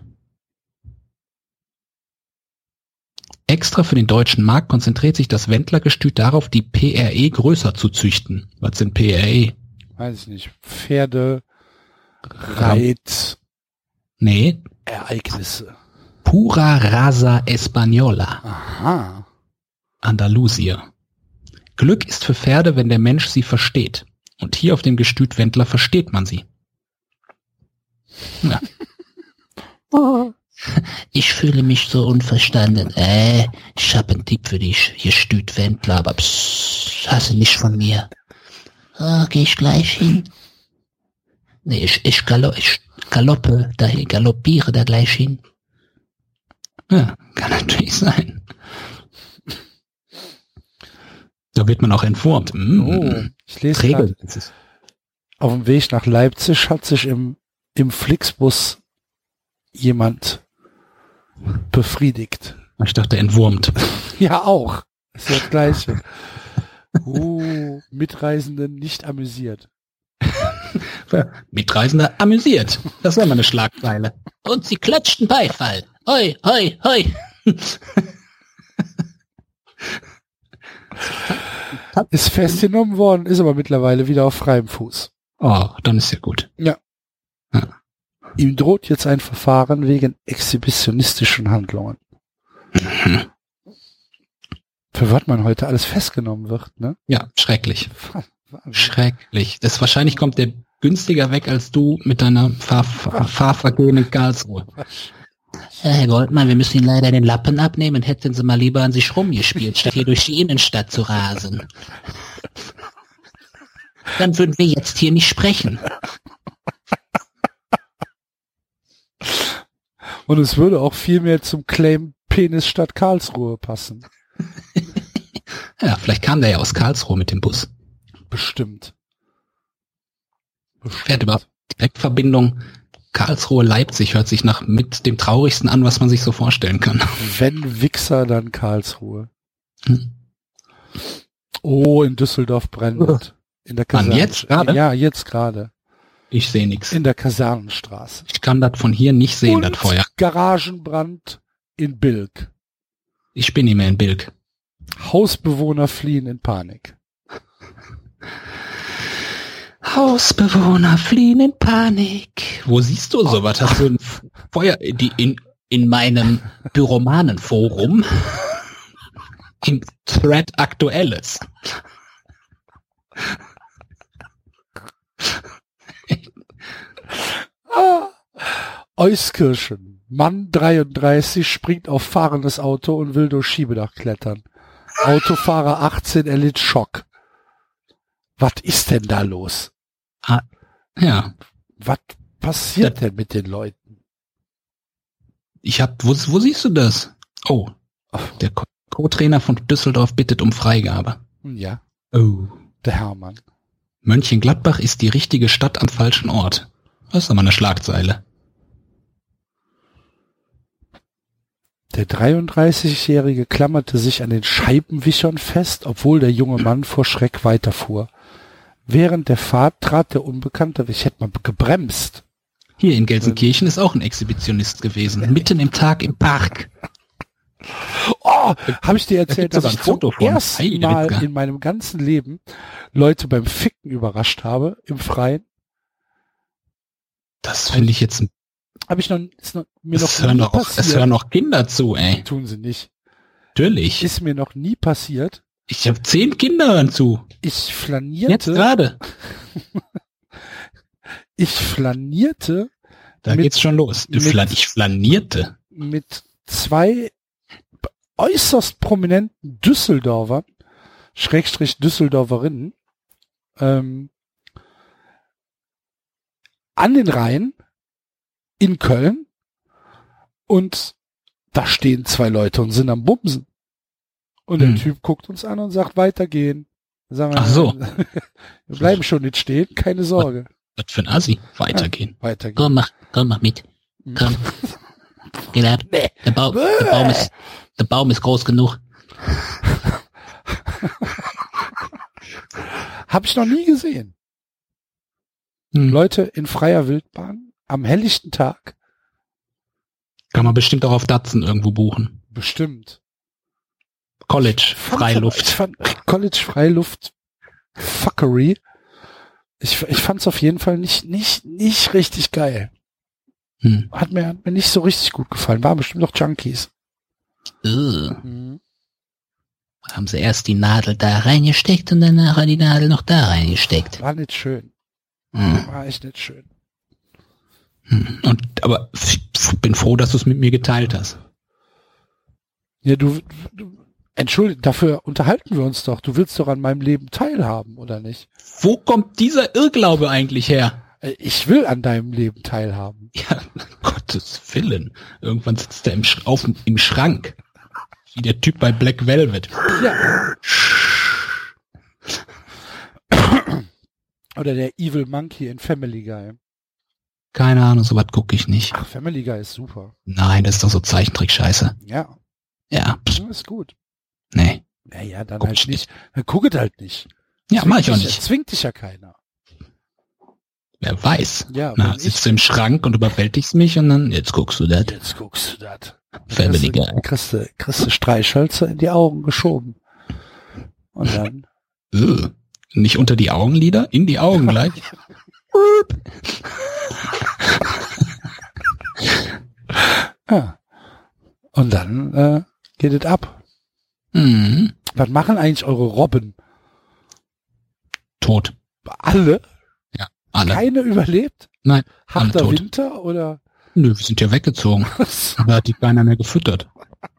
Extra für den deutschen Markt konzentriert sich das Wendler-Gestüt darauf, die P R E größer zu züchten. Was sind P R E? Weiß ich nicht. Pferde, Reit, Nee, Ereignisse. Pura Raza Española. Aha. Andalusier. Glück ist für Pferde, wenn der Mensch sie versteht. Und hier auf dem Gestüt Wendler versteht man sie. Ja. Ich fühle mich so unverstanden. Äh, ich hab einen Tipp für dich. Hier stüt Wendler, aber psst, hast du nicht von mir. Ah, geh ich gleich hin? Nee, ich, ich, gallo, ich galoppe, dahin, galoppiere da gleich hin. Ja, kann natürlich sein. Da wird man auch entwurmt. Mm. Oh, ich lese grad, Regel. auf dem Weg nach Leipzig hat sich im, im Flixbus jemand befriedigt. Ich dachte entwurmt. Ja, auch. Ist ja das Gleiche. Uh, Mitreisenden nicht amüsiert. Mitreisender amüsiert. Das wäre mal eine Schlagzeile. Und sie klatschten Beifall. Hoi, hoi, hoi. Ist festgenommen worden, ist aber mittlerweile wieder auf freiem Fuß. Oh, dann ist ja gut. Ihm droht jetzt ein Verfahren wegen exhibitionistischen Handlungen. Mhm. Für was man heute alles festgenommen wird, ne? Ja, schrecklich. Wahnsinn. Schrecklich. Das wahrscheinlich kommt der günstiger weg als du mit deiner Fahr Fahr Fahrvergehen in Karlsruhe. Ja, Herr Goldmann, wir müssen Ihnen leider den Lappen abnehmen. Hätten Sie mal lieber an sich rumgespielt, statt hier durch die Innenstadt zu rasen. Dann würden wir jetzt hier nicht sprechen. Und es würde auch viel mehr zum Claim Penis Stadt Karlsruhe passen. Ja, vielleicht kam der ja aus Karlsruhe mit dem Bus. Bestimmt. Bestimmt. Fährt überhaupt Direktverbindung Karlsruhe-Leipzig, hört sich nach mit dem traurigsten an, was man sich so vorstellen kann. Wenn Wichser, dann Karlsruhe. Hm. Oh, in Düsseldorf brennt. In der Wann, jetzt gerade? Ja, jetzt gerade. Ich sehe nichts. In der Kasernenstraße. Ich kann das von hier nicht sehen, das Und Feuer. Garagenbrand in Bilk. Ich bin nicht mehr in Bilk. Hausbewohner fliehen in Panik. Hausbewohner fliehen in Panik. Wo siehst du sowas? Hast du ein Feuer die in, in meinem Pyromanenforum im Thread Aktuelles? Ah, Euskirchen. Mann dreiunddreißig springt auf fahrendes Auto und will durch Schiebedach klettern. Autofahrer achtzehn erlitt Schock. Was ist denn da los? Ah, ja. Was passiert denn mit den Leuten? Ich hab, wo, wo siehst du das? Oh, der Co- Co-Trainer von Düsseldorf bittet um Freigabe. Ja, Oh. der Hermann. Mönchengladbach ist die richtige Stadt am falschen Ort. Das ist aber eine Schlagzeile. Der dreiunddreißigjährige klammerte sich an den Scheibenwichern fest, obwohl der junge Mann vor Schreck weiterfuhr. Während der Fahrt trat der Unbekannte, ich hätte mal gebremst. Hier in Gelsenkirchen ist auch ein Exhibitionist gewesen, mitten im Tag im Park. Oh, habe ich dir erzählt, Da dass gibt's ich sogar ein zum Foto von. ersten Heide Mal Wittger. in meinem ganzen Leben Leute beim Ficken überrascht habe, im Freien? Das finde ich jetzt, Habe ich noch, ist noch mir es noch hören nie doch, es passiert. hören noch Kinder zu, ey. Tun sie nicht. Natürlich. Ist mir noch nie passiert. Ich habe zehn Kinder hören zu. Ich Jetzt flanierte, gerade. ich flanierte Da mit- geht's schon los. Du mit- flan ich flanierte. mit zwei äußerst prominenten Düsseldorfern, Schrägstrich Düsseldorferinnen, ähm, an den Rhein in Köln und da stehen zwei Leute und sind am Bumsen. Und der Hm. Typ guckt uns an und sagt, weitergehen. Sagen wir, Ach so. Wir bleiben schon nicht stehen, keine Sorge. Was für ein Assi. Weitergehen. Weitergehen. Komm, mach, komm, mach mit. Komm. Geh ab. Der, Baum, der Baum ist, der Baum ist groß genug. Hab ich noch nie gesehen. Hm. Leute in freier Wildbahn am helllichten Tag. Kann man bestimmt auch auf Datsen irgendwo buchen. Bestimmt. College, Fand Freiluft. Ich fand College Freiluft Fuckery. Ich, ich fand's auf jeden Fall nicht, nicht, nicht richtig geil. Hm. Hat mir, hat mir nicht so richtig gut gefallen. Waren bestimmt noch Junkies. Uh, haben sie erst die Nadel da reingesteckt und danach die Nadel noch da reingesteckt. War nicht schön. Hm. War echt nicht schön. Hm. Und, aber ich bin froh, dass du es mit mir geteilt hast. Ja, du, du, entschuldige, dafür unterhalten wir uns doch. Du willst doch an meinem Leben teilhaben, oder nicht? Wo kommt dieser Irrglaube eigentlich her? Äh, Ich will an deinem Leben teilhaben. Ja, Gottes Willen. Irgendwann sitzt er im, Sch auf, im Schrank. Wie der Typ bei Black Velvet. Ja. Oder der Evil Monkey in Family Guy. Keine Ahnung, sowas gucke ich nicht. Ach, Family Guy ist super. Nein, das ist doch so Zeichentrick-Scheiße. Ja, Ja, pff, das ist gut. nee. Naja, dann Guck halt ich nicht. Dann guck es halt nicht. Ja, mach ich auch Dich- nicht. Zwingt dich ja keiner. Wer weiß. Ja, Na, wenn sitzt du im Schrank und überwältigst mich und dann, jetzt guckst du das. Jetzt guckst du das. Family Guy. Dann kriegst du, kriegst du Streichhölzer in die Augen geschoben. Und dann, Äh, nicht unter die Augenlider, in die Augen gleich. ja. Und dann äh, geht es ab. Mhm. Was machen eigentlich eure Robben? Tot. Alle? Ja, alle. Keine überlebt? Nein, alle Harter tot. Winter oder? Nö, wir sind ja weggezogen. Da hat die keiner mehr gefüttert.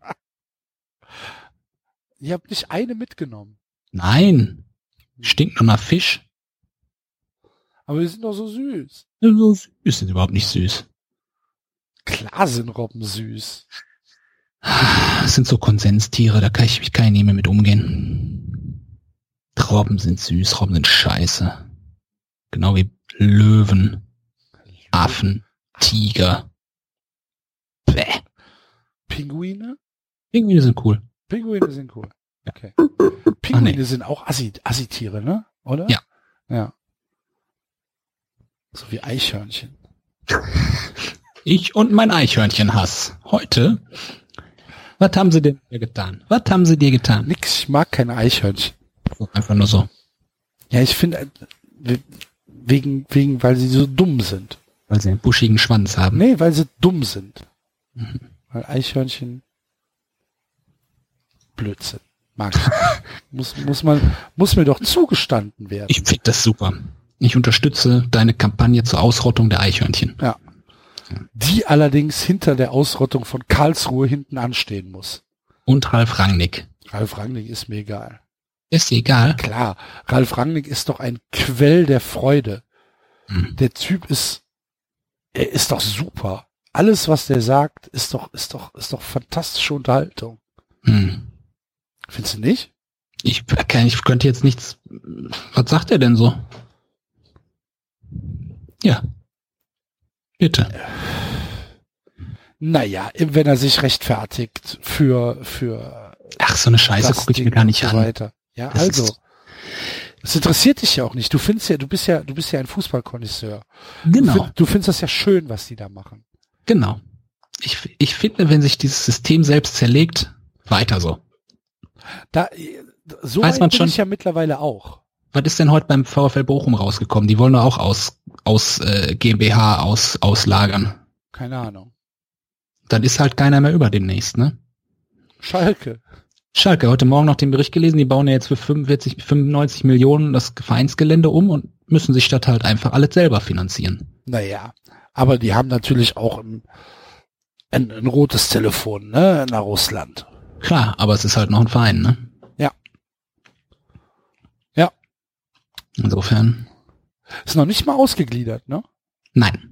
Ihr habt nicht eine mitgenommen. Nein. Stinkt nur nach Fisch. Aber die sind doch so süß. So süß, sind überhaupt nicht süß. Klar sind Robben süß. Das sind so Konsenstiere, da kann ich mich keine mehr mit umgehen. Robben sind süß, Robben sind scheiße. Genau wie Löwen, Affen, Tiger. Bäh. Pinguine? Pinguine sind cool. Pinguine sind cool. Okay. Ah, Pinguine nee. sind auch Assi, Assi-Tiere, ne? Oder? Ja. Ja. So wie Eichhörnchen. Ich und mein Eichhörnchenhass. Heute. Was haben sie denn dir getan? Was haben sie dir getan? Nix, ich mag keine Eichhörnchen. Einfach nur so. Ja, ich finde, äh, we- wegen, wegen, weil sie so dumm sind. Weil sie einen buschigen Schwanz haben. Nee, weil sie dumm sind. Weil Eichhörnchen Blödsinn. Mag ich nicht. muss, muss man, muss mir doch zugestanden werden. Ich finde das super. Ich unterstütze deine Kampagne zur Ausrottung der Eichhörnchen. Ja. die allerdings hinter der Ausrottung von Karlsruhe hinten anstehen muss. Und Ralf Rangnick. Ralf Rangnick ist mir egal. Ist egal. Klar, Ralf Rangnick ist doch ein Quell der Freude. Hm. Der Typ ist, er ist doch super. Alles, was der sagt, ist doch, ist doch, ist doch fantastische Unterhaltung. Hm. Findest du nicht? Ich, ich könnte jetzt nichts. Was sagt er denn so? Ja. Bitte. Naja, wenn er sich rechtfertigt für, für. Ach, so eine Scheiße gucke ich mir gar nicht so an. Weiter. Ja, Das also. ist- Es interessiert dich ja auch nicht. Du findest ja, du bist ja, du bist ja ein Fußballkonnoisseur. Du, Genau, find, du findest das ja schön, was die da machen. genau. Ich, ich finde, wenn sich dieses System selbst zerlegt, weiter so. Da, so Weiß weit man bin schon. ich ja mittlerweile auch. Was ist denn heute beim VfL Bochum rausgekommen? Die wollen doch auch aus, aus äh, GmbH aus, auslagern. Keine Ahnung. Dann ist halt keiner mehr über demnächst, ne? Schalke. Schalke, heute Morgen noch den Bericht gelesen, die bauen ja jetzt für fünfundvierzig, fünfundneunzig Millionen das Vereinsgelände um und müssen sich das halt einfach alles selber finanzieren. Naja, aber die haben natürlich auch ein, ein, ein rotes Telefon, ne, nach Russland. Klar, aber es ist halt noch ein Verein, ne? Ja. Ja. Insofern, Ist noch nicht mal ausgegliedert, ne? nein.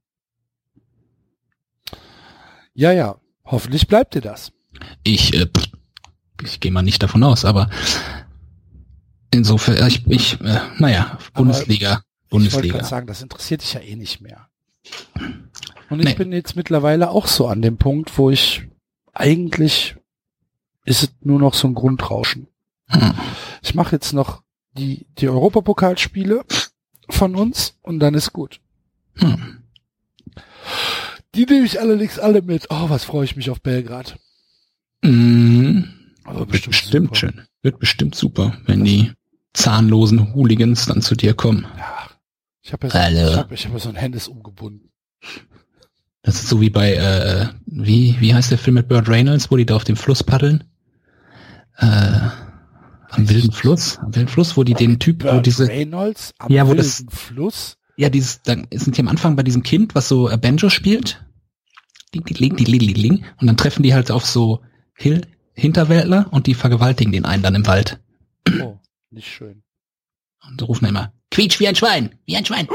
Ja, ja. Hoffentlich bleibt dir das. Ich, äh, pff, ich gehe mal nicht davon aus, aber insofern, ich, ich äh, naja, Bundesliga, Ich wollte Bundesliga. gerade sagen, das interessiert dich ja eh nicht mehr. Und ich Nee. bin jetzt mittlerweile auch so an dem Punkt, wo ich eigentlich ist es nur noch so ein Grundrauschen. Hm. Ich mache jetzt noch die, die Europapokalspiele von uns und dann ist gut. Hm. Die nehme ich allerdings alle mit. Oh, was freue ich mich auf Belgrad. Mhm. Aber Wird bestimmt bestimmt super. schön. Wird bestimmt super, wenn die zahnlosen Hooligans dann zu dir kommen. Ja, ich habe ja, so, Hallo. ich hab, ich hab ja so ein Hennes umgebunden. Das ist so wie bei, äh, wie, wie heißt der Film mit Burt Reynolds, wo die da auf dem Fluss paddeln? Äh, am wilden Fluss? Am wilden Fluss, wo die den Typ, wo Burt diese, Reynolds am Ja, wo wilden das- Fluss. ja, dieses, da sind die am Anfang bei diesem Kind, was so äh, Banjo spielt. Ding, ding, ding, ding, ding, ding. Und dann treffen die halt auf so Hill, Hinterwäldler und die vergewaltigen den einen dann im Wald. Oh, nicht schön. Und rufen immer, quietsch wie ein Schwein, wie ein Schwein.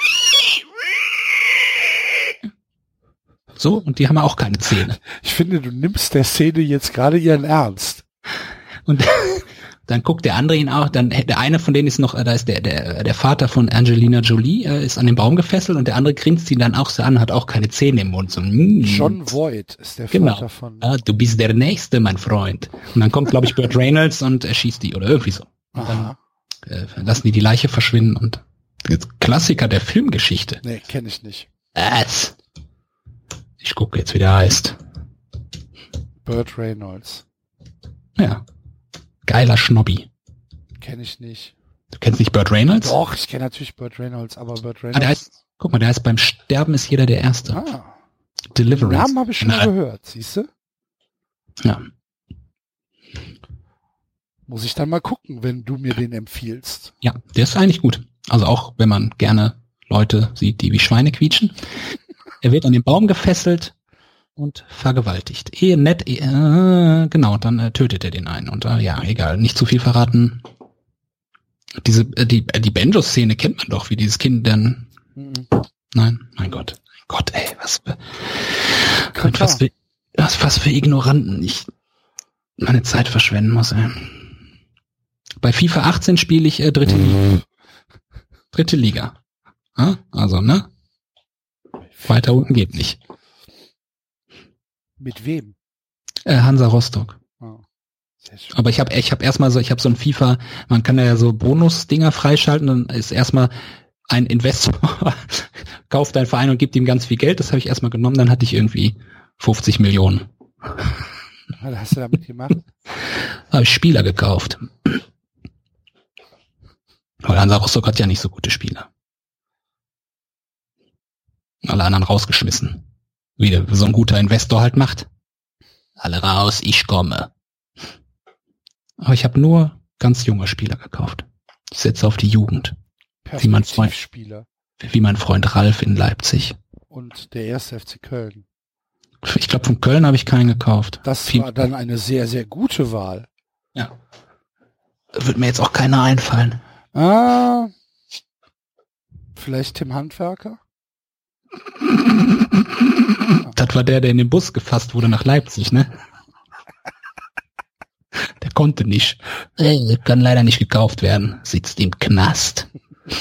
So, und die haben auch keine Zähne. Ich finde, du nimmst der Szene jetzt gerade ihren Ernst. Und dann guckt der andere ihn auch, dann der eine von denen ist noch, äh, da ist der der der Vater von Angelina Jolie, äh, ist an den Baum gefesselt und der andere grinst ihn dann auch so an, hat auch keine Zähne im Mund. So, mm, John Voight ist der Genau. Vater von. ah, du bist der Nächste, mein Freund. Und dann kommt, glaube ich, Burt Reynolds und erschießt die oder irgendwie so. Und dann Aha. äh, lassen die die Leiche verschwinden und jetzt Klassiker der Filmgeschichte. Nee, kenne ich nicht. Was? Ich gucke jetzt, wie der heißt. Burt Reynolds. Ja. Geiler Schnobby. Kenne ich nicht. Du kennst nicht Burt Reynolds? Doch, ich kenne natürlich Burt Reynolds, aber Burt Reynolds. Ah, der heißt, guck mal, der heißt beim Sterben ist jeder der Erste. ah, den Deliverance. Namen habe ich schon Na, gehört, siehst du? Ja. Muss ich dann mal gucken, wenn du mir den empfiehlst. Ja, der ist eigentlich gut. Also auch, wenn man gerne Leute sieht, die wie Schweine quietschen. Er wird an den Baum gefesselt und vergewaltigt. Ehe nett, eh, äh, genau, und dann äh, tötet er den einen. Und äh, ja, egal, nicht zu viel verraten. Diese, äh, die, äh, die Banjo-Szene kennt man doch, wie dieses Kind dann, Mhm. nein, mein Gott, Gott, ey, was für, Ja, mit was für, was, was für Ignoranten ich meine Zeit verschwenden muss, ey. Bei FIFA achtzehn spiele ich äh, dritte Liga. Dritte Liga. Ja, also, ne? Weiter unten geht nicht. Mit wem? Äh, Hansa Rostock. Oh, sehr schön. Aber ich habe ich hab erstmal so, ich habe so ein FIFA, man kann ja so Bonus-Dinger freischalten, dann ist erstmal ein Investor, kauft einen Verein und gibt ihm ganz viel Geld, das habe ich erstmal genommen, dann hatte ich irgendwie fünfzig Millionen. Was hast du damit gemacht? Habe ich Spieler gekauft. Weil Hansa Rostock hat ja nicht so gute Spieler. Alle anderen rausgeschmissen. Wie der, so ein guter Investor halt macht. Alle raus, ich komme. Aber ich habe nur ganz junge Spieler gekauft. Ich setze auf die Jugend. Wie man zwei- Perspektivspieler. Wie mein Freund Ralf in Leipzig. und der erste F C Köln. Ich glaube, von Köln habe ich keinen gekauft. Das Viel- war dann eine sehr, sehr gute Wahl. Ja. Wird mir jetzt auch keiner einfallen. Ah, vielleicht Tim Handwerker? Das war der, der in den Bus gefasst wurde nach Leipzig, ne? Der konnte nicht. Äh, kann leider nicht gekauft werden. Sitzt im Knast.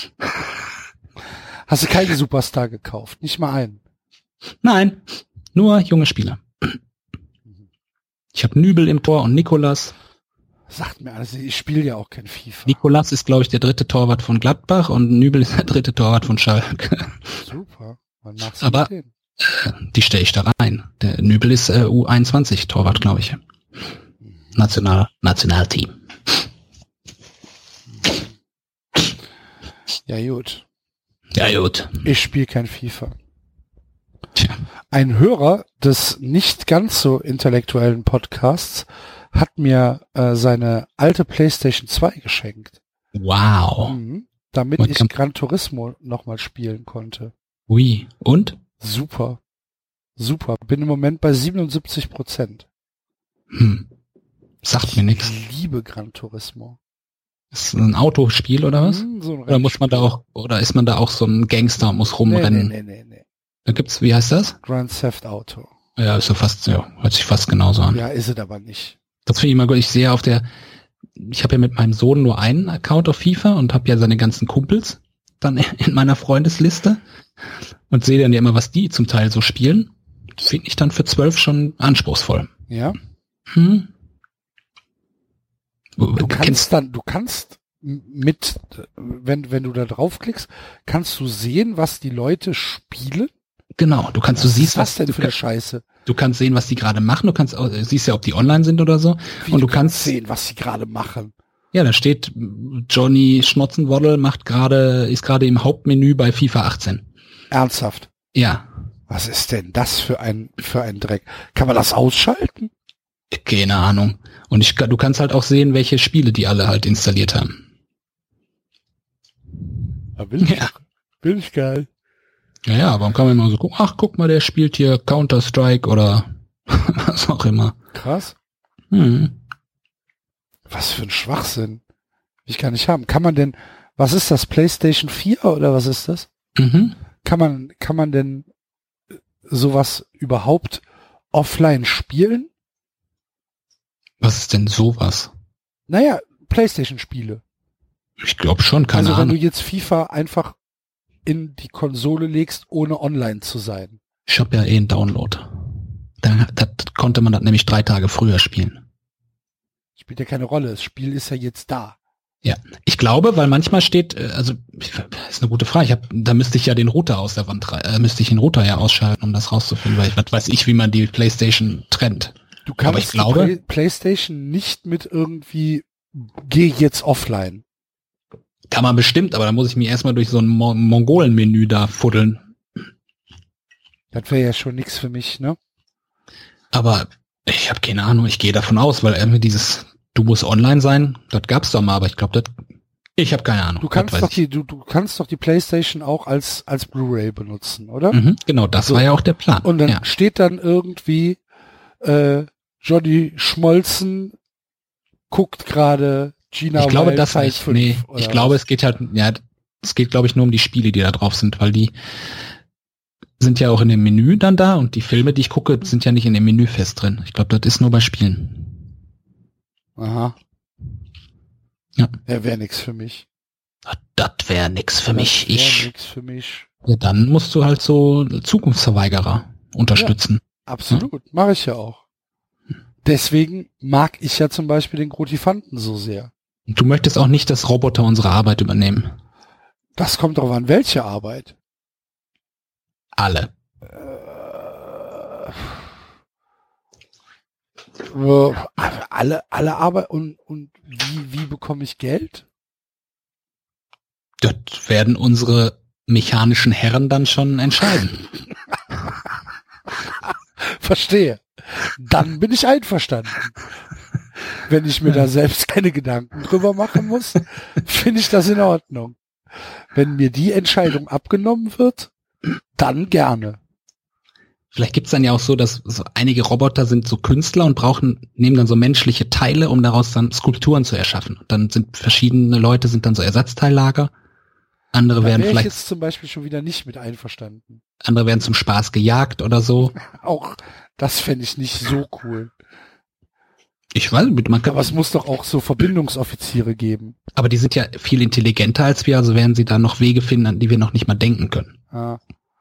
Hast du keine Superstar gekauft? Nicht mal einen. Nein, nur junge Spieler. Ich habe Nübel im Tor und Nikolas. Sagt mir alles, ich spiele ja auch kein FIFA. Nikolas ist, glaube ich, der dritte Torwart von Gladbach und Nübel ist der dritte Torwart von Schalke. Super. Wann machst du Aber den? die stelle ich da rein. Der Nübel ist äh, U einundzwanzig Torwart, glaube ich. National, Nationalteam. Ja gut. Ja gut. Ich spiele kein FIFA. Tja. Ein Hörer des nicht ganz so intellektuellen Podcasts hat mir äh, seine alte PlayStation zwei geschenkt. Wow. Mhm. Damit Man ich kann- Gran Turismo nochmal spielen konnte. Ui. Und? Super. Super. Bin im Moment bei siebenundsiebzig Prozent. Hm. Sagt mir nichts. Ich liebe Gran Turismo. Ist ein Autospiel oder was? Hm, so ein Oder muss man da auch, oder ist man da auch so ein Gangster und muss Nee, rumrennen? nee, nee, nee, nee. Da gibt's, wie heißt das? Grand Theft Auto. Ja, ist so fast, ja, hört sich fast genauso an. Ja, ist es aber nicht. Das finde ich immer gut. Ich sehe auf der, ich habe ja mit meinem Sohn nur einen Account auf FIFA und habe ja seine ganzen Kumpels dann in meiner Freundesliste und sehe dann ja immer, was die zum Teil so spielen. Finde ich dann für zwölf schon anspruchsvoll. Ja. Hm? Du, Du kennst, kannst dann, du kannst mit, wenn, wenn du da draufklickst, kannst du sehen, was die Leute spielen. genau, du kannst, du Was siehst, ist das was denn du, für eine kann- Scheiße? du kannst sehen, was die gerade machen. Du kannst, auch- siehst ja, ob die online sind oder so. Wie, und du kannst, sehen, was sie gerade machen. ja, da steht, Johnny Schnotzenwoddel macht gerade, ist gerade im Hauptmenü bei FIFA achtzehn. Ernsthaft. Ja, Was ist denn das für ein, für ein Dreck? Kann man das ausschalten? keine Ahnung. Und ich, du kannst halt auch sehen, welche Spiele die alle halt installiert haben. Ja, will ich, Ja. will ich geil. Ja, ja, aber dann kann man immer so gucken, ach, guck mal, der spielt hier Counter-Strike oder was auch immer. Krass. Hm. Was für ein Schwachsinn. Ich kann nicht haben. Kann man denn, was ist das, PlayStation vier oder was ist das? Mhm. Kann man, kann man denn sowas überhaupt offline spielen? Was ist denn sowas? Naja, PlayStation-Spiele. Ich glaube schon, keine Also wenn du Ahnung. jetzt FIFA einfach in die Konsole legst, ohne online zu sein. Ich habe ja eh einen Download. Da, da konnte man das nämlich drei Tage früher spielen. Spielt ja keine Rolle. Das Spiel ist ja jetzt da. Ja, ich glaube, weil manchmal steht, äh, also ist eine gute Frage. Ich hab, da müsste ich ja den Router aus der Wand, rei- äh, müsste ich den Router ja ausschalten, um das rauszufinden, weil ich, was weiß ich, wie man die PlayStation trennt. Du kannst Aber ich glaube- die Play PlayStation nicht mit irgendwie geh jetzt offline. Kann man bestimmt, aber da muss ich mir erstmal durch so ein Mo Mongolen-Menü da fuddeln. Das wäre ja schon nix für mich, ne? Aber ich habe keine Ahnung, ich gehe davon aus, weil irgendwie dieses, du musst online sein, das gab's doch mal, aber ich glaube, das, ich habe keine Ahnung. Du kannst das doch weiß die, du, du kannst doch die PlayStation auch als als Blu-ray benutzen, oder? ich. Mhm, genau, das So. war ja auch der Plan. Und dann ja. steht dann irgendwie äh, Johnny Schmolzen guckt gerade Gina Ich glaube, Wild das Teil nicht. fünf, Nee, oder ich glaube, was? es geht halt, ja, es geht, glaube ich, nur um die Spiele, die da drauf sind, weil die sind ja auch in dem Menü dann da und die Filme, die ich gucke, sind ja nicht in dem Menü fest drin. Ich glaube, das ist nur bei Spielen. Aha. Ja. Ja, wäre nix für mich. Das wäre nix für mich. Das wär Ich, nix für mich. ja, dann musst du halt so Zukunftsverweigerer unterstützen. Absolut, mache ich ja auch. Deswegen mag ich ja zum Beispiel den Grotifanten so sehr. Du möchtest auch nicht, dass Roboter unsere Arbeit übernehmen. Das kommt drauf an, welche Arbeit. Alle. Äh, alle, alle Arbeit und, und wie, wie bekomme ich Geld? Das werden unsere mechanischen Herren dann schon entscheiden. Verstehe. Dann bin ich einverstanden. Wenn ich mir da selbst keine Gedanken drüber machen muss, finde ich das in Ordnung. Wenn mir die Entscheidung abgenommen wird, dann gerne. Vielleicht gibt's dann ja auch so, dass so einige Roboter sind so Künstler und brauchen, nehmen dann so menschliche Teile, um daraus dann Skulpturen zu erschaffen. Dann sind verschiedene Leute, sind dann so Ersatzteillager. Andere Da werden wäre ich vielleicht, jetzt zum Beispiel schon wieder nicht mit einverstanden. andere werden zum Spaß gejagt oder so. Auch das fände ich nicht so cool. Ich weiß nicht, man kann, Aber es muss doch auch so Verbindungsoffiziere geben. aber die sind ja viel intelligenter als wir, also werden sie da noch Wege finden, an die wir noch nicht mal denken können. Ja,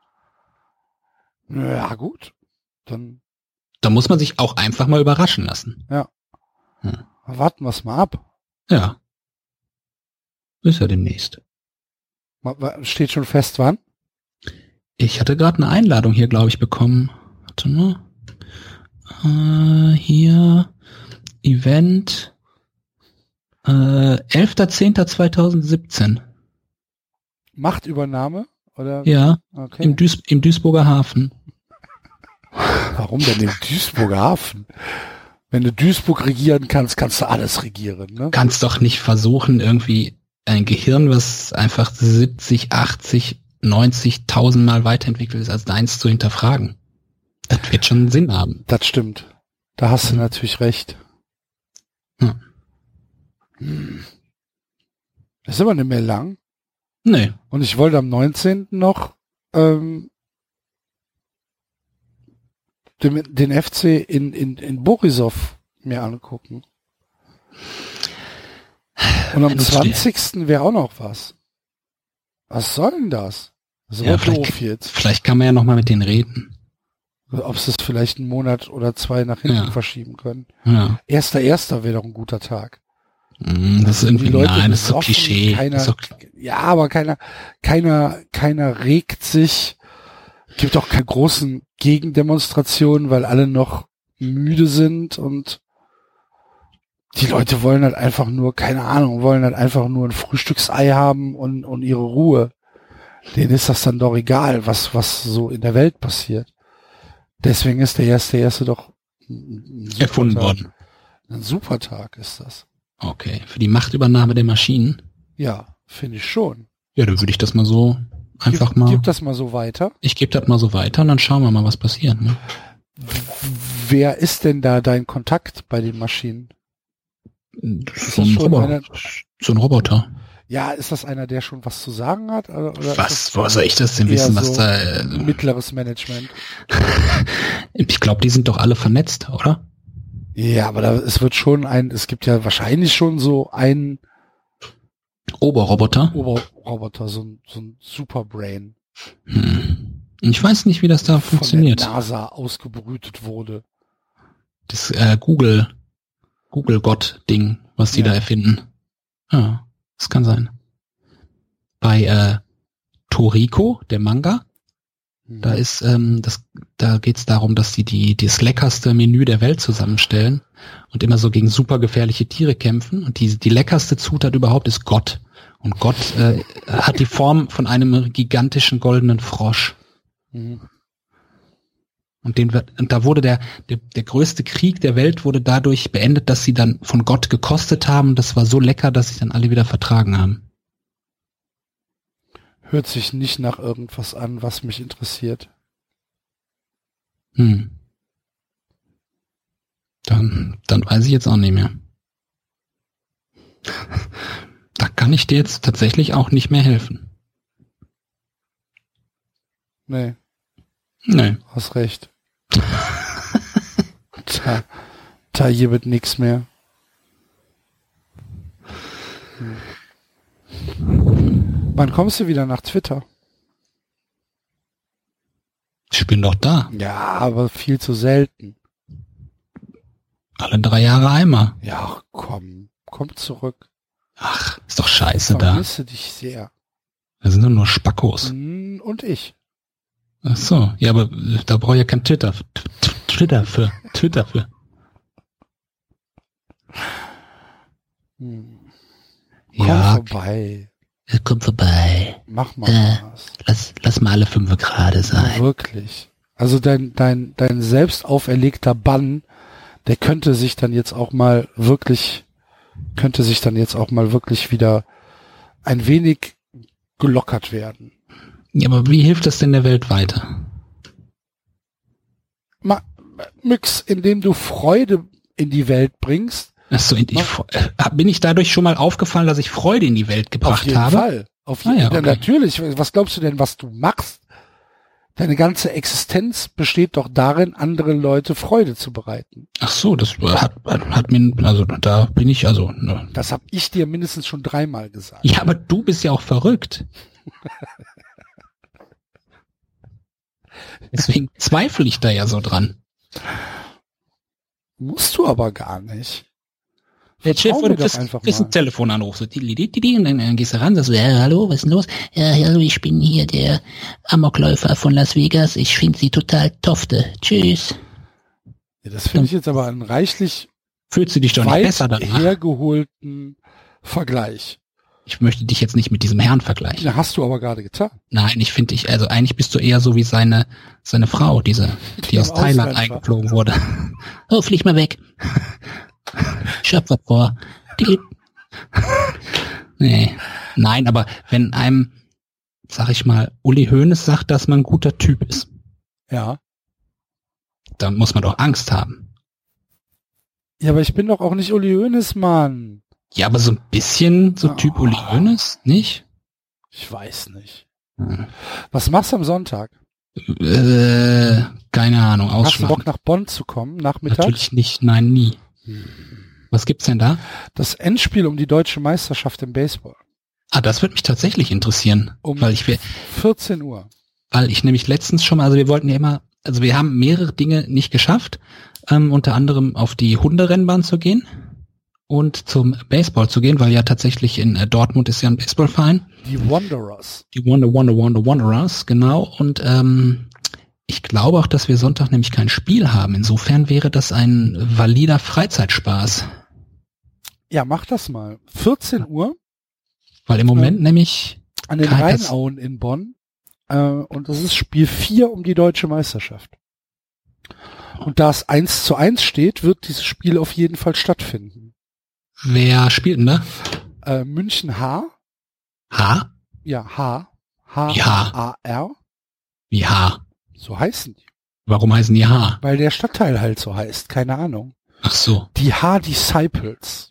ja gut. Dann Da muss man sich auch einfach mal überraschen lassen. warten wir es mal ab. Ja. Ist ja demnächst. Ma- wa- Steht schon fest, wann? Ich hatte gerade eine Einladung hier, glaube ich, bekommen. Warte mal. Äh, hier Event äh, elfter zehnter zweitausendsiebzehn. Machtübernahme? Oder? Ja, Okay. im, Duis im Duisburger Hafen. Warum denn im Duisburger Hafen? Wenn du Duisburg regieren kannst, kannst du alles regieren, ne? Kannst doch nicht versuchen, irgendwie ein Gehirn, was einfach siebzig, achtzig, neunzigtausend Mal weiterentwickelt ist als deins, zu hinterfragen. Das wird schon Sinn haben. Das stimmt. Da hast du natürlich recht. Hm. Hm. Das ist aber nicht mehr lang. Nee. Und ich wollte am neunzehnten noch ähm, den, den F C in, in, in Borisov mir angucken. Und am Das zwanzigsten wäre auch noch was. Was soll denn das? So Ja, doof vielleicht, jetzt. vielleicht kann man ja noch mal mit denen reden. Ob sie es vielleicht einen Monat oder zwei nach hinten Ja. verschieben können. Ja. Erster Erster wäre doch ein guter Tag. Mm, Das ist irgendwie, Die Leute nein, das ist so besoffen, Klischee. Keiner, Das ist so, ja, aber keiner, keiner, keiner regt sich. Gibt auch keine großen Gegendemonstrationen, weil alle noch müde sind und die Leute wollen halt einfach nur, keine Ahnung, wollen halt einfach nur ein Frühstücksei haben und, und ihre Ruhe. Denen ist das dann doch egal, was, was so in der Welt passiert. Deswegen ist der erste erste doch ein, ein super erfunden Tag. worden. Ein super Tag ist das. Okay. Für die Machtübernahme der Maschinen. Ja, finde ich schon. Ja, dann würde ich das mal so einfach gib, mal. Gib das mal so weiter. Ich gebe das mal so weiter und dann schauen wir mal, was passiert. Ne? Wer ist denn da dein Kontakt bei den Maschinen? So ein, schon Roboter. einer- so ein Roboter. Ja, ist das einer, der schon was zu sagen hat? Oder, oder ist Was, das woher soll ich das denn eher wissen, was so da... Äh, mittleres Management? ich glaube, die sind doch alle vernetzt, oder? Ja, aber da, es wird schon ein, es gibt ja wahrscheinlich schon so einen Oberroboter. Oberroboter, so ein, so ein Superbrain Hm. Ich weiß nicht, wie das da von funktioniert. der NASA ausgebrütet wurde. Das äh, Google, Google-Gott-Ding, was die Ja. da erfinden. Ja, das kann sein. Bei äh, Toriko, der Manga, da ist ähm, das, da geht's darum, dass sie die das leckerste Menü der Welt zusammenstellen und immer so gegen super gefährliche Tiere kämpfen. Und die die leckerste Zutat überhaupt ist Gott. Und Gott äh, hat die Form von einem gigantischen goldenen Frosch. Mhm. Und den wird, und da wurde der, der der größte Krieg der Welt wurde dadurch beendet, dass sie dann von Gott gekostet haben. Das war so lecker, dass sie dann alle wieder vertragen haben. Hört sich nicht nach irgendwas an, was mich interessiert. Hm. Dann, dann weiß ich jetzt auch nicht mehr. Da kann ich dir jetzt tatsächlich auch nicht mehr helfen. Nee, Nee. hast recht. da, da hier wird nix mehr. Hm. Wann kommst du wieder nach Twitter? Ich bin doch da. Ja, aber viel zu selten. Alle drei Jahre einmal. Ja, komm, komm zurück. Ach, ist doch scheiße Ich da. vermisse dich sehr. Da sind doch nur Spackos. Mm, Und ich. Ach so, ja, aber äh, da brauche ich ja kein Twitter. T- T- Twitter für. Twitter für. Hm. Komm Ja, vorbei. Komm vorbei. Mach mal Äh. was. Lass, lass mal alle fünf gerade Ja, sein. wirklich. Also dein, dein, dein selbst auferlegter Bann, der könnte sich dann jetzt auch mal wirklich, könnte sich dann jetzt auch mal wirklich wieder ein wenig gelockert werden. Ja, aber wie hilft das denn der Welt weiter? Ma, Mix, indem du Freude in die Welt bringst. Ach so, ich, äh, bin ich dadurch schon mal aufgefallen, dass ich Freude in die Welt gebracht Auf jeden habe? Fall. Auf jeden Ah, ja, Fall. okay. Natürlich. Was glaubst du denn, was du machst? Deine ganze Existenz besteht doch darin, andere Leute Freude zu bereiten. Ach so, das hat, hat, hat mir, also da bin ich also. Ne. Das habe ich dir mindestens schon dreimal gesagt. Ja, aber du bist ja auch verrückt. Deswegen zweifle ich da ja so dran. Musst du aber gar nicht. Der Chef Vertrau mir du doch kriegst, einfach kriegst mal. einen Telefonanruf, so, dili, dili, dili, und dann, dann gehst du ran, sagst So, ja, hallo, was ist denn los? Ja, hallo, ich bin hier der Amokläufer von Las Vegas. Ich finde sie total tofte. Tschüss. Ja, das finde ich jetzt aber einen reichlich fühlst du dich doch nicht weit besser danach. hergeholten Vergleich. Ich möchte dich jetzt nicht mit diesem Herrn vergleichen. Ja, hast du aber gerade getan. Nein, ich finde dich, also eigentlich bist du eher so wie seine, seine Frau, diese, die, Die aus am Thailand Ausland war. eingeflogen wurde. Oh, flieg mal weg. Ich hab was vor. Die- Nee. Nein, aber wenn einem, sag ich mal, Uli Hoeneß sagt, dass man ein guter Typ ist, Ja. dann muss man doch Angst haben. Ja, aber ich bin doch auch nicht Uli Hoeneß, Mann. Ja, aber so ein bisschen so Typ Oh. Uli Hoeneß, nicht? Ich weiß nicht. Hm. Was machst du am Sonntag? Äh, keine Ahnung, Hast du ausschlafen. Bock nach Bonn zu kommen, nachmittags? Natürlich nicht, nein, nie. Was gibt's denn da? Das Endspiel um die deutsche Meisterschaft im Baseball. Ah, das würde mich tatsächlich interessieren, Um weil ich, wir- vierzehn Uhr. weil ich nämlich letztens schon mal, also wir wollten ja immer, also wir haben mehrere Dinge nicht geschafft, ähm, unter anderem auf die Hunderennbahn zu gehen und zum Baseball zu gehen, weil ja tatsächlich in äh, Dortmund ist ja ein Baseballverein, Die Wanderers. die Wonder Wonder Wonder Wanderers, genau, und ähm, ich glaube auch, dass wir Sonntag nämlich kein Spiel haben. Insofern wäre das ein valider Freizeitspaß, Ja, mach das mal. vierzehn Uhr weil im Moment nämlich an den Kein- das- Rheinauen in Bonn. Äh, und das ist Spiel vier um die deutsche Meisterschaft. Und da es eins zu eins steht, wird dieses Spiel auf jeden Fall stattfinden. wer spielt denn da? Äh, München H. H? Ja, H. H. Ja. A R. Wie H? So heißen die. Warum heißen die H? Weil der Stadtteil halt so heißt. Keine Ahnung. Ach so. Die H-Disciples.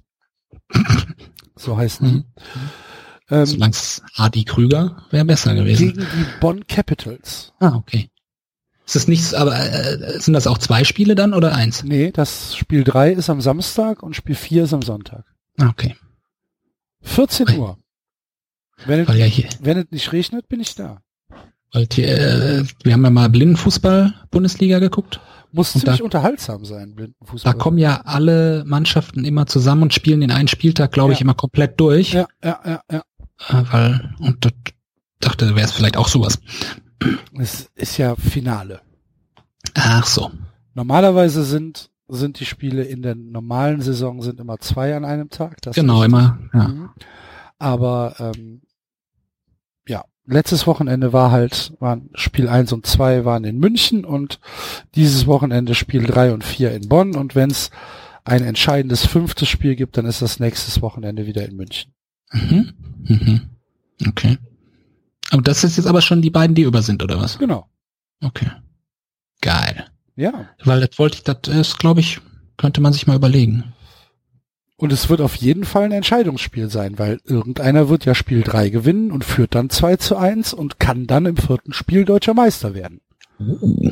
So heißen die. Mhm. Ähm, Solange es Hardy Krüger wäre besser gewesen. gegen die Bonn Capitals. Ah, okay. Ist das nichts, aber äh, sind das auch zwei Spiele dann oder eins? Nee, das Spiel drei ist am Samstag und Spiel vier ist am Sonntag. Ah, okay. vierzehn Uhr. Wenn es, Weil ja hier, wenn es nicht regnet, bin ich da. weil hier, äh, wir haben ja mal Blindenfußball-Bundesliga geguckt. Muss Und ziemlich da- unterhaltsam sein, Da Blindenfußball. kommen ja alle Mannschaften immer zusammen und spielen den einen Spieltag, glaube ich, Ja. immer komplett durch. Ja, ja, ja, ja. Äh, weil, und das, dachte, wäre es vielleicht auch sowas. Es ist ja Finale. Ach so. Normalerweise sind, sind die Spiele in der normalen Saison sind immer zwei an einem Tag. Das Genau, ist- immer. Ja. Mhm. Aber ähm, ja, letztes Wochenende war halt, waren Spiel eins und zwei waren in München und dieses Wochenende Spiel drei und vier in Bonn. Und wenn es ein entscheidendes fünftes Spiel gibt, dann ist das nächstes Wochenende wieder in München. Mhm. Mhm. Okay. Aber das ist jetzt aber schon die beiden, die über sind, oder was? Genau. Okay. Geil. Ja. Weil das wollte ich, das ist, glaube ich, könnte man sich mal überlegen. Und es wird auf jeden Fall ein Entscheidungsspiel sein, weil irgendeiner wird ja Spiel drei gewinnen und führt dann zwei zu eins und kann dann im vierten Spiel deutscher Meister werden. Uh.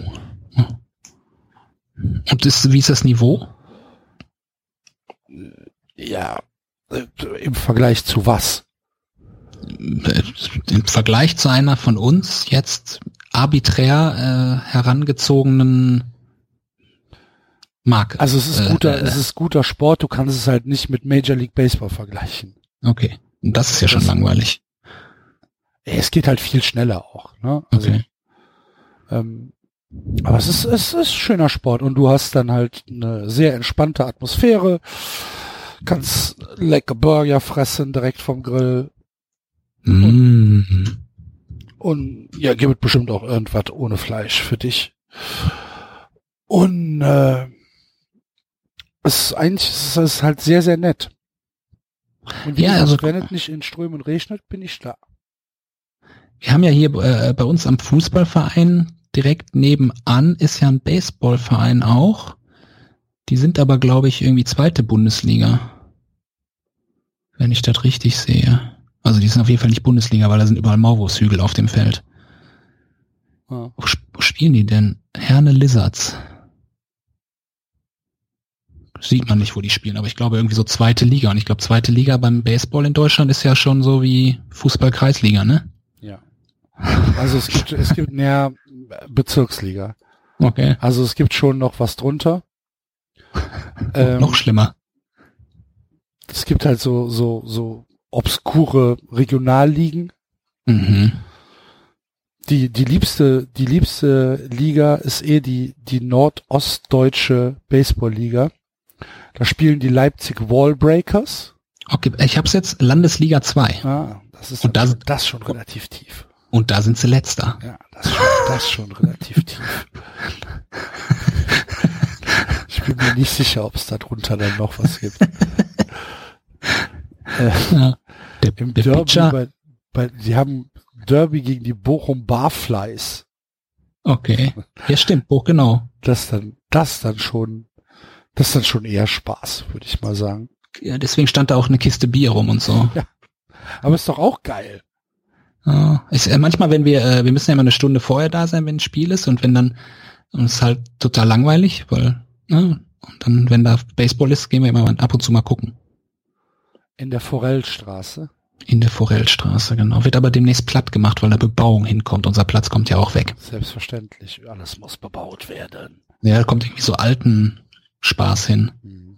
Und ist, wie ist das Niveau? Ja. Äh, Im Vergleich zu was? Im Vergleich zu einer von uns jetzt arbiträr äh, herangezogenen Marke. Also es ist Äh, guter, äh, es ist guter Sport, du kannst es halt nicht mit Major League Baseball vergleichen. Okay. Und das ist ja schon Das- langweilig. Ey, es geht halt viel schneller auch, ne? Also, Okay. ähm, aber es ist, es ist schöner Sport und du hast dann halt eine sehr entspannte Atmosphäre, kannst lecker Burger fressen direkt vom Grill Mm. und ja, gibt bestimmt auch irgendwas ohne Fleisch für dich. Und äh, es ist eigentlich es ist halt sehr, sehr nett. Und wie Ja, gesagt, also- wenn es nicht in Strömen regnet, bin ich da. Wir haben ja hier äh, bei uns am Fußballverein direkt nebenan ist ja ein Baseballverein auch. Die sind aber, glaube ich, irgendwie zweite Bundesliga. Wenn ich das richtig sehe. Also die sind auf jeden Fall nicht Bundesliga, weil da sind überall Maulwurfshügel auf dem Feld. Ja. Wo, sp- wo spielen die denn? Herne Lizards. Sieht man nicht, wo die spielen, aber ich glaube irgendwie so zweite Liga. Und ich glaube, zweite Liga beim Baseball in Deutschland ist ja schon so wie Fußball-Kreisliga, ne? Ja. Also es gibt, es gibt mehr Bezirksliga. Okay. Also es gibt schon noch was drunter. ähm, Noch schlimmer. Es gibt halt so, so, so obskure Regionalligen. Mhm. Die, die liebste, die liebste Liga ist eh die, die nordostdeutsche Baseballliga. Da spielen die Leipzig Wallbreakers. Okay, ich hab's jetzt Landesliga zwei. Ah, das ist Und da- das, das schon relativ tief. Und da sind sie letzter. Ja, das schon, das schon relativ tief. Ich bin mir nicht sicher, ob es da drunter dann noch was gibt. äh, Ja. Der, Im der Derby, Pitcher. bei, bei, die haben Derby gegen die Bochum Barflies. Okay. Ja, stimmt, Buch, genau. Das dann, das dann schon, das dann schon eher Spaß, würde ich mal sagen. Ja, deswegen stand da auch eine Kiste Bier rum und so. Aber ist doch auch geil. Ja, ich, äh, manchmal, wenn wir, äh, wir müssen ja immer eine Stunde vorher da sein, wenn ein Spiel ist und wenn dann, uns halt total langweilig, weil, ne, und dann, wenn da Baseball ist, gehen wir immer ab und zu mal gucken. In der Forellstraße. In der Forellstraße, genau. Wird aber demnächst platt gemacht, weil da Bebauung hinkommt. Unser Platz kommt ja auch weg. Selbstverständlich. Alles muss bebaut werden. Ja, da kommt irgendwie so alten Spaß hin. Hm.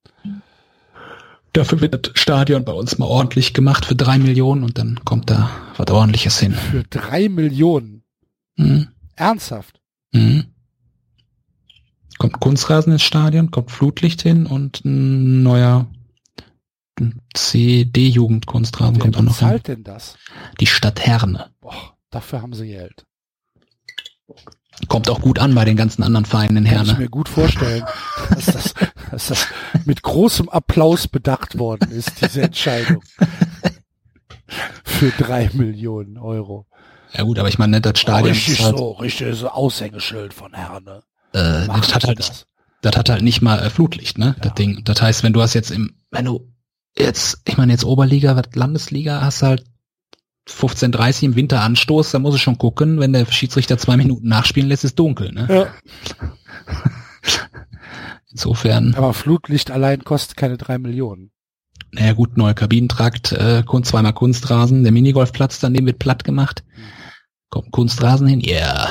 Dafür wird das Stadion bei uns mal ordentlich gemacht für drei Millionen und dann kommt da was Ordentliches hin. Für drei Millionen. Mhm. Ernsthaft. Mhm. Kommt Kunstrasen ins Stadion, kommt Flutlicht hin und ein neuer C D-Jugendkunstrasen Wer kommt auch noch hin. bezahlt denn das? Die Stadt Herne. Boah, dafür haben sie Geld. Kommt auch gut an bei den ganzen anderen Vereinen in Kann ich Herne. mir gut vorstellen, dass das, dass das mit großem Applaus bedacht worden ist, diese Entscheidung. Für drei Millionen Euro. Ja gut, aber ich meine, das Stadion richtig ist halt, so, richtig so Aushängeschild von Herne. äh, Machen das hat Sie halt, das. das hat halt nicht mal äh, Flutlicht, ne? Ja. Das Ding. Das heißt, wenn du hast jetzt im, wenn du jetzt, ich meine jetzt Oberliga, was Landesliga, hast halt fünfzehn dreißig im Winter Anstoß, da muss ich schon gucken, wenn der Schiedsrichter zwei Minuten nachspielen lässt, ist dunkel, ne? Ja. Insofern, Aber Flutlicht allein kostet keine drei Millionen. naja gut, neuer Kabinentrakt, äh, Kunst, zweimal Kunstrasen, der Minigolfplatz daneben wird platt gemacht. Kommt ein Kunstrasen hin, ja.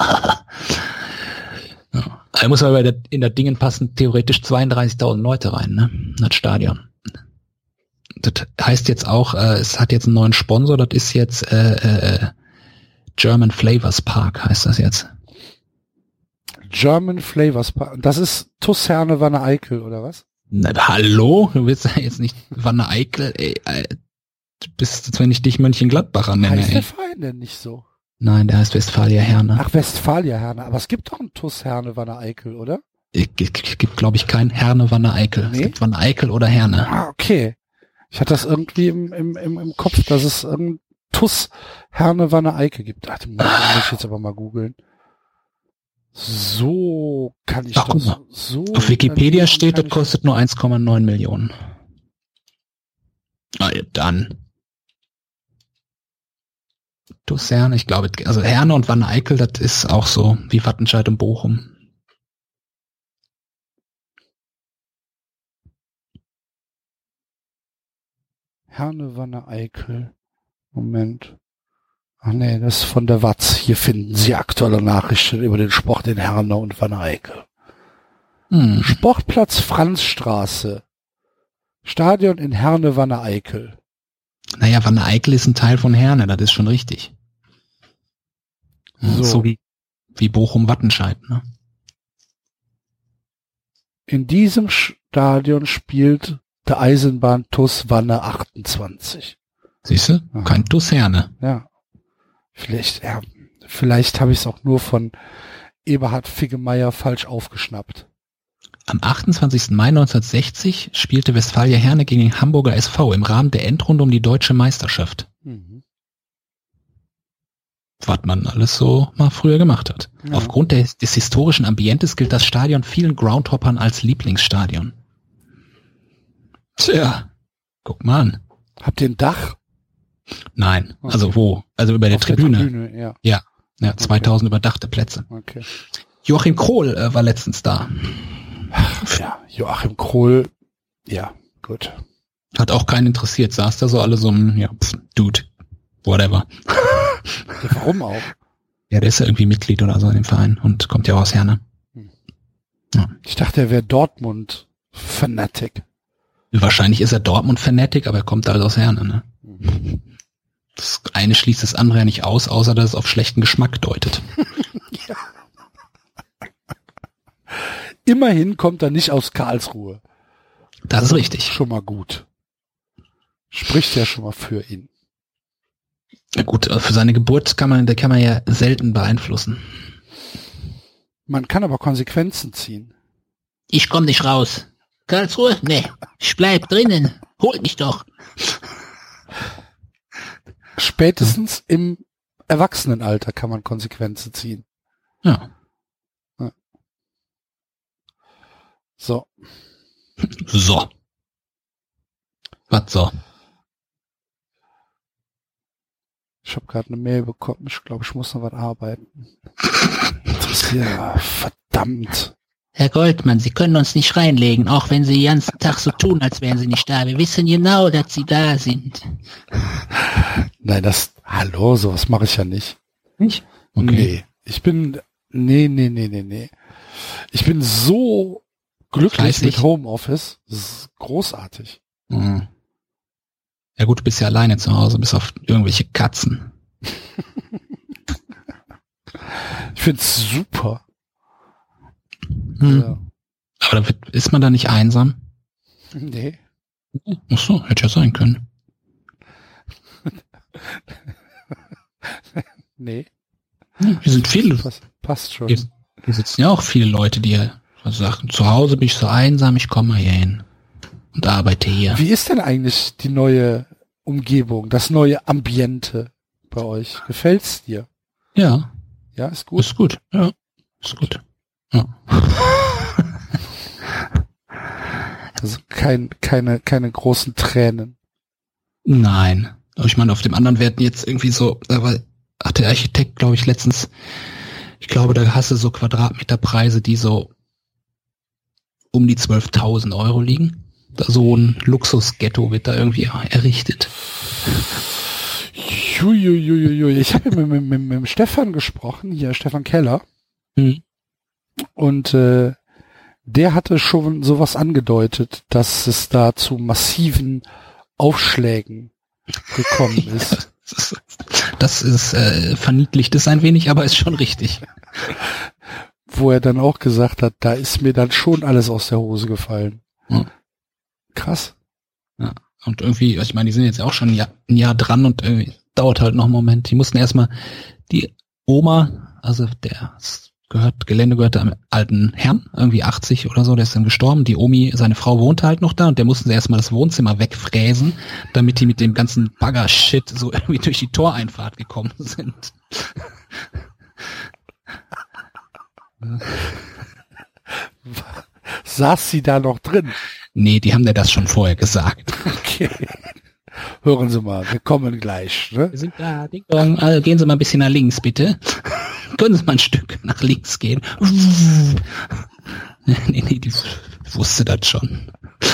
Ja. Da muss aber bei der, in der Dingen passen theoretisch zweiunddreißigtausend Leute rein, ne? In das Stadion. Das heißt jetzt auch, äh, es hat jetzt einen neuen Sponsor, das ist jetzt äh, äh, German Flavors Park, heißt das jetzt. German Flavors Park. Das ist T U S Herne Wanne Eickel, oder was? Na, hallo? Du willst ja jetzt nicht Wanne Eickel, ey, ey, du bist, als wenn ich dich Mönchengladbacher nenne, Heißt der ey. Verein denn nicht so? Nein, der heißt Westfalia Herne. Ach, Westfalia Herne. Aber es gibt doch einen T U S Herne Wanne Eickel, oder? Es gibt, gibt glaube ich, kein Herne Wanne Eickel. Nee? Es gibt Wanne Eickel oder Herne. Ah, okay. Ich hatte das irgendwie im, im, im, im Kopf, dass es irgendein T U S Herne Wanne Eickel gibt. Ach, den muss muss ich jetzt aber mal googeln. So kann ich Ach, guck das mal. so. Auf Wikipedia dann steht, kann das ich- kostet nur eins Komma neun Millionen. Na ja, dann. Du Herne, ich glaube, also Herne und Wanne Eickel, das ist auch so wie Wattenscheid und Bochum. Herne Wanne Eickel. Moment. Ach nee, das ist von der Watz. Hier finden Sie aktuelle Nachrichten über den Sport in Herne und Wanne Eickel. Hm. Sportplatz Franzstraße. Stadion in Herne Wanne Eickel. Naja, Wanne Eickel ist ein Teil von Herne, das ist schon richtig. So. So wie, wie Bochum Wattenscheid, ne? In diesem Stadion spielt der Eisenbahn T U S Wanne achtundzwanzig. Siehst du? Aha. Kein T U S Herne. Ja. Vielleicht, ja, vielleicht habe ich es auch nur von Eberhard Figgemeier falsch aufgeschnappt. Am achtundzwanzigsten Mai neunzehnhundertsechzig spielte Westfalia Herne gegen den Hamburger S V im Rahmen der Endrunde um die deutsche Meisterschaft. Mhm. was man alles so mal früher gemacht hat. Ja. Aufgrund des, des historischen Ambientes gilt das Stadion vielen Groundhoppern als Lieblingsstadion. Tja, guck mal an. Habt ihr ein Dach? Nein, Okay. also wo? Also über der Auf Tribüne. Der Tribüne, ja. Ja, ja, zweitausend überdachte Plätze. Okay. Joachim Krohl äh, war letztens da. Ja, Joachim Krohl, ja, gut. Hat auch keinen interessiert, saß da so alle so, ja, pff, Dude, whatever. Ja, warum auch? Ja, der ist ja irgendwie Mitglied oder so in dem Verein und kommt ja aus Herne. Ich dachte, er wäre Dortmund-Fanatic. Wahrscheinlich ist er Dortmund-Fanatic, aber er kommt halt aus Herne, ne? Das eine schließt das andere ja nicht aus, außer dass es auf schlechten Geschmack deutet. Ja. Immerhin kommt er nicht aus Karlsruhe. Das ist richtig. Schon mal gut. Spricht ja schon mal für ihn. Na gut, für seine Geburt kann man, da kann man ja selten beeinflussen. Man kann aber Konsequenzen ziehen. Ich komm nicht raus. Karlsruhe? Nee, ich bleib drinnen. Holt mich doch. Spätestens im Erwachsenenalter kann man Konsequenzen ziehen. Ja. So. So. Was so? Ich habe gerade eine Mail bekommen. Ich glaube, ich muss noch was arbeiten. Ja, verdammt. Herr Goldmann, Sie können uns nicht reinlegen, auch wenn Sie den ganzen Tag so tun, als wären Sie nicht da. Wir wissen genau, dass Sie da sind. Nein, das, hallo, sowas mache ich ja nicht. Nicht? Okay. Nee, ich bin, nee, nee, nee, nee, nee. Ich bin so glücklich Fleißig. mit Homeoffice. Das ist großartig. Mhm. Ja gut, du bist ja alleine zu Hause, bis auf irgendwelche Katzen. Ich find's super. Hm. Ja. Aber da wird, ist man da nicht einsam? Nee. Ach so, hätte ja sein können. Nee. Wir sind viele. Passt, passt schon. Hier, hier sitzen ja auch viele Leute, die also sagen, zu Hause bin ich so einsam, ich komme mal hier hin und arbeite hier. Wie ist denn eigentlich die neue Umgebung, das neue Ambiente bei euch? Gefällt's dir? Ja, Ja, ist gut. ist gut. Ja, ist gut. Ja. Also kein, keine, keine großen Tränen. Nein. Aber ich meine, auf dem anderen werden jetzt irgendwie so, aber hat der Architekt, glaube ich, letztens, ich glaube, da hast du so Quadratmeterpreise, die so um die zwölftausend Euro liegen. Da so ein Luxusghetto wird da irgendwie errichtet. Juiuiuiui. Ich habe mit, mit, mit, mit dem Stefan gesprochen, hier Stefan Keller. Hm. Und äh, der hatte schon sowas angedeutet, dass es da zu massiven Aufschlägen gekommen ist. Das ist, das ist äh, verniedlicht es ein wenig, aber ist schon richtig. Wo er dann auch gesagt hat, da ist mir dann schon alles aus der Hose gefallen. Ja. Krass. Ja. Und irgendwie, ich meine, die sind jetzt auch schon ein Jahr, ein Jahr dran und irgendwie dauert halt noch einen Moment. Die mussten erstmal die Oma, also der gehört, Gelände gehörte am alten Herrn, irgendwie achtzig oder so, der ist dann gestorben. Die Omi, seine Frau wohnte halt noch da und der mussten sie erstmal das Wohnzimmer wegfräsen, damit die mit dem ganzen Bagger-Shit so irgendwie durch die Toreinfahrt gekommen sind. Saß sie da noch drin? Nee, die haben dir das schon vorher gesagt. Okay. Hören Sie mal, wir kommen gleich. Ne? Wir sind da, Ding Dong. Also gehen Sie mal ein bisschen nach links, bitte. Können Sie mal ein Stück nach links gehen? nee, nee, die wusste das schon.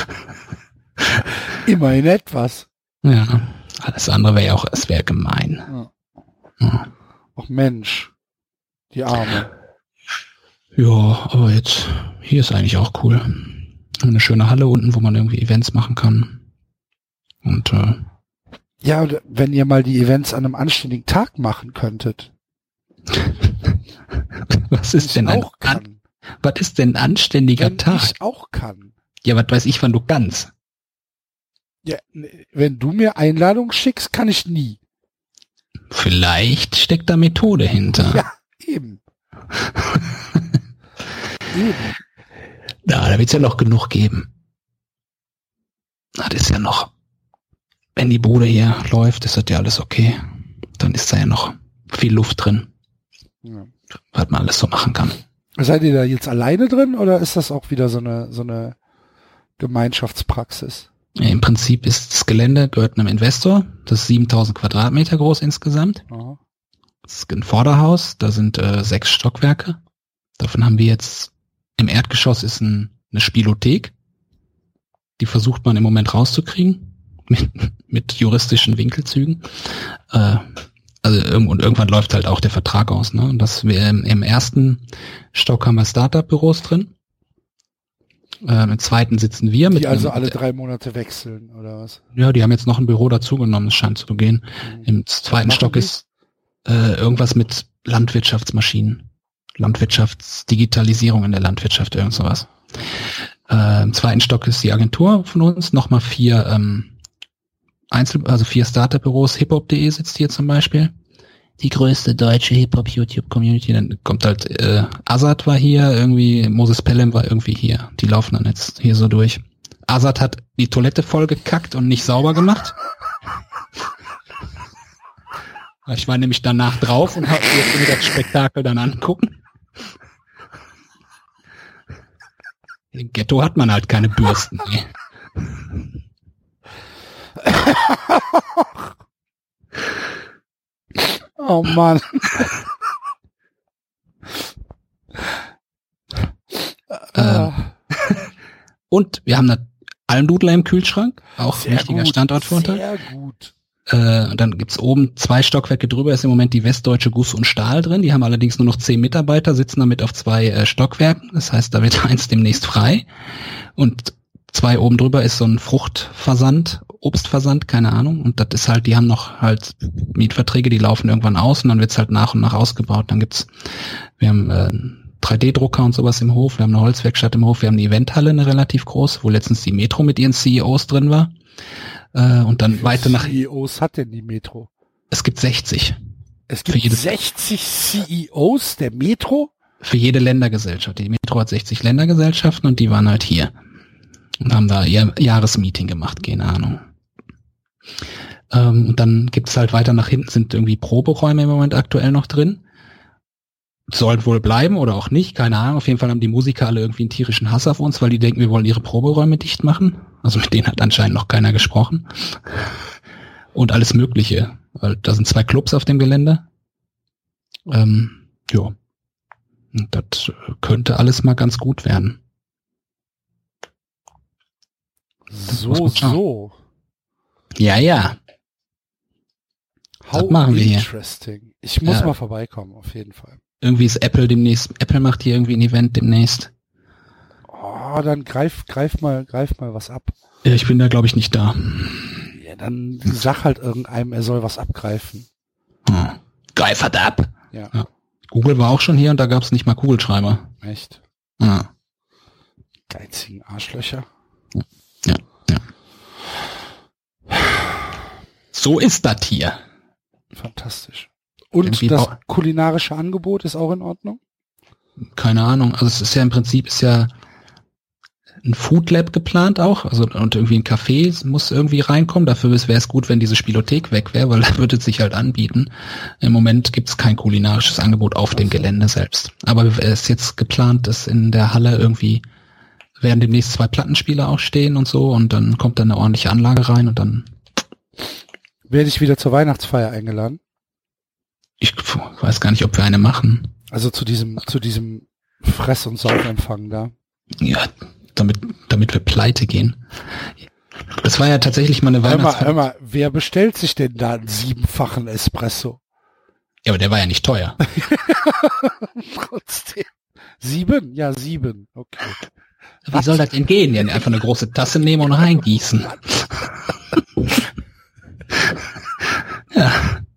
Immerhin etwas. Ja, alles andere wäre ja auch, es wäre gemein. Ja. Ja. Ach Mensch, die Arme. Ja, aber jetzt, hier ist eigentlich auch cool. Haben eine schöne Halle unten, wo man irgendwie Events machen kann. Und äh, Ja, wenn ihr mal die Events an einem anständigen Tag machen könntet. was ist denn ein, auch kann. was ist denn ein anständiger Wenn Tag? ich auch kann. Ja, was weiß ich, wann du kannst. Ja, wenn du mir Einladung schickst, kann ich nie. Vielleicht steckt da Methode hinter. Ja, eben. eben. Ja, da wird's ja noch genug geben. Das ist ja noch, wenn die Bude hier läuft, ist das ja alles okay. Dann ist da ja noch viel Luft drin. Ja. Was man alles so machen kann. Seid ihr da jetzt alleine drin oder ist das auch wieder so eine so eine Gemeinschaftspraxis? Im Prinzip ist das Gelände, gehört einem Investor. Das ist siebentausend Quadratmeter groß insgesamt. Aha. Das ist ein Vorderhaus, da sind äh, sechs Stockwerke. Davon haben wir jetzt, im Erdgeschoss ist ein, eine Spielothek. Die versucht man im Moment rauszukriegen. Mit, mit juristischen Winkelzügen. Äh, also irgend, und irgendwann läuft halt auch der Vertrag aus. Ne? Und das wir im, im ersten Stock haben wir Startup-Büros drin. Äh, Im zweiten sitzen wir mit. Die also einem, alle drei Monate wechseln, oder was? Ja, die haben jetzt noch ein Büro dazugenommen, das scheint zu gehen. Mhm. Im zweiten Stock die? ist äh, irgendwas mit Landwirtschaftsmaschinen. Landwirtschaftsdigitalisierung in der Landwirtschaft, irgend sowas. Äh, Im zweiten Stock ist die Agentur von uns, nochmal vier ähm, Einzel, also vier Startup-Büros, hiphop punkt de sitzt hier zum Beispiel. Die größte deutsche Hip-Hop-YouTube-Community. Dann kommt halt, äh, Azad war hier, irgendwie, Moses Pelham war irgendwie hier. Die laufen dann jetzt hier so durch. Azad hat die Toilette voll gekackt und nicht sauber gemacht. Ich war nämlich danach drauf und hab mir das Spektakel dann angucken. Im Ghetto hat man halt keine Bürsten. Nee. Oh Mann. ähm, und wir haben eine Almdudler im Kühlschrank, auch Sehr ein wichtiger gut, Standort für uns. Sehr gut. Äh, und dann gibt's oben zwei Stockwerke drüber, ist im Moment die Westdeutsche Guss und Stahl drin. Die haben allerdings nur noch zehn Mitarbeiter, sitzen damit auf zwei äh, Stockwerken. Das heißt, da wird eins demnächst frei. Und zwei oben drüber ist so ein Fruchtversand, Obstversand, keine Ahnung. Und das ist halt, die haben noch halt Mietverträge, die laufen irgendwann aus und dann wird's halt nach und nach ausgebaut. Dann gibt's, wir haben äh, drei D Drucker und sowas im Hof, wir haben eine Holzwerkstatt im Hof, wir haben eine Eventhalle, eine relativ groß, wo letztens die Metro mit ihren C E Os drin war. Äh, und dann weiter nach... C E Os hat denn die Metro? Es gibt sechzig. Es gibt jede, sechzig C E Os der Metro? Für jede Ländergesellschaft. Die Metro hat sechzig Ländergesellschaften und die waren halt hier. Und haben da ihr Jahresmeeting gemacht, keine Ahnung. Ähm, und dann gibt's halt weiter nach hinten, sind irgendwie Proberäume im Moment aktuell noch drin. Sollen wohl bleiben oder auch nicht, keine Ahnung. Auf jeden Fall haben die Musiker alle irgendwie einen tierischen Hass auf uns, weil die denken, wir wollen ihre Proberäume dicht machen. Also mit denen hat anscheinend noch keiner gesprochen. Und alles Mögliche. Weil da sind zwei Clubs auf dem Gelände. Ähm, ja. Und das könnte alles mal ganz gut werden. So, so. Ja, ja. How das machen wir hier. Interesting. Ich muss Ja. mal vorbeikommen, auf jeden Fall. Irgendwie ist Apple demnächst, Apple macht hier irgendwie ein Event demnächst. Oh, dann greif, greif mal, greif mal was ab. Ja, ich bin da glaube ich nicht da. Ja, dann sag halt irgendeinem, er soll was abgreifen. Hm. Greifert ab. Ja, Ja. Google war auch schon hier und da gab's nicht mal Kugelschreiber. echt. Ja. Geizigen Arschlöcher. Ja, ja. So ist das hier. Fantastisch. Und Irgendwie das bau- kulinarische Angebot ist auch in Ordnung? Keine Ahnung. Also es ist ja im Prinzip ist ja ein Food Lab geplant auch. Also und irgendwie ein Café muss irgendwie reinkommen. Dafür wäre es gut, wenn diese Spielothek weg wäre, weil da würde es sich halt anbieten. Im Moment gibt es kein kulinarisches Angebot auf dem Gelände selbst. Aber es ist jetzt geplant, dass in der Halle irgendwie werden demnächst zwei Plattenspieler auch stehen und so und dann kommt dann eine ordentliche Anlage rein und dann Werde ich wieder zur Weihnachtsfeier eingeladen? ich weiß gar nicht, ob wir eine machen. Also zu diesem, zu diesem Fress- und Saufempfang da. Ja, damit, damit wir pleite gehen. Das war ja tatsächlich mal eine Hör mal, Weihnachtsfeier. hör mal, wer bestellt sich denn da einen siebenfachen Espresso? Ja, aber der war ja nicht teuer. Trotzdem. Sieben? Ja, sieben. Okay. Wie soll das denn gehen? Ja, einfach eine große Tasse nehmen und reingießen. Ja.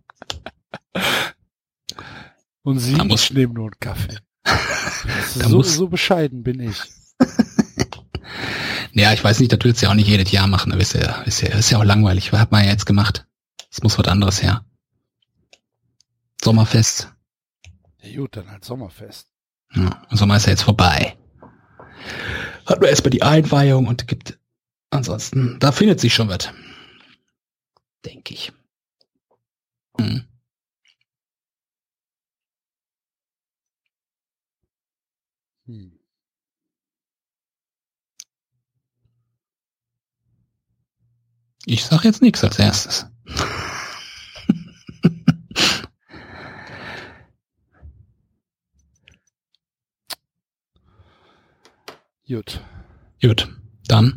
Und sie Da muss- nehmen nur einen Kaffee. Da So, muss- so bescheiden bin ich. Ja, ich weiß nicht, das willst du ja auch nicht jedes Jahr machen. Das ist ja, ist ja, ist ja auch langweilig. Was hat man ja jetzt gemacht? Es muss was anderes her. Sommerfest. Ja gut, dann halt Sommerfest. Ja, Sommer ist ja jetzt vorbei. Hat nur erstmal die Einweihung und gibt ansonsten, da findet sich schon was. Denke ich. Hm. Hm. Ich sag jetzt nichts als erstes. Gut. Gut, dann.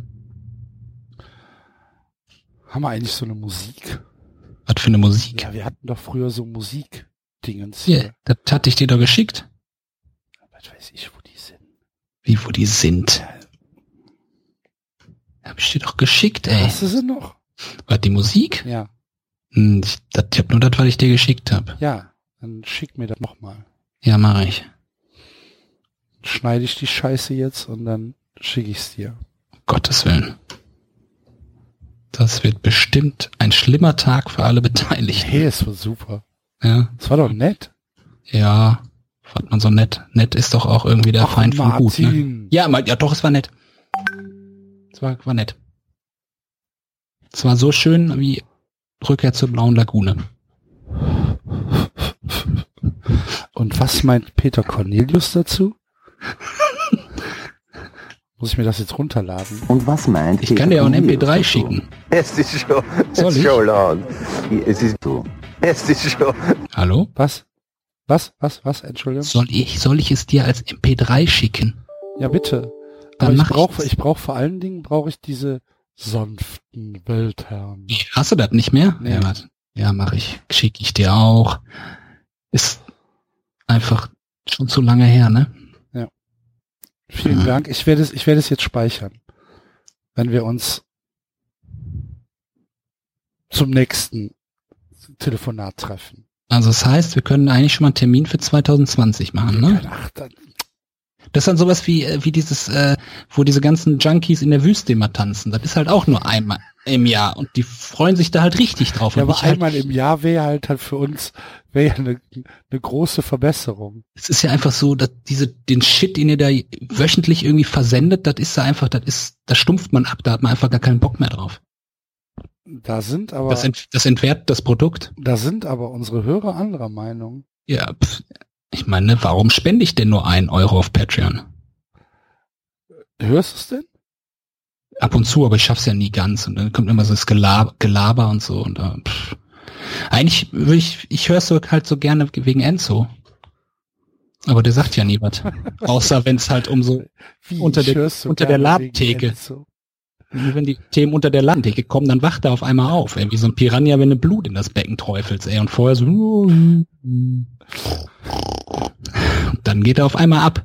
Haben wir eigentlich so eine Musik? Was für eine Musik? Ja, wir hatten doch früher so Musikdingens Hier, hier. das hatte ich dir doch geschickt. Was weiß ich, wo die sind. Wie, wo die sind? Hab ich dir doch geschickt, ey. Hast du sie noch? Was, die Musik? Ja. Hm, Ich, das, ich hab nur das, was ich dir geschickt hab. Ja, dann schick mir das nochmal. Ja, mach ich. Schneide ich die Scheiße jetzt und dann schicke ich es dir. Um Gottes Willen. Das wird bestimmt ein schlimmer Tag für alle Beteiligten. Hey, es war super. Ja, Es war doch nett. ja, fand man so nett. Nett ist doch auch irgendwie der Ach, Feind von gut, ne? Martin. Ja, mal, ja, doch, es war nett. Es war, war nett. Es war so schön wie Rückkehr zur Blauen Lagune. Und was meint Peter Cornelius dazu? Muss ich mir das jetzt runterladen? Und was meint Ich kann dir auch ein M P drei Cornelius dazu? schicken. Es ist schon, es Soll ist ich? schon lang. Es ist, So. es ist schon. Hallo? Was? Was? Was? Was? Entschuldigung? Soll ich, soll ich es dir als M P drei schicken? Ja, bitte. Dann Aber ich mach brauche, ich's. ich brauche vor allen Dingen brauche ich diese sanften Weltherren. Hast du das nicht mehr? Nee. Ja, warte. Ja, mach ich. Schicke ich dir auch. Ist einfach schon zu lange her, ne? Vielen Mhm. Dank. Ich werde es, ich werde es jetzt speichern, wenn wir uns zum nächsten Telefonat treffen. Also das heißt, wir können eigentlich schon mal einen Termin für zwanzig zwanzig machen, ne? Ach, dann, Das ist dann sowas wie, äh, wie dieses, äh, wo diese ganzen Junkies in der Wüste immer tanzen. Das ist halt auch nur einmal im Jahr und die freuen sich da halt richtig drauf. ja, Und aber ich halt, einmal im Jahr wäre halt halt für uns wäre ja eine, eine große Verbesserung. es ist ja einfach so, dass diese, den Shit, den ihr da wöchentlich irgendwie versendet, das ist da einfach, das ist, da stumpft man ab, da hat man einfach gar keinen Bock mehr drauf. Da sind aber Das, ent, das entwertet das Produkt. da sind aber unsere Hörer anderer Meinung. Ja, pf, ich meine, warum spende ich denn nur einen Euro auf Patreon? Hörst du es denn? Ab und zu, aber ich schaff's ja nie ganz. Und dann kommt immer so das Gelaber, Gelaber und so. Und äh, pff. Eigentlich würde ich, ich höre es so halt so gerne wegen Enzo. Aber der sagt ja nie was. Außer wenn es halt um so, Wie, Unter ich der- hör's so unter der gerne Ladentheke. wegen Enzo. wenn die Themen unter der Landecke kommen, dann wacht er auf einmal auf. Ey, wie so ein Piranha, wenn du Blut in das Becken träufelst, ey. Und vorher so, und dann geht er auf einmal ab.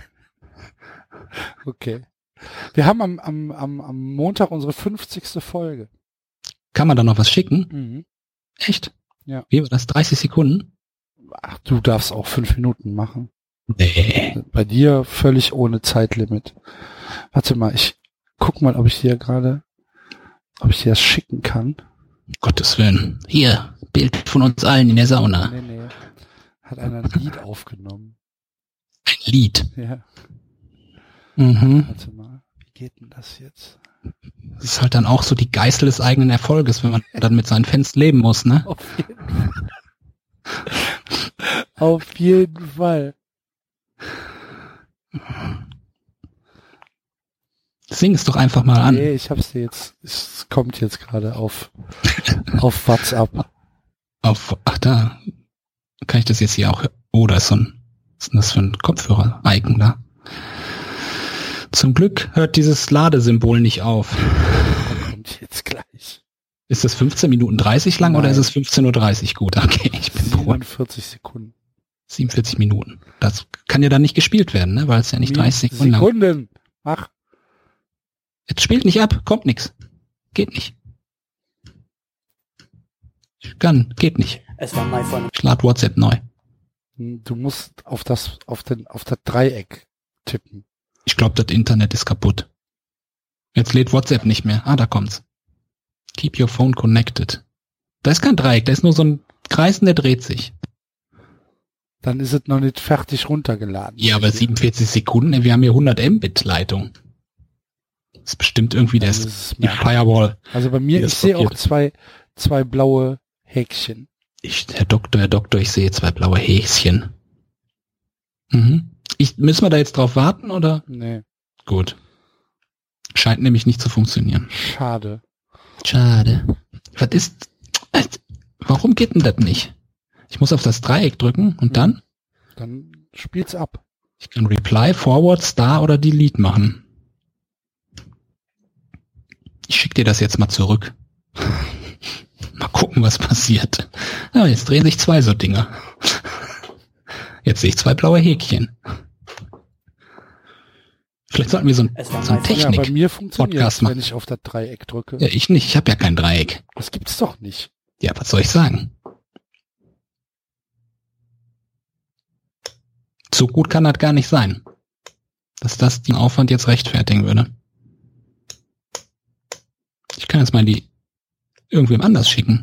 Okay. Wir haben am, am, am, am Montag unsere fünfzigste Folge. Kann man da noch was schicken? Mhm. Echt? Ja. Wie war das? dreißig Sekunden? Ach, du darfst auch fünf Minuten machen. Nee. Bei dir völlig ohne Zeitlimit. Warte mal, ich guck mal, ob ich dir gerade, ob ich dir das schicken kann. Um Gottes Willen. Hier, Bild von uns allen in der Sauna. Nee, nee. Hat einer ein Lied aufgenommen. Ein Lied. Ja, Mhm. warte mal. Wie geht denn das jetzt? Das ist halt dann auch so die Geißel des eigenen Erfolges, wenn man dann mit seinen Fans leben muss, ne? Auf jeden Fall. Auf jeden Fall. Sing es doch einfach mal an. Nee, ich hab's dir jetzt, es kommt jetzt gerade auf, auf WhatsApp. Auf, ach da. Kann ich das jetzt hier auch hören? Oh, da ist so ein, was ist denn das für ein Kopfhörer-Icon da? Zum Glück hört dieses Ladesymbol nicht auf. Kommt jetzt gleich. Ist das fünfzehn Minuten dreißig lang oder Nein. ist es fünfzehn Uhr dreißig gut? Okay, ich bin beruhigt. siebenundvierzig Sekunden. siebenundvierzig Minuten. Das kann ja dann nicht gespielt werden, ne? Weil es ja nicht dreißig Sekunden lang. Sekunden. Ach, Jetzt spielt nicht ab, kommt nix. Geht nicht. Ich kann, geht nicht. Es war mal von Ich lade WhatsApp neu. du musst auf das, auf den, auf das Dreieck tippen. Ich glaube, das Internet ist kaputt. Jetzt lädt WhatsApp nicht mehr. Ah, da kommt's. Keep your phone connected. Da ist kein Dreieck, da ist nur so ein Kreis und der dreht sich. Dann ist es noch nicht fertig runtergeladen. Ja, aber siebenundvierzig Sekunden, ey, wir haben hier hundert Mbit Leitung. Das ist bestimmt irgendwie Dann das, ist es die merkwürdig. Firewall. Also bei mir, Hier ich ist sehe auch blockiert. zwei, zwei blaue Häkchen. Ich, Herr Doktor, Herr Doktor, ich sehe zwei blaue Häschen. Mhm. Ich, müssen wir da jetzt drauf warten, oder? Nee, Gut. Scheint nämlich nicht zu funktionieren. schade. Schade. Was ist... äh, Warum geht denn das nicht? Ich muss auf das Dreieck drücken und dann? Dann spiel's ab. Ich kann Reply, Forward, Star oder Delete machen. Ich schicke dir das jetzt mal zurück. Mal gucken, was passiert. Ja, jetzt drehen sich zwei so Dinger. Jetzt sehe ich zwei blaue Häkchen. Vielleicht sollten wir so ein, Es war so ein mein- Ja, bei Technik. mir funktioniert Podcast es, wenn machen. ich auf das Dreieck drücke. Ja, ich nicht. Ich habe ja kein Dreieck. Das gibt's doch nicht. Ja, was soll ich sagen? So gut kann das gar nicht sein, dass das den Aufwand jetzt rechtfertigen würde. Ich kann jetzt mal die irgendwem anders schicken.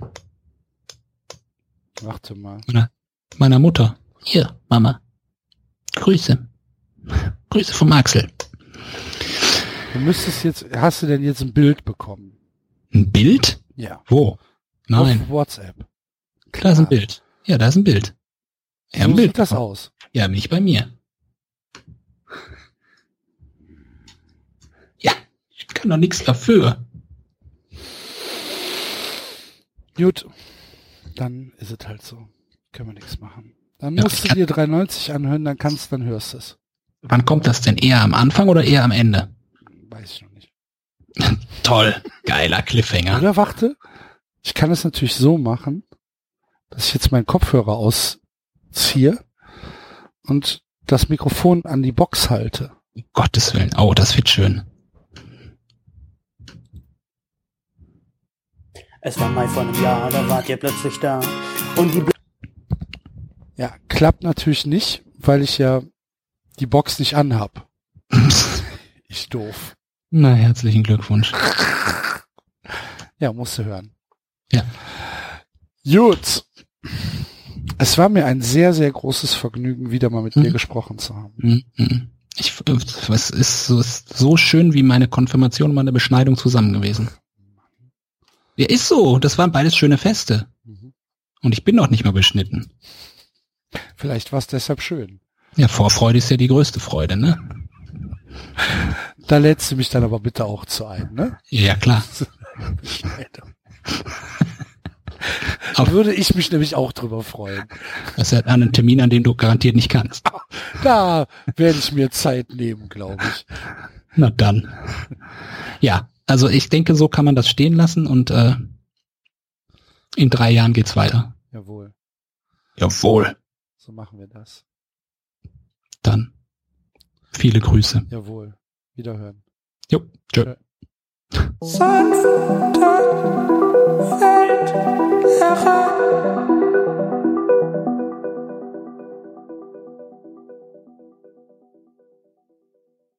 Warte mal. Meiner, meiner Mutter. Hier, Mama. Grüße. Grüße vom Axel. Du müsstest jetzt, hast du denn jetzt ein Bild bekommen? Ein Bild? Ja. Wo? Nein, Auf WhatsApp. da ist ein Bild. Ja, da ist ein Bild. Ja, So ein Bild. sieht das aus. Ja, nicht bei mir. Ja, ich kann doch nichts dafür. Gut. Dann ist es halt so. Können wir nichts machen. Dann Ja, musst ich du kann- dir dreiundneunzig anhören, dann kannst, dann hörst du es. Wann kommt das denn? Eher am Anfang oder eher am Ende? Weiß ich noch nicht. Toll. Geiler Cliffhanger. Oder warte, ich kann es natürlich so machen, dass ich jetzt meinen Kopfhörer ausziehe und das Mikrofon an die Box halte. Um Gottes Willen. Oh, das wird schön. Es war Mai vor einem Jahr, da wart ihr plötzlich da. Und die Ja, klappt natürlich nicht, weil ich ja die Box nicht anhab. Ich doof. Na, herzlichen Glückwunsch. Ja, musst du hören. Ja. Gut. Es war mir ein sehr, sehr großes Vergnügen, wieder mal mit Mhm. dir gesprochen zu haben. Mhm. Ich, es ist so, ist so schön wie meine Konfirmation und meine Beschneidung zusammen gewesen. Ja, ist so. Das waren beides schöne Feste. Mhm. Und ich bin noch nicht mal beschnitten. Vielleicht war es deshalb schön. Ja, Vorfreude ist ja die größte Freude, ne? Da lädst du mich dann aber bitte auch zu ein, ne? Ja, klar. Da würde ich mich nämlich auch drüber freuen. Das ist ja ein Termin, an dem du garantiert nicht kannst. Da werde ich mir Zeit nehmen, glaube ich. Na dann. Ja, also ich denke, so kann man das stehen lassen und äh, in drei Jahren geht's weiter. Jawohl, Jawohl. so machen wir das. Dann viele Grüße. Jawohl. Wiederhören. Jo, tschö. Sanfte Weltherren.